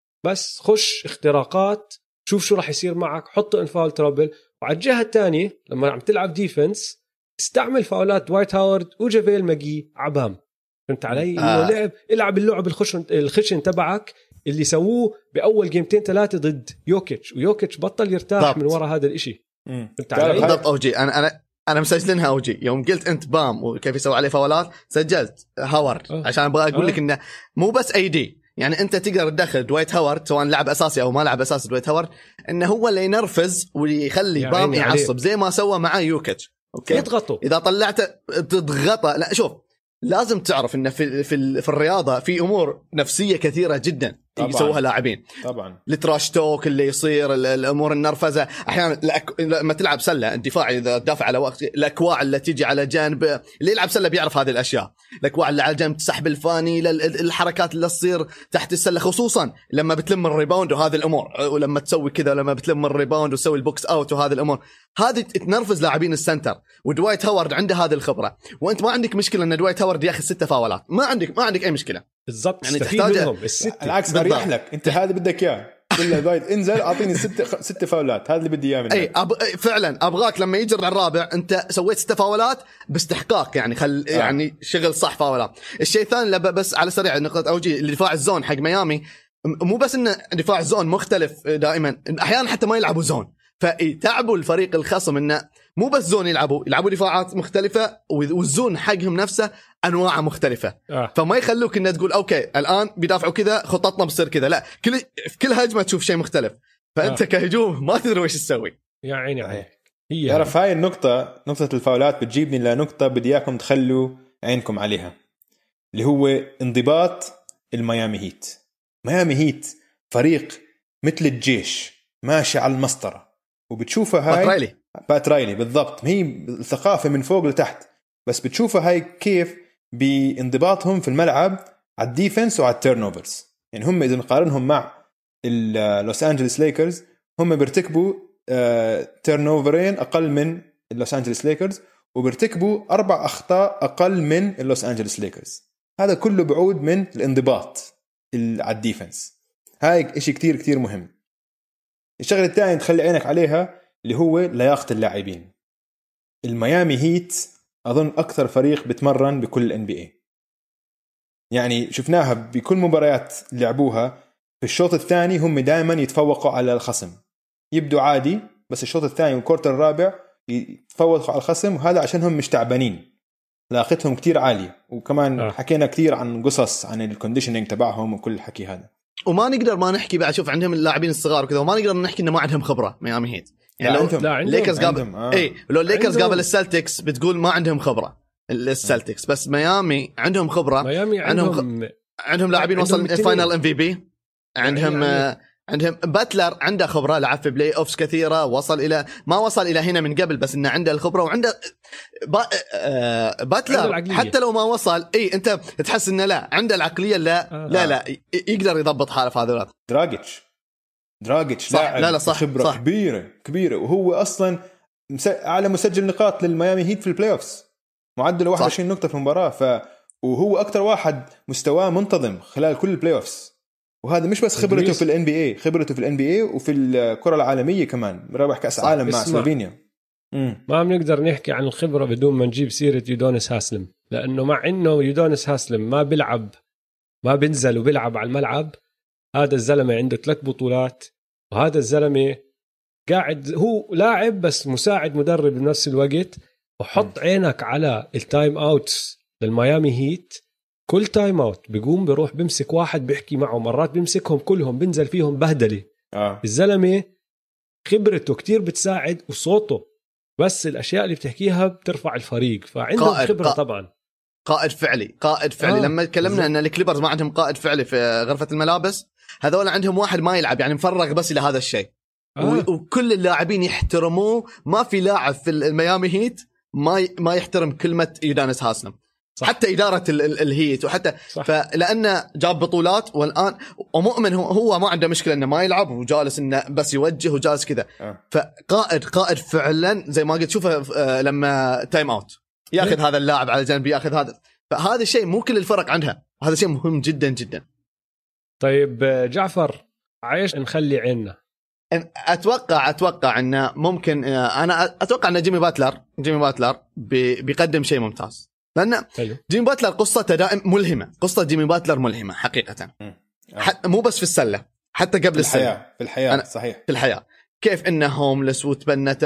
بس خش اختراقات، شوف شو راح يصير معك، حط ان فاول ترابل. وعلى الجهه الثانيه لما عم تلعب ديفنس استعمل فاولات دوايت هاورد وجافيل ماجي عبام. فهمت علي؟ آه. انه لعب العب اللعب الخشن الخشن تبعك اللي سووه باول جيمتين ثلاثه ضد يوكيتش، ويوكيتش بطل يرتاح ضبط. من وراء هذا الاشي. فهمت علي؟ بالضبط. اوجي انا انا انا مسجلينها اوجي يوم قلت انت بام وكيف يسوي عليه فاولات، سجلت هاورد أوه. عشان ابغى اقول أوه. لك انه مو بس اي دي، يعني انت تقدر تدخل دويت هاورد سواء لعب اساسي او ما لعب اساسي دويت هاورد انه هو اللي ينرفز ويخلي يا بام عيني يعصب عليك. زي ما سوى مع يوكيتش. اوكي يضغطوا اذا طلعته تضغطه. لا شوف، لازم تعرف ان في في, في الرياضه في امور نفسيه كثيره جدا يسووها لاعبين. طبعا التراش توك اللي يصير، الامور النرفزه احيانا الأك... لما تلعب سله الدفاع اذا تدافع على وقت، الاكواع اللي تيجي على جانب اللي يلعب سله بيعرف هذه الاشياء، الاكواع اللي على جنب تسحب الفاني، الحركات اللي تصير تحت السله خصوصا لما بتلم الريباوند وهذه الامور، ولما تسوي كذا لما بتلم الريباوند وتسوي البوكس اوت وهذه الامور، هذه تنرفز لاعبين السنتر. ودوايت هاورد عنده هذه الخبره، وانت ما عندك مشكله ان دوايت هاورد ياخذ ستة فاولات، ما عندك ما عندك اي مشكله بالضبط. يعني تستفيد تحتاج منهم الستة. العكس اريح لك، انت هذا بدك اياه كله دايت انزل اعطيني ست ست فاولات، هذا اللي بدي اياه منك. اي أب... فعلا ابغاك لما يجي الرابع انت سويت ست فاولات باستحقاق، يعني خل آه. يعني شغل صح فاولات. الشيء الثاني لب... بس على سريع نقطه اوجي دفاع الزون حق ميامي، مو بس ان دفاع الزون مختلف دائما، احيانا حتى ما يلعبوا زون، فيتعبوا الفريق الخصم انه مو بس زون يلعبوا يلعبوا دفاعات مختلفه، والزون حقهم نفسه انواع مختلفه. آه. فما يخلوك انك تقول اوكي الان بيدافعوا كذا خطتنا بتصير كذا، لا كل في كل هجمه تشوف شيء مختلف، فانت آه. كهجوم ما تدري وش تسوي. يا عيني عليك. هي تعرف هاي النقطه، نقطه الفاولات بتجيبني لنقطه بدي اياكم تخلوا عينكم عليها، اللي هو انضباط الميامي هيت. ميامي هيت فريق مثل الجيش ماشي على المسطره، وبتشوفها هاي باترايلي باترايلي بالضبط، هي الثقافه من فوق لتحت، بس بتشوفها هاي كيف بانضباطهم في الملعب على الديفنس وعلى التيرن اوفرز. يعني هم اذا نقارنهم مع اللوس انجلوس ليكرز، هم بيرتكبوا تيرن اوفرين اقل من اللوس انجلوس ليكرز، وبيرتكبوا اربع اخطاء اقل من اللوس انجلوس ليكرز. هذا كله بعود من الانضباط على الديفنس. هاي اشي كتير كتير مهم. الشغله الثانيه تخلي عينك عليها اللي هو لياقه اللاعبين. الميامي هيت اظن اكثر فريق بتمرن بكل الان بي اي، يعني شفناها بكل مباريات لعبوها في الشوط الثاني هم دائما يتفوقوا على الخصم، يبدو عادي بس الشوط الثاني والكورتر الرابع يتفوقوا على الخصم، وهذا عشان هم مش تعبانين، لياقتهم كتير عاليه. وكمان آه. حكينا كتير عن قصص عن الكونديشنينج تبعهم وكل الحكي هذا، وما نقدر ما نحكي بعد. شوف عندهم اللاعبين الصغار وكذا، وما نقدر نحكي انه ما عندهم خبره ميامي هيت. يعني لو الليكرز قابل آه. اي لو الليكرز قابل السلتكس بتقول ما عندهم خبره السلتكس آه. بس ميامي عندهم خبره. ميامي عندهم عندهم, خ... عندهم لاعبين وصل فاينل ام في بي. عندهم يعني عندهم باتلر عنده خبره، لعب في بلاي اوفز كثيره، وصل الى ما وصل الى هنا من قبل، بس انه عنده الخبره وعنده با... آه... باتلر حتى لو ما وصل اي انت تحس انه لا عنده العقليه. لا آه. لا لا يقدر يضبط حاله في هذول. دراجيتش دراجيتش لاعب لا لا صح خبره صح. كبيره كبيره، وهو اصلا اعلى مسجل نقاط للميامي هيت في البلاي اوفز، معدله واحد وعشرين نقطه في المباراه، ف وهو اكثر واحد مستواه منتظم خلال كل البلاي اوفز. وهذا مش بس خبرته في الان بي اي، خبرته في الان بي اي وفي الكره العالميه كمان، رابح كاس عالم مع سلوفينيا. ما بنقدر نحكي عن الخبره بدون ما نجيب سيره يودونيس هاسلم، لانه مع انه يودونيس هاسلم ما بيلعب ما بينزل وبيلعب على الملعب، هذا الزلمه عنده ثلاث بطولات، وهذا الزلمه قاعد هو لاعب بس مساعد مدرب بنفس الوقت. وحط عينك على التايم اوتس للميامي هيت، كل تايم اوت بيقوم بيروح بيمسك واحد بيحكي معه، مرات بيمسكهم كلهم بينزل فيهم بهدله. آه. الزلمه خبرته كتير بتساعد، وصوته بس الاشياء اللي بتحكيها بترفع الفريق، فعنده خبره قائد. طبعا قائد فعلي قائد فعلي. آه. لما تكلمنا ان الكليبرز ما عندهم قائد فعلي في غرفه الملابس، هذول عندهم واحد ما يلعب، يعني مفرغ بس الى هذا الشيء. آه. وكل اللاعبين يحترموه، ما في لاعب في الميامي هيت ما ما يحترم كلمه يودونيس هاسلم. صح. حتى إدارة ال- ال- الهيت وحتى فلأنه جاب بطولات، والآن ومؤمن هو, هو ما عنده مشكلة إنه ما يلعب وجالس إنه بس يوجه وجالس كذا. أه. فقائد قائد فعلا زي ما قلت. شوفه لما تايم أوت يأخذ هذا اللاعب على جنب، يأخذ هذا. فهذا الشيء مو كل الفرق عندها، هذا شيء مهم جدا جدا. طيب جعفر، عايش نخلي عيننا؟ اتوقع اتوقع انه ممكن، انا اتوقع ان جيمي باتلر جيمي باتلر بيقدم شيء ممتاز، لان جيمي باتلر قصته دائم ملهمه. قصه جيمي باتلر ملهمه حقيقه، مو بس في السله، حتى قبل السله السله في الحياه. صحيح، في الحياه. كيف انه هوملس وتبنت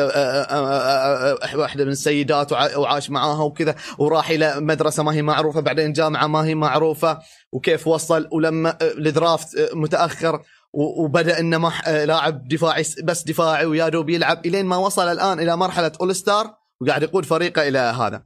واحده من السيدات وعاش معاها وكذا، وراح الى مدرسه ما هي معروفه، بعدين جامعه ما هي معروفه، وكيف وصل ولما الدرافت متاخر وبدا انه مح... لاعب دفاعي بس دفاعي ويا دوب يلعب، الين ما وصل الان الى مرحله اول ستار وقاعد يقود فريقه الى هذا.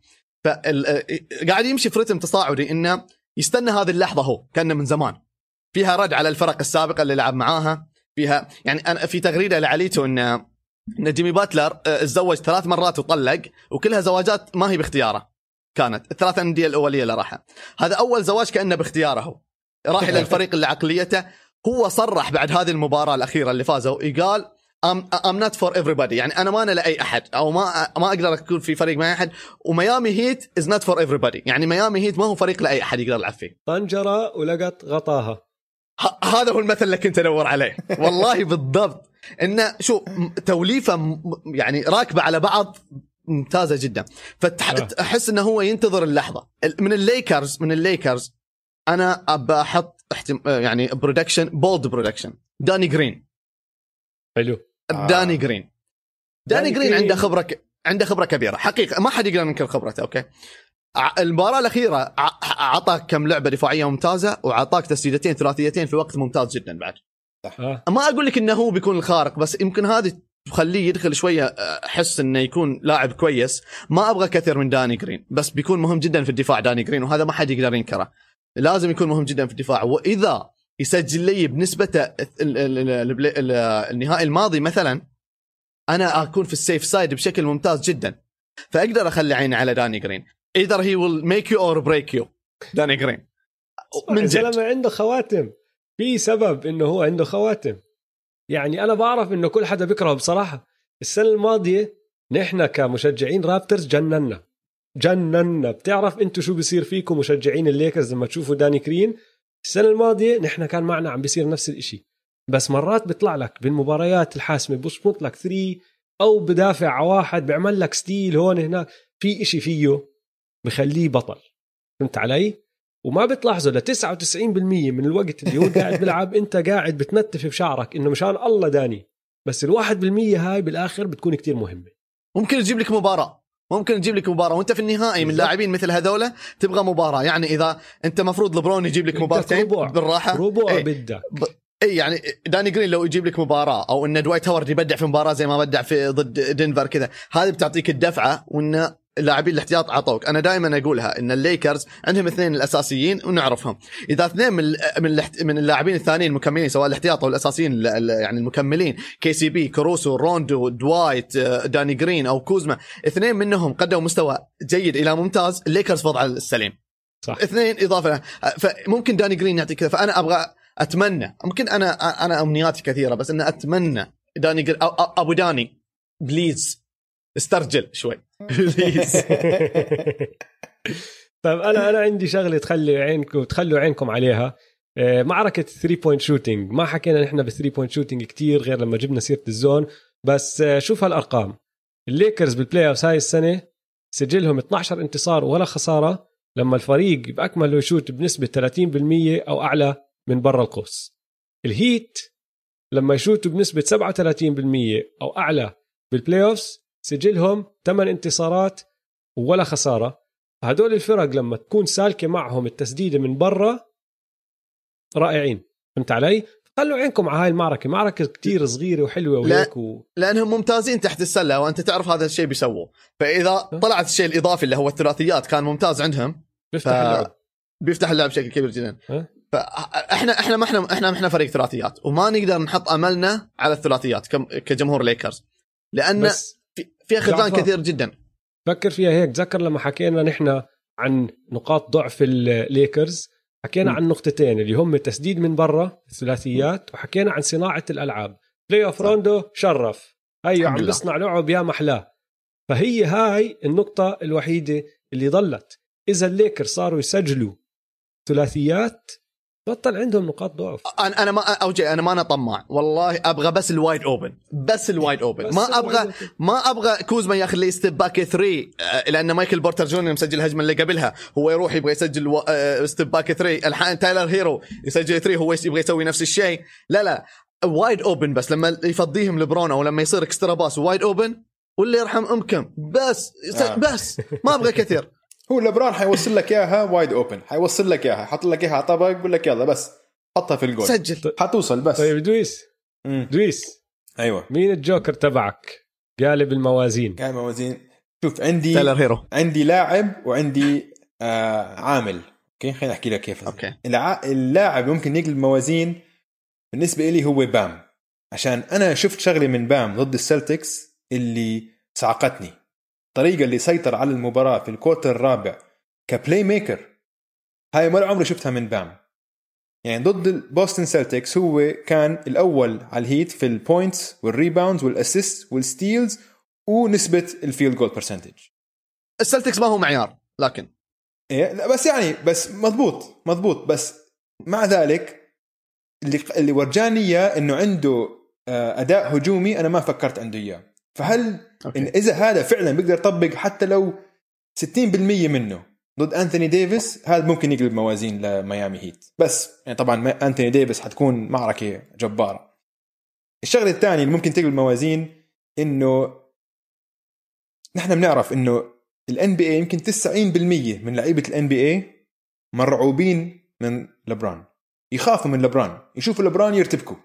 فقاعد يمشي في رتم تصاعدي، انه يستنى هذه اللحظه، هو كان من زمان فيها رد على الفرق السابقه اللي لعب معاها فيها. يعني انا في تغريده لعليته ان ان جيمي باتلر تزوج ثلاث مرات وطلق، وكلها زواجات ما هي باختياره، كانت الثلاث انديه الاوليه اللي راحها. هذا اول زواج كانه باختياره، راح الى الفريق اللي عقليته. هو صرح بعد هذه المباراه الاخيره اللي فازوا، يقال I'm, I'm not for everybody، يعني انا ما انا لاي احد، او ما ما اقدر اكون في فريق مع احد، وميامي هيت is not for everybody، يعني ميامي هيت ما هو فريق لاي احد يقدر يلعب فيه. طنجره ولقت غطاها. هذا هو المثل اللي كنت ادور عليه والله بالضبط. انه شو توليفه يعني راكبه على بعض ممتازه جدا. فتحس انه هو ينتظر اللحظه. من الليكرز من الليكرز انا ابى احط احتم... يعني برودكشن بولد برودكشن داني جرين. حلو. داني جرين داني جرين عنده خبره ك... عنده خبره كبيره حقيقه، ما حد يقدر ينكر خبرته. اوكي، المباراه الاخيره اعطاك كم لعبه دفاعيه ممتازه، وعطاك تسديدتين ثلاثيتين في وقت ممتاز جدا بعد. آه. ما اقول لك انه هو بيكون الخارق، بس يمكن هذه تخليه يدخل شويه احس انه يكون لاعب كويس. ما ابغى كثير من داني جرين، بس بيكون مهم جدا في الدفاع داني جرين، وهذا ما حد يقدر ينكره. لازم يكون مهم جدا في الدفاع. واذا يسجل لي بنسبه النهائي الماضي مثلا، انا اكون في السيف سايد بشكل ممتاز جدا، فاقدر اخلي عيني على داني جرين. either he will make you or break you. داني جرين من زلمه عنده خواتم، في سبب انه هو عنده خواتم. يعني انا بعرف انه كل حدا بيكرهه بصراحه. السنه الماضيه نحن كمشجعين رابترز جننا جننا بتعرف انتوا شو بيصير فيكم مشجعين الليكرز لما تشوفوا داني جرين؟ السنه الماضيه نحن كان معنا عم بيصير نفس الاشي، بس مرات بيطلع لك بالمباريات الحاسمه بشمط لك ثري، او بدافع على واحد بيعمل لك ستيل هون هناك، في اشي فيه بخليه بطل. فهمت علي؟ وما بتلاحظوا ل تسعة وتسعين بالمية من الوقت اللي هو قاعد بلعب انت قاعد بتنتف بشعرك انه مشان الله داني، بس الواحد بالمية هاي بالاخر بتكون كتير مهمه. ممكن تجيب لك مباراه ممكن تجيب لك مباراه وانت في النهائي من لاعبين مثل هذولا تبغى مباراه. يعني اذا انت مفروض لبرون يجيب لك مباراتين بالراحه ربع ايه بدك ب... اي يعني داني جرين لو يجيب لك مباراه، او ان دوايت هاورد يبدع في مباراه زي ما بدع في ضد دنفر كذا، هذه بتعطيك الدفعه. وان اللاعبين الاحتياط عطوك. انا دائما اقولها ان الليكرز عندهم اثنين الاساسيين ونعرفهم، اذا اثنين من من من اللاعبين الثانيين المكملين سواء الاحتياط او الاساسيين يعني المكملين كي سي بي كروسو روندو دوايت داني جرين او كوزما، اثنين منهم قدموا مستوى جيد الى ممتاز، الليكرز في وضع السليم صح. اثنين اضافه، فممكن داني جرين يعطي كذا. فانا ابغى اتمنى، ممكن انا انا امنياتي كثيره، بس ان اتمنى داني جرين أو ابو داني بليز استرجل شوي بليز. طيب انا انا عندي شغله تخلي عينكم تخلوا عينكم عليها. معركه ثري بوينت شوتينج، ما حكينا نحن بالثري بوينت شوتينج كتير غير لما جبنا سيره الزون، بس شوف هالارقام. الليكرز بالبلاي اوفs هاي السنه سجلهم اثني عشر انتصار ولا خساره لما الفريق باكمله يشوت بنسبه ثلاثين بالمية او اعلى من برا القوس. الهيت لما يشوتوا بنسبه سبعة وثلاثين بالمية او اعلى بالبلاي اوفs سجلهم ثمان انتصارات ولا خساره. هدول الفرق لما تكون سالكه معهم التسديده من برا رائعين. فهمت علي؟ خلوا عينكم على هاي المعركه، معركه كتير صغيره وحلوه وهيك و... لانهم ممتازين تحت السله، وانت تعرف هذا الشيء بيسووه. فاذا طلعت الشيء الاضافي اللي هو الثلاثيات كان ممتاز عندهم، بيفتح ف... اللعب بيفتح اللعب بشكل كبير جدا. أه؟ فاحنا احنا ما احنا احنا احنا فريق ثلاثيات، وما نقدر نحط املنا على الثلاثيات كم... كجمهور ليكرز، لان في... فيها خذلان كثير جدا. فكر فيها هيك. تذكر لما حكينا نحن عن نقاط ضعف الليكرز، حكينا م. عن نقطتين اللي هم التسديد من برا الثلاثيات، وحكينا عن صناعه الالعاب. بلاي اوف روندو شرف هي عم بيصنع لعب يا محلاه. فهي هاي النقطه الوحيده اللي ضلت. اذا الليكر صاروا يسجلوا ثلاثيات بطل عندهم نقاط ضعف. انا انا ما اوجي انا ما انا طماع والله، ابغى بس الوايد اوبن، بس الوايد اوبن، ما ابغى ما ابغى كوزما ياخذ لي ستيب باك ثلاثة، لان مايكل بورتر جونيور مسجل الهجمه اللي قبلها، هو يروح يبغى يسجل و... ستيب باك ثلاثة، الحين تايلر هيرو يسجل ثلاثة، هو يبغى يسوي نفس الشيء. لا لا وايد اوبن، بس لما يفضيهم لبرون او لما يصير اكسترا باس وايد اوبن، واللي يرحم امكم بس آه. بس ما ابغى كثير. هو لبران حيوصل لك اياها وايد اوبن، حيوصل لك اياها، حط لك اياها طبق، بقول لك يلا بس حطها في الجول سجل حتوصل بس. طيب دويس مم. دويس ايوه مين الجوكر تبعك قالب الموازين؟ قالب الموازين شوف عندي تايلر هيرو، عندي لاعب وعندي آه عامل. اوكي خليني احكي لك كيف. اوكي الع... اللاعب ممكن يقلب الموازين بالنسبه لي هو بام، عشان انا شفت شغله من بام ضد السلتكس اللي صعقتني. الطريقه اللي سيطر على المباراه في الكوارتر الرابع كبلاي ميكر هاي ما عمري شفتها من بام. يعني ضد البوستن سلتكس هو كان الأول على الهيت في البوينتس والريباوندز والأسيست والستيلز ونسبة الفيلد جول برسنتج. السلتكس ما هو معيار لكن إيه لا بس يعني بس مضبوط مضبوط بس مع ذلك اللي اللي ورجاني إياه إنه عنده أداء هجومي أنا ما فكرت عنده إياه. فهل إن إذا هذا فعلا بيقدر يطبق حتى لو ستين بالمية منه ضد أنتوني ديفيس، هذا ممكن يقلب موازين لميامي هيت. بس يعني طبعا أنتوني ديفيس حتكون معركة جبارة. الشغلة الثانية اللي ممكن تقلب موازين إنه نحن بنعرف إنه ال إن بي إيه يمكن تسعين بالمية من لعيبة ال إن بي إيه مرعوبين من لبران، يخافوا من لبران، يشوفوا لبران يرتبكوا.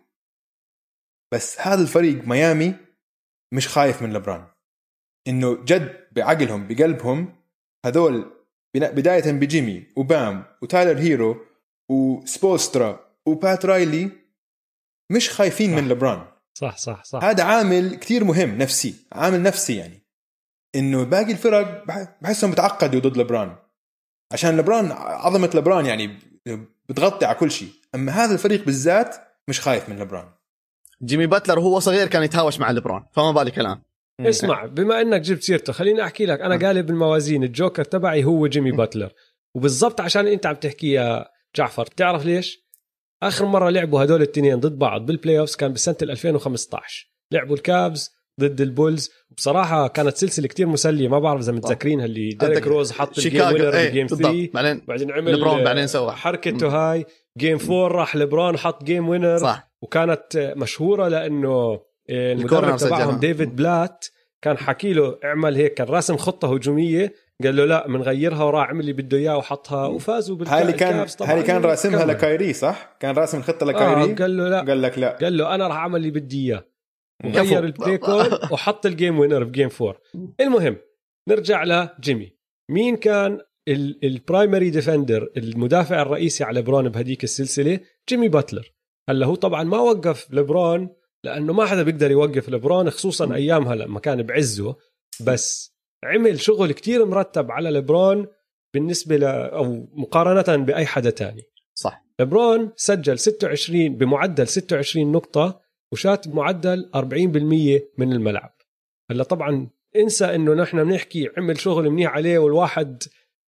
بس هذا الفريق ميامي مش خايف من لبران، إنه جد بعقلهم بقلبهم هذول بداية بجيمي وبام وتايلر هيرو وسبولسترا وبات رايلي مش خايفين صح. من لبران. صح صح صح. هذا عامل كتير مهم نفسي، عامل نفسي يعني إنه باقي الفرق بحسهم بتعقدوا ضد لبران عشان لبران عظمة لبران يعني بتغطي على كل شيء. أما هذا الفريق بالذات مش خايف من لبران. جيمي باتلر وهو صغير كان يتهاوش مع لبران، فما بالك الآن. اسمع بما انك جبت سيرته خليني احكي لك انا قالب الموازين الجوكر تبعي هو جيمي باتلر. وبالضبط عشان انت عم تحكي يا جعفر، تعرف ليش؟ اخر مره لعبوا هدول الاثنين ضد بعض بالبلاي اوفز كان بسنه ألفين وخمسة عشر، لعبوا الكابز ضد البولز، وبصراحه كانت سلسله كتير مسليه. ما بعرف اذا متذكرينها اللي ديريك روز حط الجيم وينر بالجيم ثلاثة، بعدين بعدين عمل لبرون بعدين سوى حركته هاي جيم أربعة راح لبرون حط جيم وينر صح. وكانت مشهوره لانه المدرب تبعهم ديفيد بلات كان حكي له اعمل هيك، كان راسم خطة هجومية قال له لا منغيرها وراح عمل اللي بده اياه وحطها وفازوا بالكابس. هاي كان هاي كان راسمها لكايري صح؟ كان راسم الخطة لكايري. آه قال له لا، قال لك لا، قال له انا راح اعمل اللي بدي اياه وغير البلاي كول وحط الجيم وينر في جيم أربعة. المهم نرجع لجيمي. مين كان البرايمري ديفندر المدافع الرئيسي على لبرون بهديك السلسلة؟ جيمي باتلر. هلا هو طبعا ما وقف لبرون لأنه ما حدا بيقدر يوقف لبرون خصوصا أيامها لما كان بعزه، بس عمل شغل كتير مرتب على لبرون بالنسبة ل أو مقارنة بأي حدا تاني. صح. لبرون سجل ستة وعشرين بمعدل ستة وعشرين نقطة وشات بمعدل أربعين بالمية من الملعب. هلا طبعا انسى انه نحن بنحكي عمل شغل منيح عليه والواحد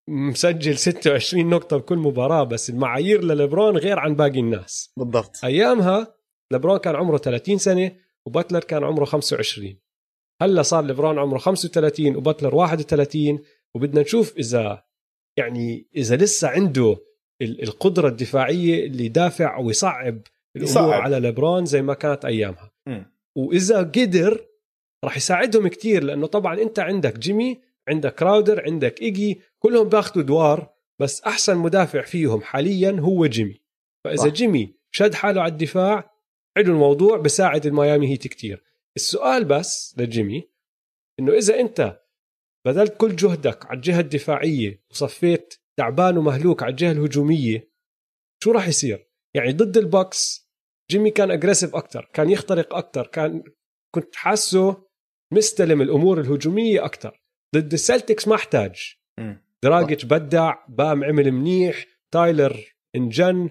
مسجل ستة وعشرين نقطة بكل مباراة، بس المعايير للبرون غير عن باقي الناس. بالضبط. أيامها لبرون كان عمره ثلاثين سنة وباتلر كان عمره خمسة وعشرين. هلا صار لبرون عمره خمسة وثلاثين وباتلر واحد وثلاثين، وبدنا نشوف إذا يعني إذا لسه عنده القدرة الدفاعية اللي يدافع أو يصعب الأمور يصعب. على لبرون زي ما كانت أيامها. م. وإذا قدر راح يساعدهم كتير، لأنه طبعا أنت عندك جيمي، عندك كراودر، عندك إيجي، كلهم بياخدوا دوار، بس أحسن مدافع فيهم حاليا هو جيمي. فإذا صح. جيمي شد حاله على الدفاع عنده الموضوع بساعد الميامي هيت كتير. السؤال بس لجيمي إنه إذا أنت بذلت كل جهدك على الجهة الدفاعية وصفيت تعبان ومهلوك على الجهة الهجومية، شو راح يصير؟ يعني ضد البوكس جيمي كان أجريسيف أكتر، كان يخترق أكتر، كان كنت حاسه مستلم الأمور الهجومية أكتر. ضد السلتكس ما احتاج، دراجيتش بدع، بام عمل منيح، تايلر انجن،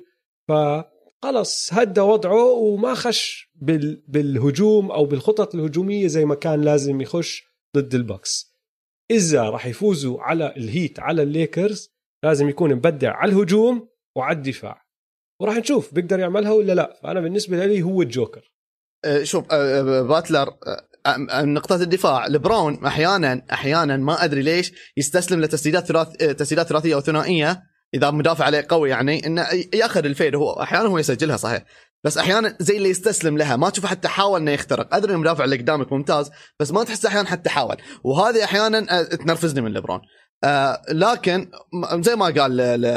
فخلص هدى وضعه وما خش بال... بالهجوم أو بالخطط الهجومية زي ما كان لازم يخش ضد البوكس. إذا راح يفوزوا على الهيت على الليكرز لازم يكون مبدع على الهجوم وعلى الدفاع. وراح نشوف بيقدر يعملها ولا لا. فانا بالنسبه لي هو الجوكر. شوف باتلر نقطة الدفاع لبرون أحيانا أحيانا ما أدري ليش يستسلم لتسديدات ثلاث تسديدات ثلاثية أو ثنائية إذا مدافع عليه قوي، يعني إنه يأخذ الفيد. هو أحيانا هو يسجلها صحيح، بس أحيانا زي اللي يستسلم لها، ما تشوفه حتى حاول إنه يخترق. أدري المدافع اللي قدامك ممتاز، بس ما تحس أحيانا حتى حاول، وهذه أحيانا تنرفزني من لبرون. آه لكن زي ما قال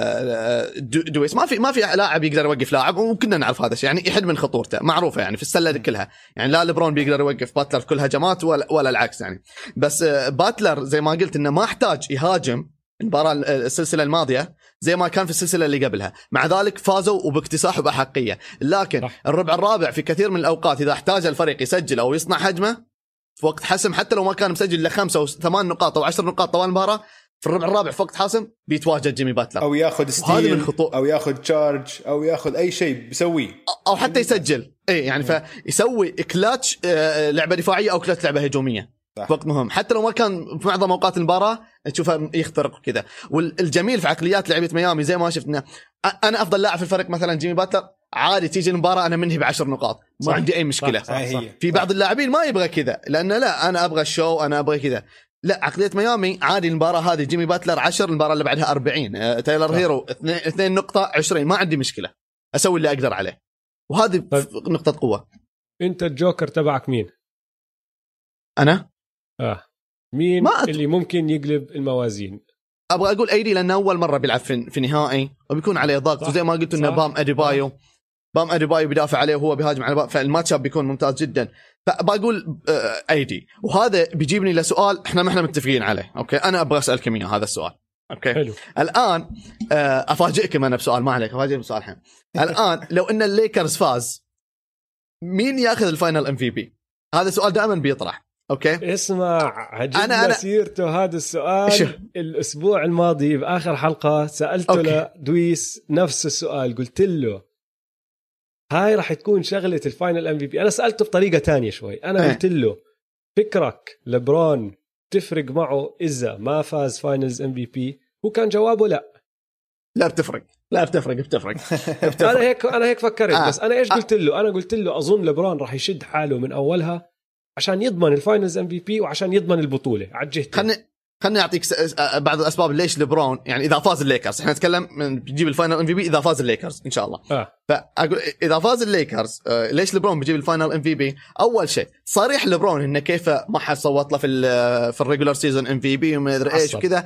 دويس ما في ما في لاعب يقدر يوقف لاعب، وكنا نعرف هذا الشيء، يعني يحد من خطورته معروفه يعني في السله كلها. يعني لا لبرون بيقدر يوقف باتلر في كل هجمات ولا, ولا العكس يعني. بس آه باتلر زي ما قلت انه ما احتاج يهاجم المباراه السلسله الماضيه زي ما كان في السلسله اللي قبلها، مع ذلك فازوا وباكتساح وبأحقية. لكن الربع الرابع في كثير من الاوقات اذا احتاج الفريق يسجل او يصنع هجمه في وقت حسم، حتى لو ما كان مسجل لخمسة او ثمان نقاط او عشر نقاط طوال المباراه، في الربع الرابع في وقت حاسم بيتواجد جيمي باتلر، او ياخذ ستيل او ياخذ تشارج او ياخذ اي شيء بيسويه، او حتى يسجل اي يعني م. فيسوي كلاتش لعبه دفاعيه او كلاتش لعبه هجوميه صح. في وقت مهم، حتى لو ما كان في معظم اوقات المباراه تشوفه يخترق كذا. والجميل في عقليات لعيبه ميامي زي ما شفنا، انا افضل لاعب في الفريق مثلا جيمي باتلر، عادي تيجي المباراه انا منهي بعشر نقاط ما صح. عندي اي مشكله صح. صح. صح. في بعض اللاعبين ما يبغى كذا، لان لا انا ابغى الشو، انا ابغى كذا. لا عقلية ميامي عادي المباراة هذه جيمي باتلر عشر، المباراة اللي بعدها أربعين، أه تايلر صح. هيرو اثنين, اثنين نقطة عشرين، ما عندي مشكلة، أسوي اللي أقدر عليه، وهذه طيب. نقطة قوة. أنت الجوكر تبعك مين؟ أنا؟ آه مين أت... اللي ممكن يقلب الموازين؟ أبغى أقول أيدي، لأنه أول مرة بيلعب في, في نهائي وبيكون عليه ضغط، وزي ما قلت إنه بام أديبايو صح. بام أديبايو بيدافع عليه وهو بيهاجم على بام، فالماتش اب بيكون ممتاز جدا. فبقول ايدي، وهذا بيجيبني لسؤال احنا ما احنا متفقين عليه. اوكي انا ابغى اسالكم اياه هذا السؤال. اوكي حلو. الان افاجئكم انا بسؤال، ما عليك افاجئكم بسؤال الحين. الان لو ان الليكرز فاز، مين ياخذ الفاينل ام في بي؟ هذا السؤال دائما بيطرح. اوكي اسمع، عجبنا أنا سيرته هذا السؤال شو. الاسبوع الماضي باخر حلقه سالته لدويس نفس السؤال، قلت له هاي راح تكون شغلة الفاينل ام في بي. أنا سألته بطريقة تانية شوي، أنا قلت له فكرك لبرون تفرق معه إذا ما فاز فاينلز ام في بي؟ هو كان جوابه لا لا بتفرق لا بتفرق بتفرق, بتفرق. أنا هيك أنا هيك فكرت آه. بس أنا إيش قلت له؟ أنا قلت له أظن لبرون راح يشد حاله من أولها عشان يضمن الفاينلز ام في بي وعشان يضمن البطولة على الجهتين. خلني خلني أعطيك بعض الأسباب ليش لبرون يعني إذا فاز الليكرز، إحنا نتكلم من بيجيب الفاينل ام في بي إذا فاز الليكرز إن شاء الله. آه. فأقول إذا فاز الليكرز ليش لبرون بيجيب الفاينل ام في بي؟ أول شيء صريح لبرون إنه كيف ما حد صوت له في في الريجولار سيزون ام في بي وما أدري إيش وكذا،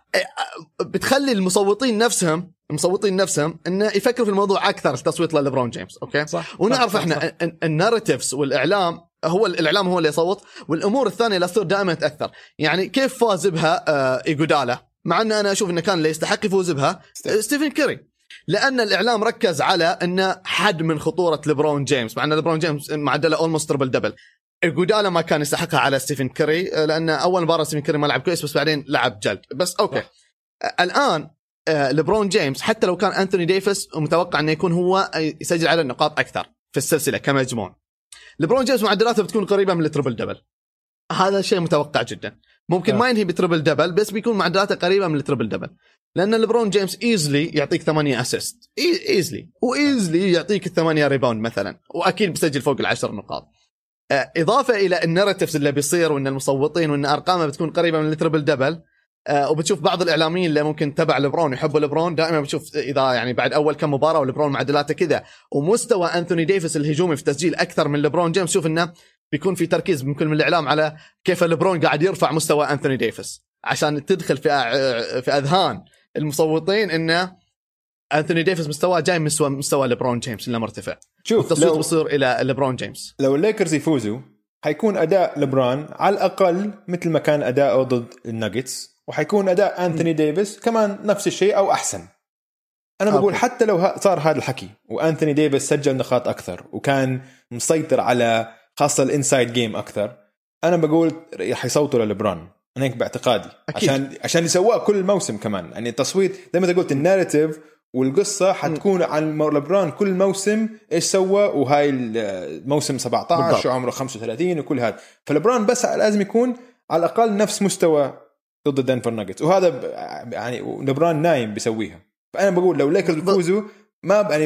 بتخلي المصوتين نفسهم المصوتين نفسهم إنه يفكروا في الموضوع أكثر تصويت للبرون جيمس. أوكي صح. ونعرف صح إحنا صح. الناريتيفز والإعلام، هو الإعلام هو اللي يصوت، والأمور الثانية اللي تصير دائما تأثر. يعني كيف فاز بها آه إيغودالا، مع أن أنا أشوف إنه كان اللي يستحق يفوز بها ستيفن كيري، لأن الإعلام ركز على إنه حد من خطورة لبرون جيمس، مع أن لبرون جيمس معدله أولموست تربل دبل. إيغودالا ما كان يستحقها على ستيفن كيري، لأن أول مباراة ستيفن كيري ما لعب كويس، بس بعدين لعب جلد. بس أوكي آه. الآن آه لبرون جيمس حتى لو كان أنثوني ديفيس متوقع أنه يكون هو يسجل على النقاط أكثر في السلسلة كمجموع، لبرون جيمس معدلاته بتكون قريبة من التربل دبل. هذا شيء متوقع جدا، ممكن آه. ما ينهي بتربل دبل، بس بيكون معدلاته قريبة من التربل دبل، لأن لبرون جيمس إيزلي يعطيك ثمانية أسيست إيزلي، وإيزلي يعطيك الثمانية ريباوند مثلا، وأكيد بيسجل فوق العشر نقاط. آه إضافة إلى الناراتيفز اللي بيصير، وإن المصوتين وإن أرقامه بتكون قريبة من التربل دبل. آه وبتشوف بعض الإعلاميين اللي ممكن تبع لبرون يحبوا لبرون، دائما بتشوف إذا يعني بعد أول كم مباراة ولبرون معدلاته كذا، ومستوى أنثوني ديفيس الهجومي في تسجيل أكثر من لبرون جيمس، شوف إنه بيكون في تركيز ممكن من الإعلام على كيف لبرون قاعد يرفع مستوى أنثوني ديفيس، عشان تدخل في في أذهان المصوتين إنه أنثوني ديفيس مستوى جاي من مستوى مستوى لبرون جيمس اللي مرتفع. شوف التصويت بصير إلى لبرون جيمس. لو الليكرز يفوزوا حيكون أداء لبرون على الأقل مثل ما كان أداءه ضد الناجتس، وحيكون أداء أنثوني ديفيس كمان نفس الشيء أو أحسن. أنا بقول أوكي. حتى لو صار هذا الحكي وأنثوني ديفيس سجل نقاط أكثر وكان مسيطر على خاصة الإنسايد جيم أكثر، أنا بقول رح يصوتوا للبرون. أنا هيك باعتقادي أكيد. عشان عشان يسووها كل الموسم كمان، يعني التصويت زي ما قلت الناريتيف والقصة حتكون عن لبرون كل موسم إيش سوى، وهاي الموسم سبعة عشر وعمره خمسة وثلاثين وكل هذا، فلبرون بس لازم يكون على الأقل نفس مستوى ضد دنفر ناجتس، وهذا يعني لبرون نايم بيسويها. فأنا بقول لو ليكرز بيفوزوا ما يعني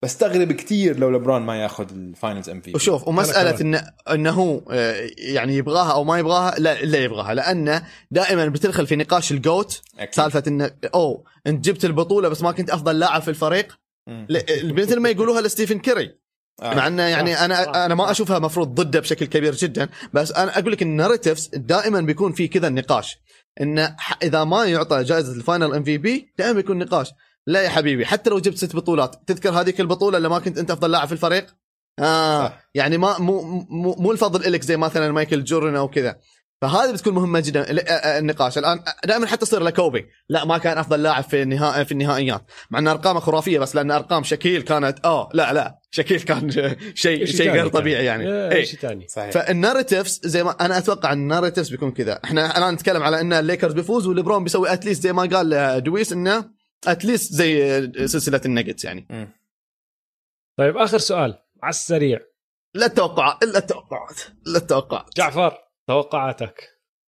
بستغرب كتير لو لبران ما ياخذ الفاينلز ام في. وشوف ومساله انه انه يعني يبغاها او ما يبغاها، لا لا يبغاها، لانه دائما بتدخل في نقاش الجوت أكيد. سالفه انه او انت جبت البطوله بس ما كنت افضل لاعب في الفريق، مثل ما يقولوها لستيفن كيري. آه. مع انه يعني آه. انا آه. انا ما اشوفها مفروض ضده بشكل كبير جدا، بس انا اقول لك الناريتيفز دائما بيكون في كذا النقاش انه اذا ما يعطى جائزه الفاينل ام في بي دائما بيكون نقاش. لا يا حبيبي، حتى لو جبت ست بطولات تذكر هذيك البطوله اللي ما كنت انت افضل لاعب في الفريق. اه صح. يعني ما مو مو, مو الفضل لك زي مثلا مايكل جوردن او كذا. فهذه بتكون مهمه جدا النقاش. الان دائما حتى تصير لكوبي لا ما كان افضل لاعب في النهائي في النهائيات، مع ان ارقامه خرافيه، بس لان ارقام شكيل كانت اه لا لا شكيل كان شيء شيء غير طبيعي يعني اي شيء ثاني. فالناريتيفز زي ما انا اتوقع الناريتيفز بيكون كذا. احنا الان نتكلم على ان الليكرز بيفوز وليبرون بيسوي اتليست زي ما قال دويس انه اتليست زي سلسله النجتس يعني. م. طيب اخر سؤال على السريع. لا التوقعات الا التوقعات لا التوقعات جعفر توقعاتك.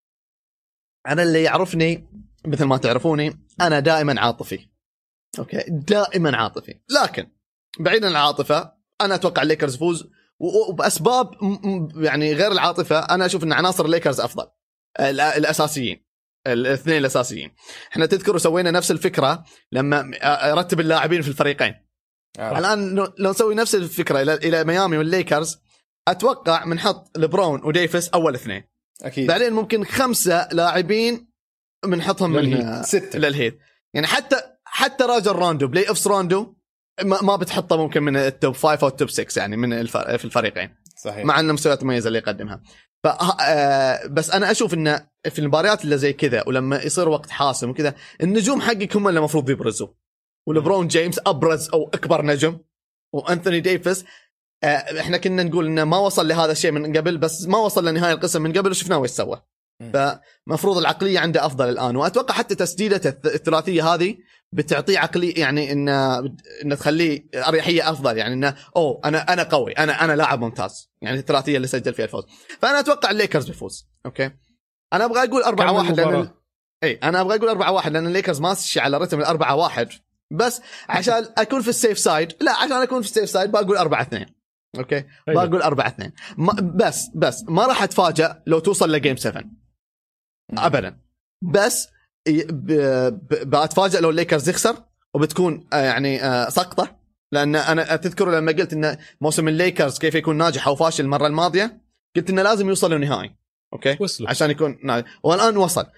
انا اللي يعرفني مثل ما تعرفوني انا دائما عاطفي، اوكي دائما عاطفي، لكن بعيدا عن العاطفه انا اتوقع الليكرز يفوز وباسباب يعني غير العاطفه. انا اشوف ان عناصر الليكرز افضل الاساسيين الاثنين الاساسيين. احنا تذكروا سوينا نفس الفكره لما رتب اللاعبين في الفريقين. آه. الان لو نسوي نفس الفكره الى الى ميامي والليكرز اتوقع بنحط لبرون وديفيس اول اثنين اكيد، بعدين ممكن خمسه لاعبين بنحطهم من ستة للهيد. يعني حتى حتى راجل راندو بلاي اوفس راندو ما, ما بتحطه ممكن من التوب فايف او التوب ستة يعني من الفرق في الفريقين صحيح، مع ان المستويات المميزه اللي يقدمها. ف بس انا اشوف ان في المباريات اللي زي كذا ولما يصير وقت حاسم وكذا النجوم حقك هم اللي المفروض يبرزوا، ولبرون جيمس ابرز او اكبر نجم، وانثوني ديفيس احنا كنا نقول انه ما وصل لهذا الشيء من قبل، بس ما وصل لنهايه القسم من قبل وشفناه وش سوى. فمفروض العقليه عنده افضل الان، واتوقع حتى تسديدته الثلاثيه هذه بتعطيه عقلي يعني ان ان تخليه اريحيه افضل، يعني انه اوه انا انا قوي، انا انا لاعب ممتاز، يعني الثلاثيه اللي سجل فيها الفوز. فانا اتوقع الليكرز بيفوز. اوكي انا ابغى اقول أربعة واحد لان اي انا ابغى اقول أربعة واحد لان الليكرز ماشي على رتم الأربعة واحد، بس عشان اكون في السيف سايد لا عشان اكون في السيف سايد بقول أربعة اثنين. اوكي بقول أربعة اثنين بس بس ما راح اتفاجأ لو توصل لجيم سبعة ابدا، بس بتفاجئ لو الليكرز يخسر وبتكون يعني سقطه. لان انا تذكر لما قلت ان موسم الليكرز كيف يكون ناجح او فاشل المره الماضيه، قلت انه لازم يوصل للنهائي اوكي وصلوا. عشان يكون ناجح والان وصل.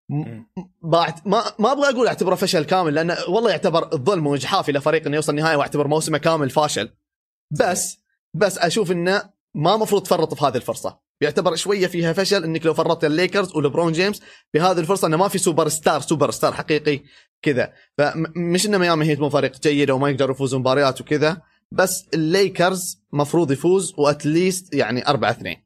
بعد ما ما ابغى اقول اعتبره فشل كامل لانه والله يعتبر الظلم واجحاف الى فريق انه يوصل النهائي واعتبر موسمه كامل فاشل، بس بس اشوف انه ما مفروض تفرط في هذه الفرصه. يعتبر شويه فيها فشل انك لو فرطت الليكرز ولبرون جيمس بهذه الفرصه انه ما في سوبر ستار سوبر ستار حقيقي كذا. فمش انه ميامي هيت مو فريق جيد وما يقدروا يفوزون مباريات وكذا، بس الليكرز مفروض يفوز واتليست يعني أربعة اثنين.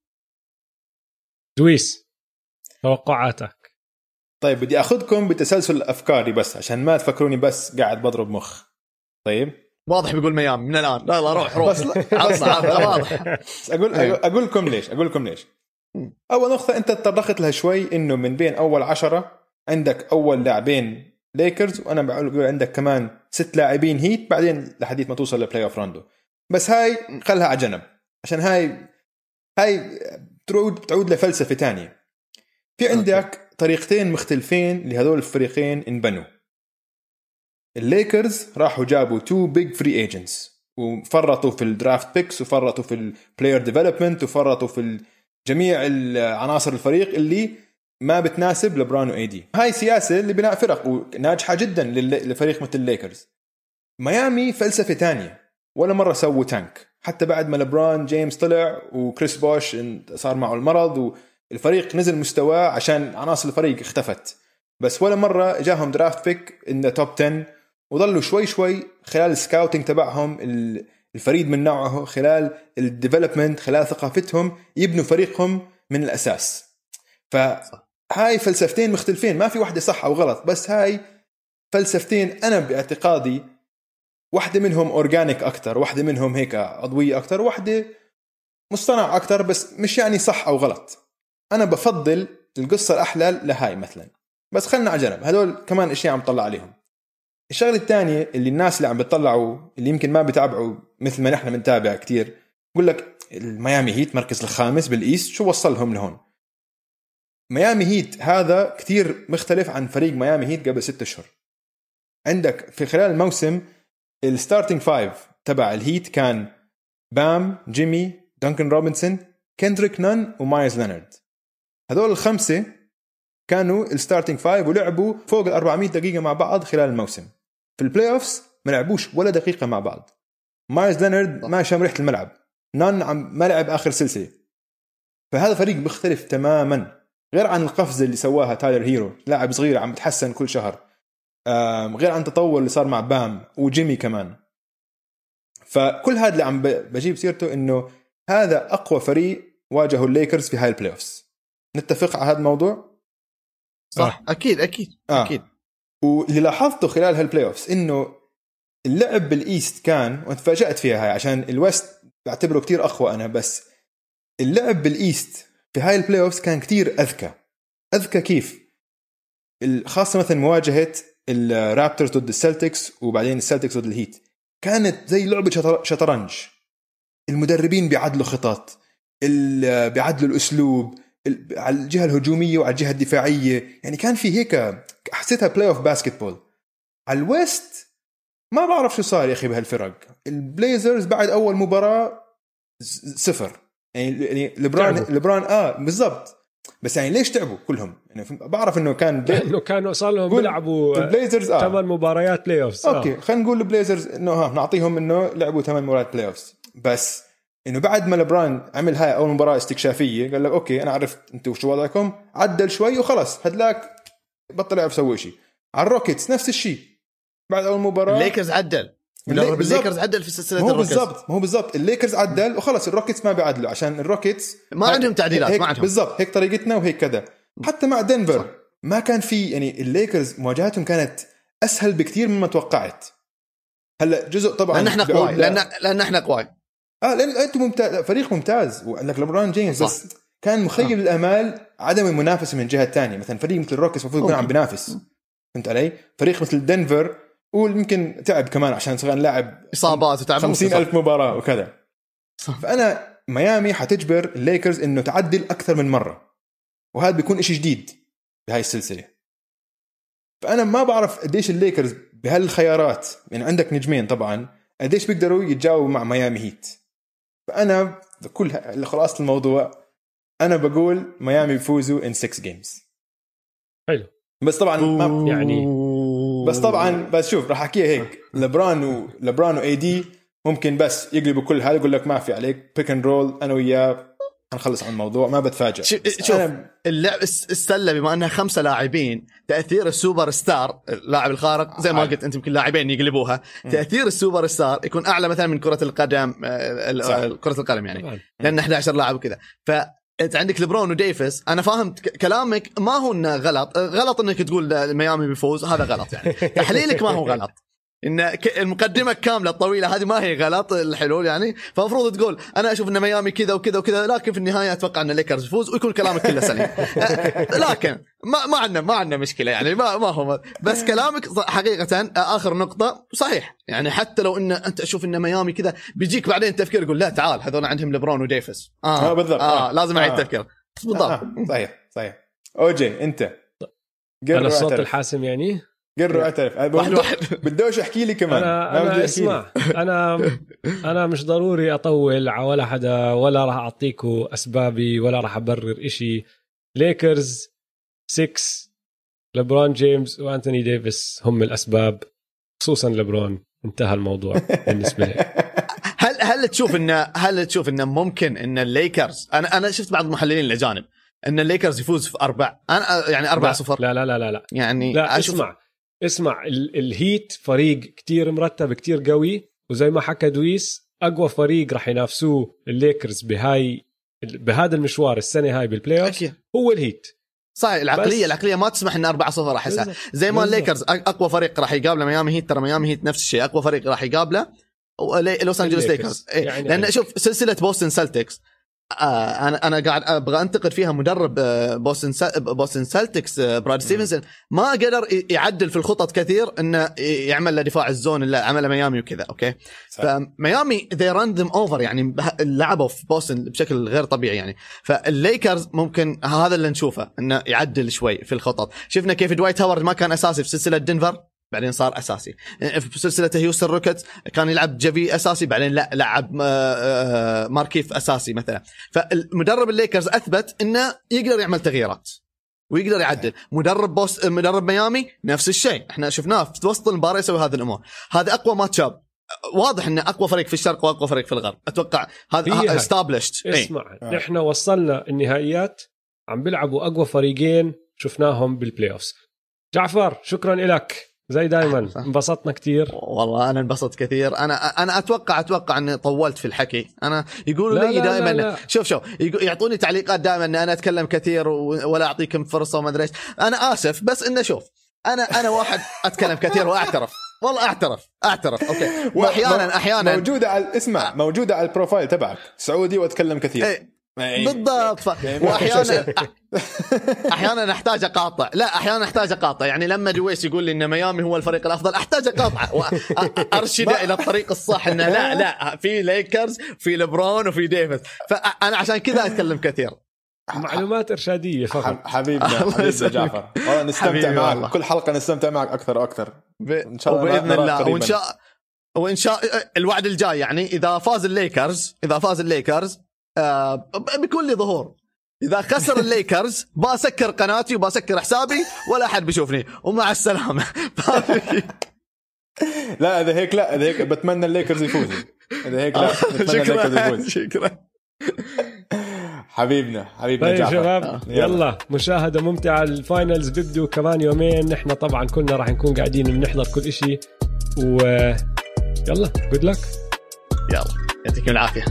دويس توقعاتك؟ طيب بدي اخذكم بتسلسل افكاري بس عشان ما تفكروني بس قاعد بضرب مخ. طيب واضح بيقول ميامي من الان لا لا روح روح بس واضح. اقول اقول لكم ليش اقول لكم ليش اول نقطه انت تطرقت لها شوي انه من بين اول عشرة عندك اول لاعبين ليكرز، وانا بقول عندك كمان ست لاعبين هيت بعدين لحديث ما توصل لبلاي اوف راندو. بس هاي خلها على جنب عشان هاي هاي تعود تعود لفلسفه تانية. في عندك طريقتين مختلفين لهذول الفريقين انبنوا. الليكرز راحوا جابوا تو بيج فري ايجنتس وفرطوا في الدرافت بيكس وفرطوا في البلاير ديفلوبمنت وفرطوا في جميع العناصر الفريق اللي ما بتناسب لبران واي دي. هاي سياسه لبناء فرق وناجحه جدا لفريق مثل الليكرز. ميامي فلسفه تانية، ولا مره سووا تانك حتى بعد ما لبران جيمس طلع وكريس بوش صار معه المرض والفريق نزل مستواه عشان عناصر الفريق اختفت، بس ولا مره جاهم درافت بيك ان توب عشرة وظلوا شوي شوي خلال السكاوتينج تبعهم الفريد من نوعه، خلال الديفلوبمنت، خلال ثقافتهم يبنوا فريقهم من الأساس. فهاي فلسفتين مختلفين، ما في واحدة صح أو غلط، بس هاي فلسفتين أنا باعتقادي واحدة منهم أورجانيك أكتر، واحدة منهم هيك عضوية أكتر، واحدة مصطنع أكتر، بس مش يعني صح أو غلط. أنا بفضل القصة الأحلى لهاي مثلا، بس خلنا على جنب هذول كمان إشياء عم طلع عليهم. الشغله الثانيه اللي الناس اللي عم بتطلعوا اللي يمكن ما بيتابعوا مثل ما نحن بنتابع كتير بقول لك الميامي هيت مركز الخامس بالايست شو وصلهم لهون. ميامي هيت هذا كتير مختلف عن فريق ميامي هيت قبل ستة أشهر. عندك في خلال الموسم الستارتنج فايف تبع الهيت كان بام، جيمي، دانكن روبنسون، كندريك نان ومايلز لينارد. هذول الخمسة كانوا الستارتنج فايف ولعبوا فوق ال أربعمية دقيقة مع بعض خلال الموسم. في البلاي أوفس ما لعبوش ولا دقيقة مع بعض. مايلز لينارد ما شام ريحة الملعب، نان عم ما لعب آخر سلسلة. فهذا فريق مختلف تماما، غير عن القفزة اللي سواها تايلر هيرو، لاعب صغير عم بتحسن كل شهر، غير عن تطور اللي صار مع بام وجيمي كمان. فكل هذا اللي عم بجيب سيرته إنه هذا أقوى فريق واجهه الليكرز في هاي البلاي أوفس. نتفق على هذا الموضوع؟ صح آه. أكيد أكيد آه. أكيد. واللي لاحظته خلال هالبلاي أوفس إنه اللعب بالإيست كان، وتفاجأت فيها هاي عشان الويست بعتبره كتير أقوى أنا، بس اللعب بالإيست في هاي البلاي أوفس كان كتير أذكى. أذكى كيف؟ خاصة مثلا مواجهة الرابترز ضد السلتكس وبعدين السلتكس ضد الهيت، كانت زي لعبة شطرنج. المدربين بيعدلوا خطط، بيعدلوا الأسلوب على الجهة الهجومية وعلى الجهة الدفاعية. يعني كان في هيك، حسيتها بلاي أوف باسكتبول. على الويست ما بعرف شو صار يا أخي بهالفرق. البليزرز بعد أول مباراة صفر، يعني لبران لبران آه بالضبط. بس يعني ليش تعبوا كلهم؟ يعني بعرف إنه كان إنه كانوا صار لهم بيلعبوا البليزرز آه. ثمان مباريات بلاي أوفس. أوكي آه. خلينا نقول البليزرز إنه ها نعطيهم إنه لعبوا ثمان مباريات بلاي أوفس. بس إنه بعد ما لبران عمل هاي أول مباراة استكشافية قال لك أوكي أنا عرفت أنتوا شو وضعكم، عدل شوي وخلص هدلاك بطل يعرف سوي شيء. على الروكيتس نفس الشيء، بعد أول مباراة الليكرز عدل مدرب الليكرز عدل في سلسلة الروكيتس. بالضبط، ما هو بالضبط الليكرز عدل وخلص الروكيتس ما بيعدلوا عشان الروكيتس ما عندهم تعديلات، ما عندهم بالضبط هيك طريقتنا وهيك كذا. حتى مع دنفر صح. ما كان في، يعني الليكرز مواجهاتهم كانت أسهل بكتير مما توقعت. هلا جزء طبعا لأن احنا قوي، لأن لأن احنا قوي اه لأن انتم ممتاز، فريق ممتاز وعندك لبران جيمس، بس كان مخيب آه. الامال عدم المنافسه من جهه تانية. مثلا فريق مثل الروكيتس المفروض يكون عم بينافس، فهمت علي؟ فريق مثل دنفر ويمكن تعب كمان عشان صار لاعب اصابات وتعب خمسين ألف مباراه وكذا. فانا ميامي حتجبر الليكرز انه تعدل اكثر من مره، وهذا بيكون إشي جديد بهاي السلسله. فانا ما بعرف قديش الليكرز بهالخيارات، يعني عندك نجمين طبعا، قديش بيقدروا يتجاوبوا مع ميامي هيت. فانا كل خلاصه الموضوع انا بقول ميامي بيفوزوا ان ستة جيمز. حلو، بس طبعا ما يعني بس طبعا بس شوف راح احكيها هيك، لبران ولبران واي دي ممكن بس يقلبوا كل هذا، يقول لك ما في عليك بيك اند رول، انا وياه هنخلص عن الموضوع ما بتفاجئ. شوف أنا... اللعب السله بما انها خمسه لاعبين، تاثير السوبر ستار اللاعب الخارق زي ما قلت انت يمكن لاعبين يقلبوها، تاثير السوبر ستار يكون اعلى مثلا من كره القدم، كره القدم يعني لان أحد عشر لاعب وكذا. ف انت عندك لبرون وديفيس، انا فاهم كلامك ما هو انه غلط، غلط انك تقول ميامي بيفوز، هذا غلط يعني تحليلك ما هو غلط، ان المقدمه كامله الطويله هذه ما هي غلط الحلول يعني. فمفروض تقول انا اشوف ان ميامي كذا وكذا وكذا، لكن في النهايه اتوقع ان الليكرز يفوز ويكون كلامك كله سليم. لكن ما ما عندنا ما عندنا مشكله يعني، ما ما هو بس كلامك حقيقه اخر نقطه صحيح يعني. حتى لو ان انت اشوف ان ميامي كذا، بيجيك بعدين تفكير يقول لا تعال هذول عندهم لبرون وديفيس اه, آه بالضبط اه, آه لازم اعيد آه. تفكير بالضبط. آه. صحيح صحيح. اوجي انت انا الصوت الحاسم يعني قرروا اعترف واحد واحد بدوش احكي لي كمان. انا, أنا اسمع انا انا مش ضروري اطول على ولا حدا، ولا راح اعطيكم اسبابي ولا راح ابرر إشي. ليكرز ستة، لبرون جيمس وانتوني ديفيس هم الاسباب، خصوصا لبرون. انتهى الموضوع بالنسبه لي. هل هل تشوف ان هل تشوف ان ممكن ان الليكرز، انا انا شفت بعض المحللين الاجانب ان الليكرز يفوز في أربع، أنا يعني أربعة صفر. لا لا لا لا لا يعني لا اسمع اسمع الهيت فريق كتير مرتب كتير قوي، وزي ما حكى دويس أقوى فريق راح ينافسوه الليكرز بهاي بهذا المشوار السنة هاي بالبلاي أوف هو الهيت. صحيح العقلية العقلية ما تسمح إن أربعة صفر راح يسا زي ما الليكرز أقوى فريق راح يقابله ميامي هيت، ترى ميامي هيت نفس الشيء أقوى فريق راح يقابله لوس أنجلوس ليكرز. يعني لأن شوف سلسلة بوستن سلتكس آه انا انا قاعد ابغى انتقد فيها مدرب بوستن بوستن سلتكس براد ستيفنسون ما قدر يعدل في الخطط كثير انه يعمل له دفاع الزون اللي عمله ميامي وكذا. اوكي فميامي they run them over يعني لعبوا في بوستن بشكل غير طبيعي يعني. فالليكرز ممكن هذا اللي نشوفه انه يعدل شوي في الخطط. شفنا كيف دوايت هاورد ما كان اساسي في سلسله دنفر بعدين صار اساسي في سلسله هيوستن روكيتس كان يلعب جافي اساسي بعدين لا لعب ماركيف اساسي مثلا. فالمدرب الليكرز اثبت انه يقدر يعمل تغييرات ويقدر يعدل. مدرب بوس مدرب ميامي نفس الشيء احنا شفناه في وسط المباراه يسوي هذه الامور. هذا اقوى ماتشاب واضح انه اقوى فريق في الشرق واقوى فريق في الغرب اتوقع هذا استابلشت. اسمع ايه. نحن وصلنا النهائيات عم بيلعبوا اقوى فريقين شفناهم بالبلاي اوفز. جعفر شكرا لك زي دايما انبسطنا كثير. والله انا انبسطت كثير. انا انا اتوقع اتوقع اني طولت في الحكي. انا يقولوا لي دائما شوف شوف يعطوني تعليقات دائما ان انا اتكلم كثير ولا اعطيكم فرصه وما ادري ايش. انا اسف بس انه شوف انا انا واحد اتكلم كثير واعترف والله اعترف اعترف اوكي. واحيانا احيانا موجوده على اسمع موجوده على البروفايل تبعك سعودي واتكلم كثير. ايه بالضبط. واحيانا احيانا احتاج اقاطع لا احيانا احتاج اقاطع يعني لما دويس يقول لي ان ميامي هو الفريق الافضل احتاج اقاطع وارشده الى الطريق الصح انه لا لا في ليكرز في ليبرون وفي ديفيس. فانا عشان كذا اتكلم كثير معلومات ارشاديه فقط. حبيبنا حبيبنا جعفر والله نستمتع معك والله. كل حلقه نستمتع معك اكثر واكثر ان شاء الله باذن الله. وان شاء وان شاء الوعد الجاي يعني اذا فاز الليكرز اذا فاز الليكرز آه بكل ظهور. إذا خسر الليكرز بسكر قناتي وبسكر حسابي ولا أحد بيشوفني ومع السلامة. لا إذا هيك لا إذا هيك بتمنى الليكرز يفوزوا. إذا هيك لا بتمنى الليكرز يفوزوا. شكرا حبيبنا حبيبنا طيب جعفر. شباب يلا. يلا مشاهدة ممتعة. الفاينلز بيبدو كمان يومين. نحن طبعا كلنا راح نكون قاعدين بنحضر كل إشي ويلا good luck. يلا يعطيكم العافية.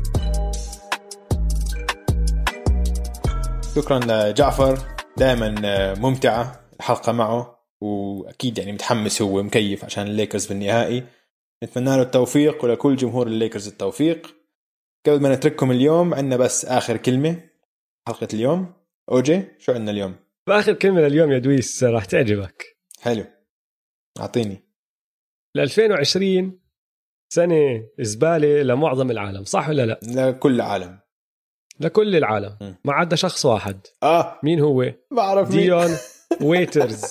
شكرا لجعفر دائما ممتعة الحلقة معه وأكيد يعني متحمس هو مكيف عشان الليكرز بالنهائي. نتمنى له التوفيق ولكل جمهور الليكرز التوفيق. قبل ما نترككم اليوم عندنا بس آخر كلمة حلقة اليوم. أوجي شو عندنا اليوم؟ آخر كلمة لليوم يا دويس راح تعجبك. حلو أعطيني. ألفين وعشرين سنة زبالة لمعظم العالم صح ولا لا؟ لكل العالم لكل العالم م. ما عدا شخص واحد. آه مين هو؟ بعرف ديون ويترز.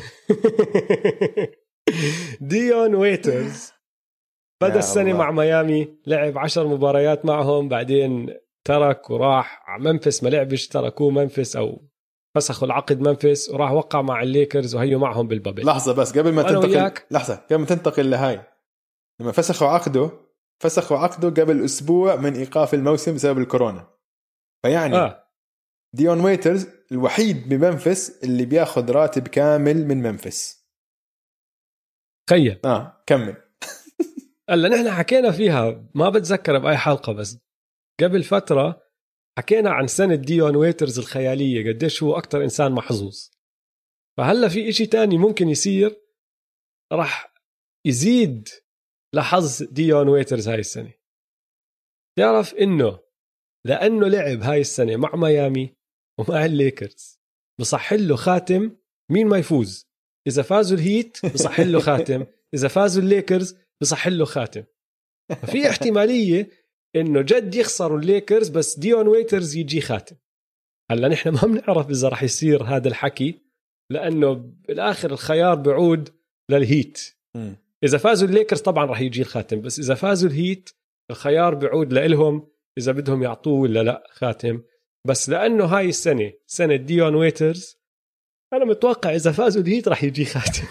ديون ويترز بدأ السنة مع ميامي لعب عشر مباريات معهم بعدين ترك وراح منفس ما لعبش تركوه منفس أو فسخوا العقد منفس وراح وقع مع الليكرز وهيو معهم بالبابل. لحظة بس قبل ما تنتقل لحظة قبل ما تنتقل لهاي لما فسخوا عقده فسخوا عقده قبل أسبوع من إيقاف الموسم بسبب الكورونا. فيعني آه. ديون ويترز الوحيد بمنفس اللي بياخد راتب كامل من منفس. تخيل. اه كمل. هلا نحن حكينا فيها ما بتذكر بأي حلقة بس قبل فترة حكينا عن سنة ديون ويترز الخيالية قديش هو أكتر إنسان محظوظ. فهلا في إشي تاني ممكن يصير راح يزيد لحظ ديون ويترز هاي السنة. تعرف إنه لأنه لعب هاي السنة مع ميامي ومع الليكرز بصحل له خاتم مين ما يفوز. إذا فازوا الهيت بصحل له خاتم إذا فازوا الليكرز بصحل له خاتم. ففي احتمالية إنه جد يخسروا الليكرز بس ديون ويترز يجي خاتم. هلا نحن ما بنعرف إذا رح يصير هذا الحكي لأنه بالآخر الخيار بعود للهيت. م. إذا فازوا الليكرز طبعا رح يجي الخاتم بس إذا فازوا الهيت الخيار بعود لإلهم إذا بدهم يعطوه ولا لا خاتم. بس لأنه هاي السنة سنة ديون ويترز أنا متوقع إذا فازوا الهيت رح يجي خاتم.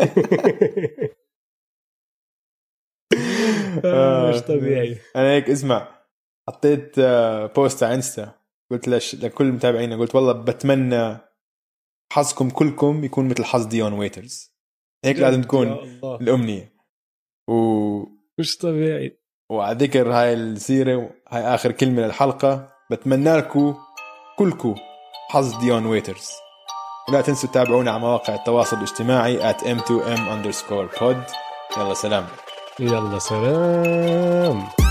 آه مش طبيعي. أنا هيك اسمع حطيت بوست على انستا قلت لش لكل متابعينا قلت والله بتمنى حظكم كلكم يكون مثل حظ ديون ويترز. هيك لازم تكون الأمنية. و مش طبيعي. وعلى ذكر هاي السيرة هاي آخر كلمة للحلقة بتمنى لكم كلكم حظ ديون ويترز. ولا تنسوا تتابعونا على مواقع التواصل الاجتماعي at ام تو ام underscore pod. يلا سلام. يلا سلام.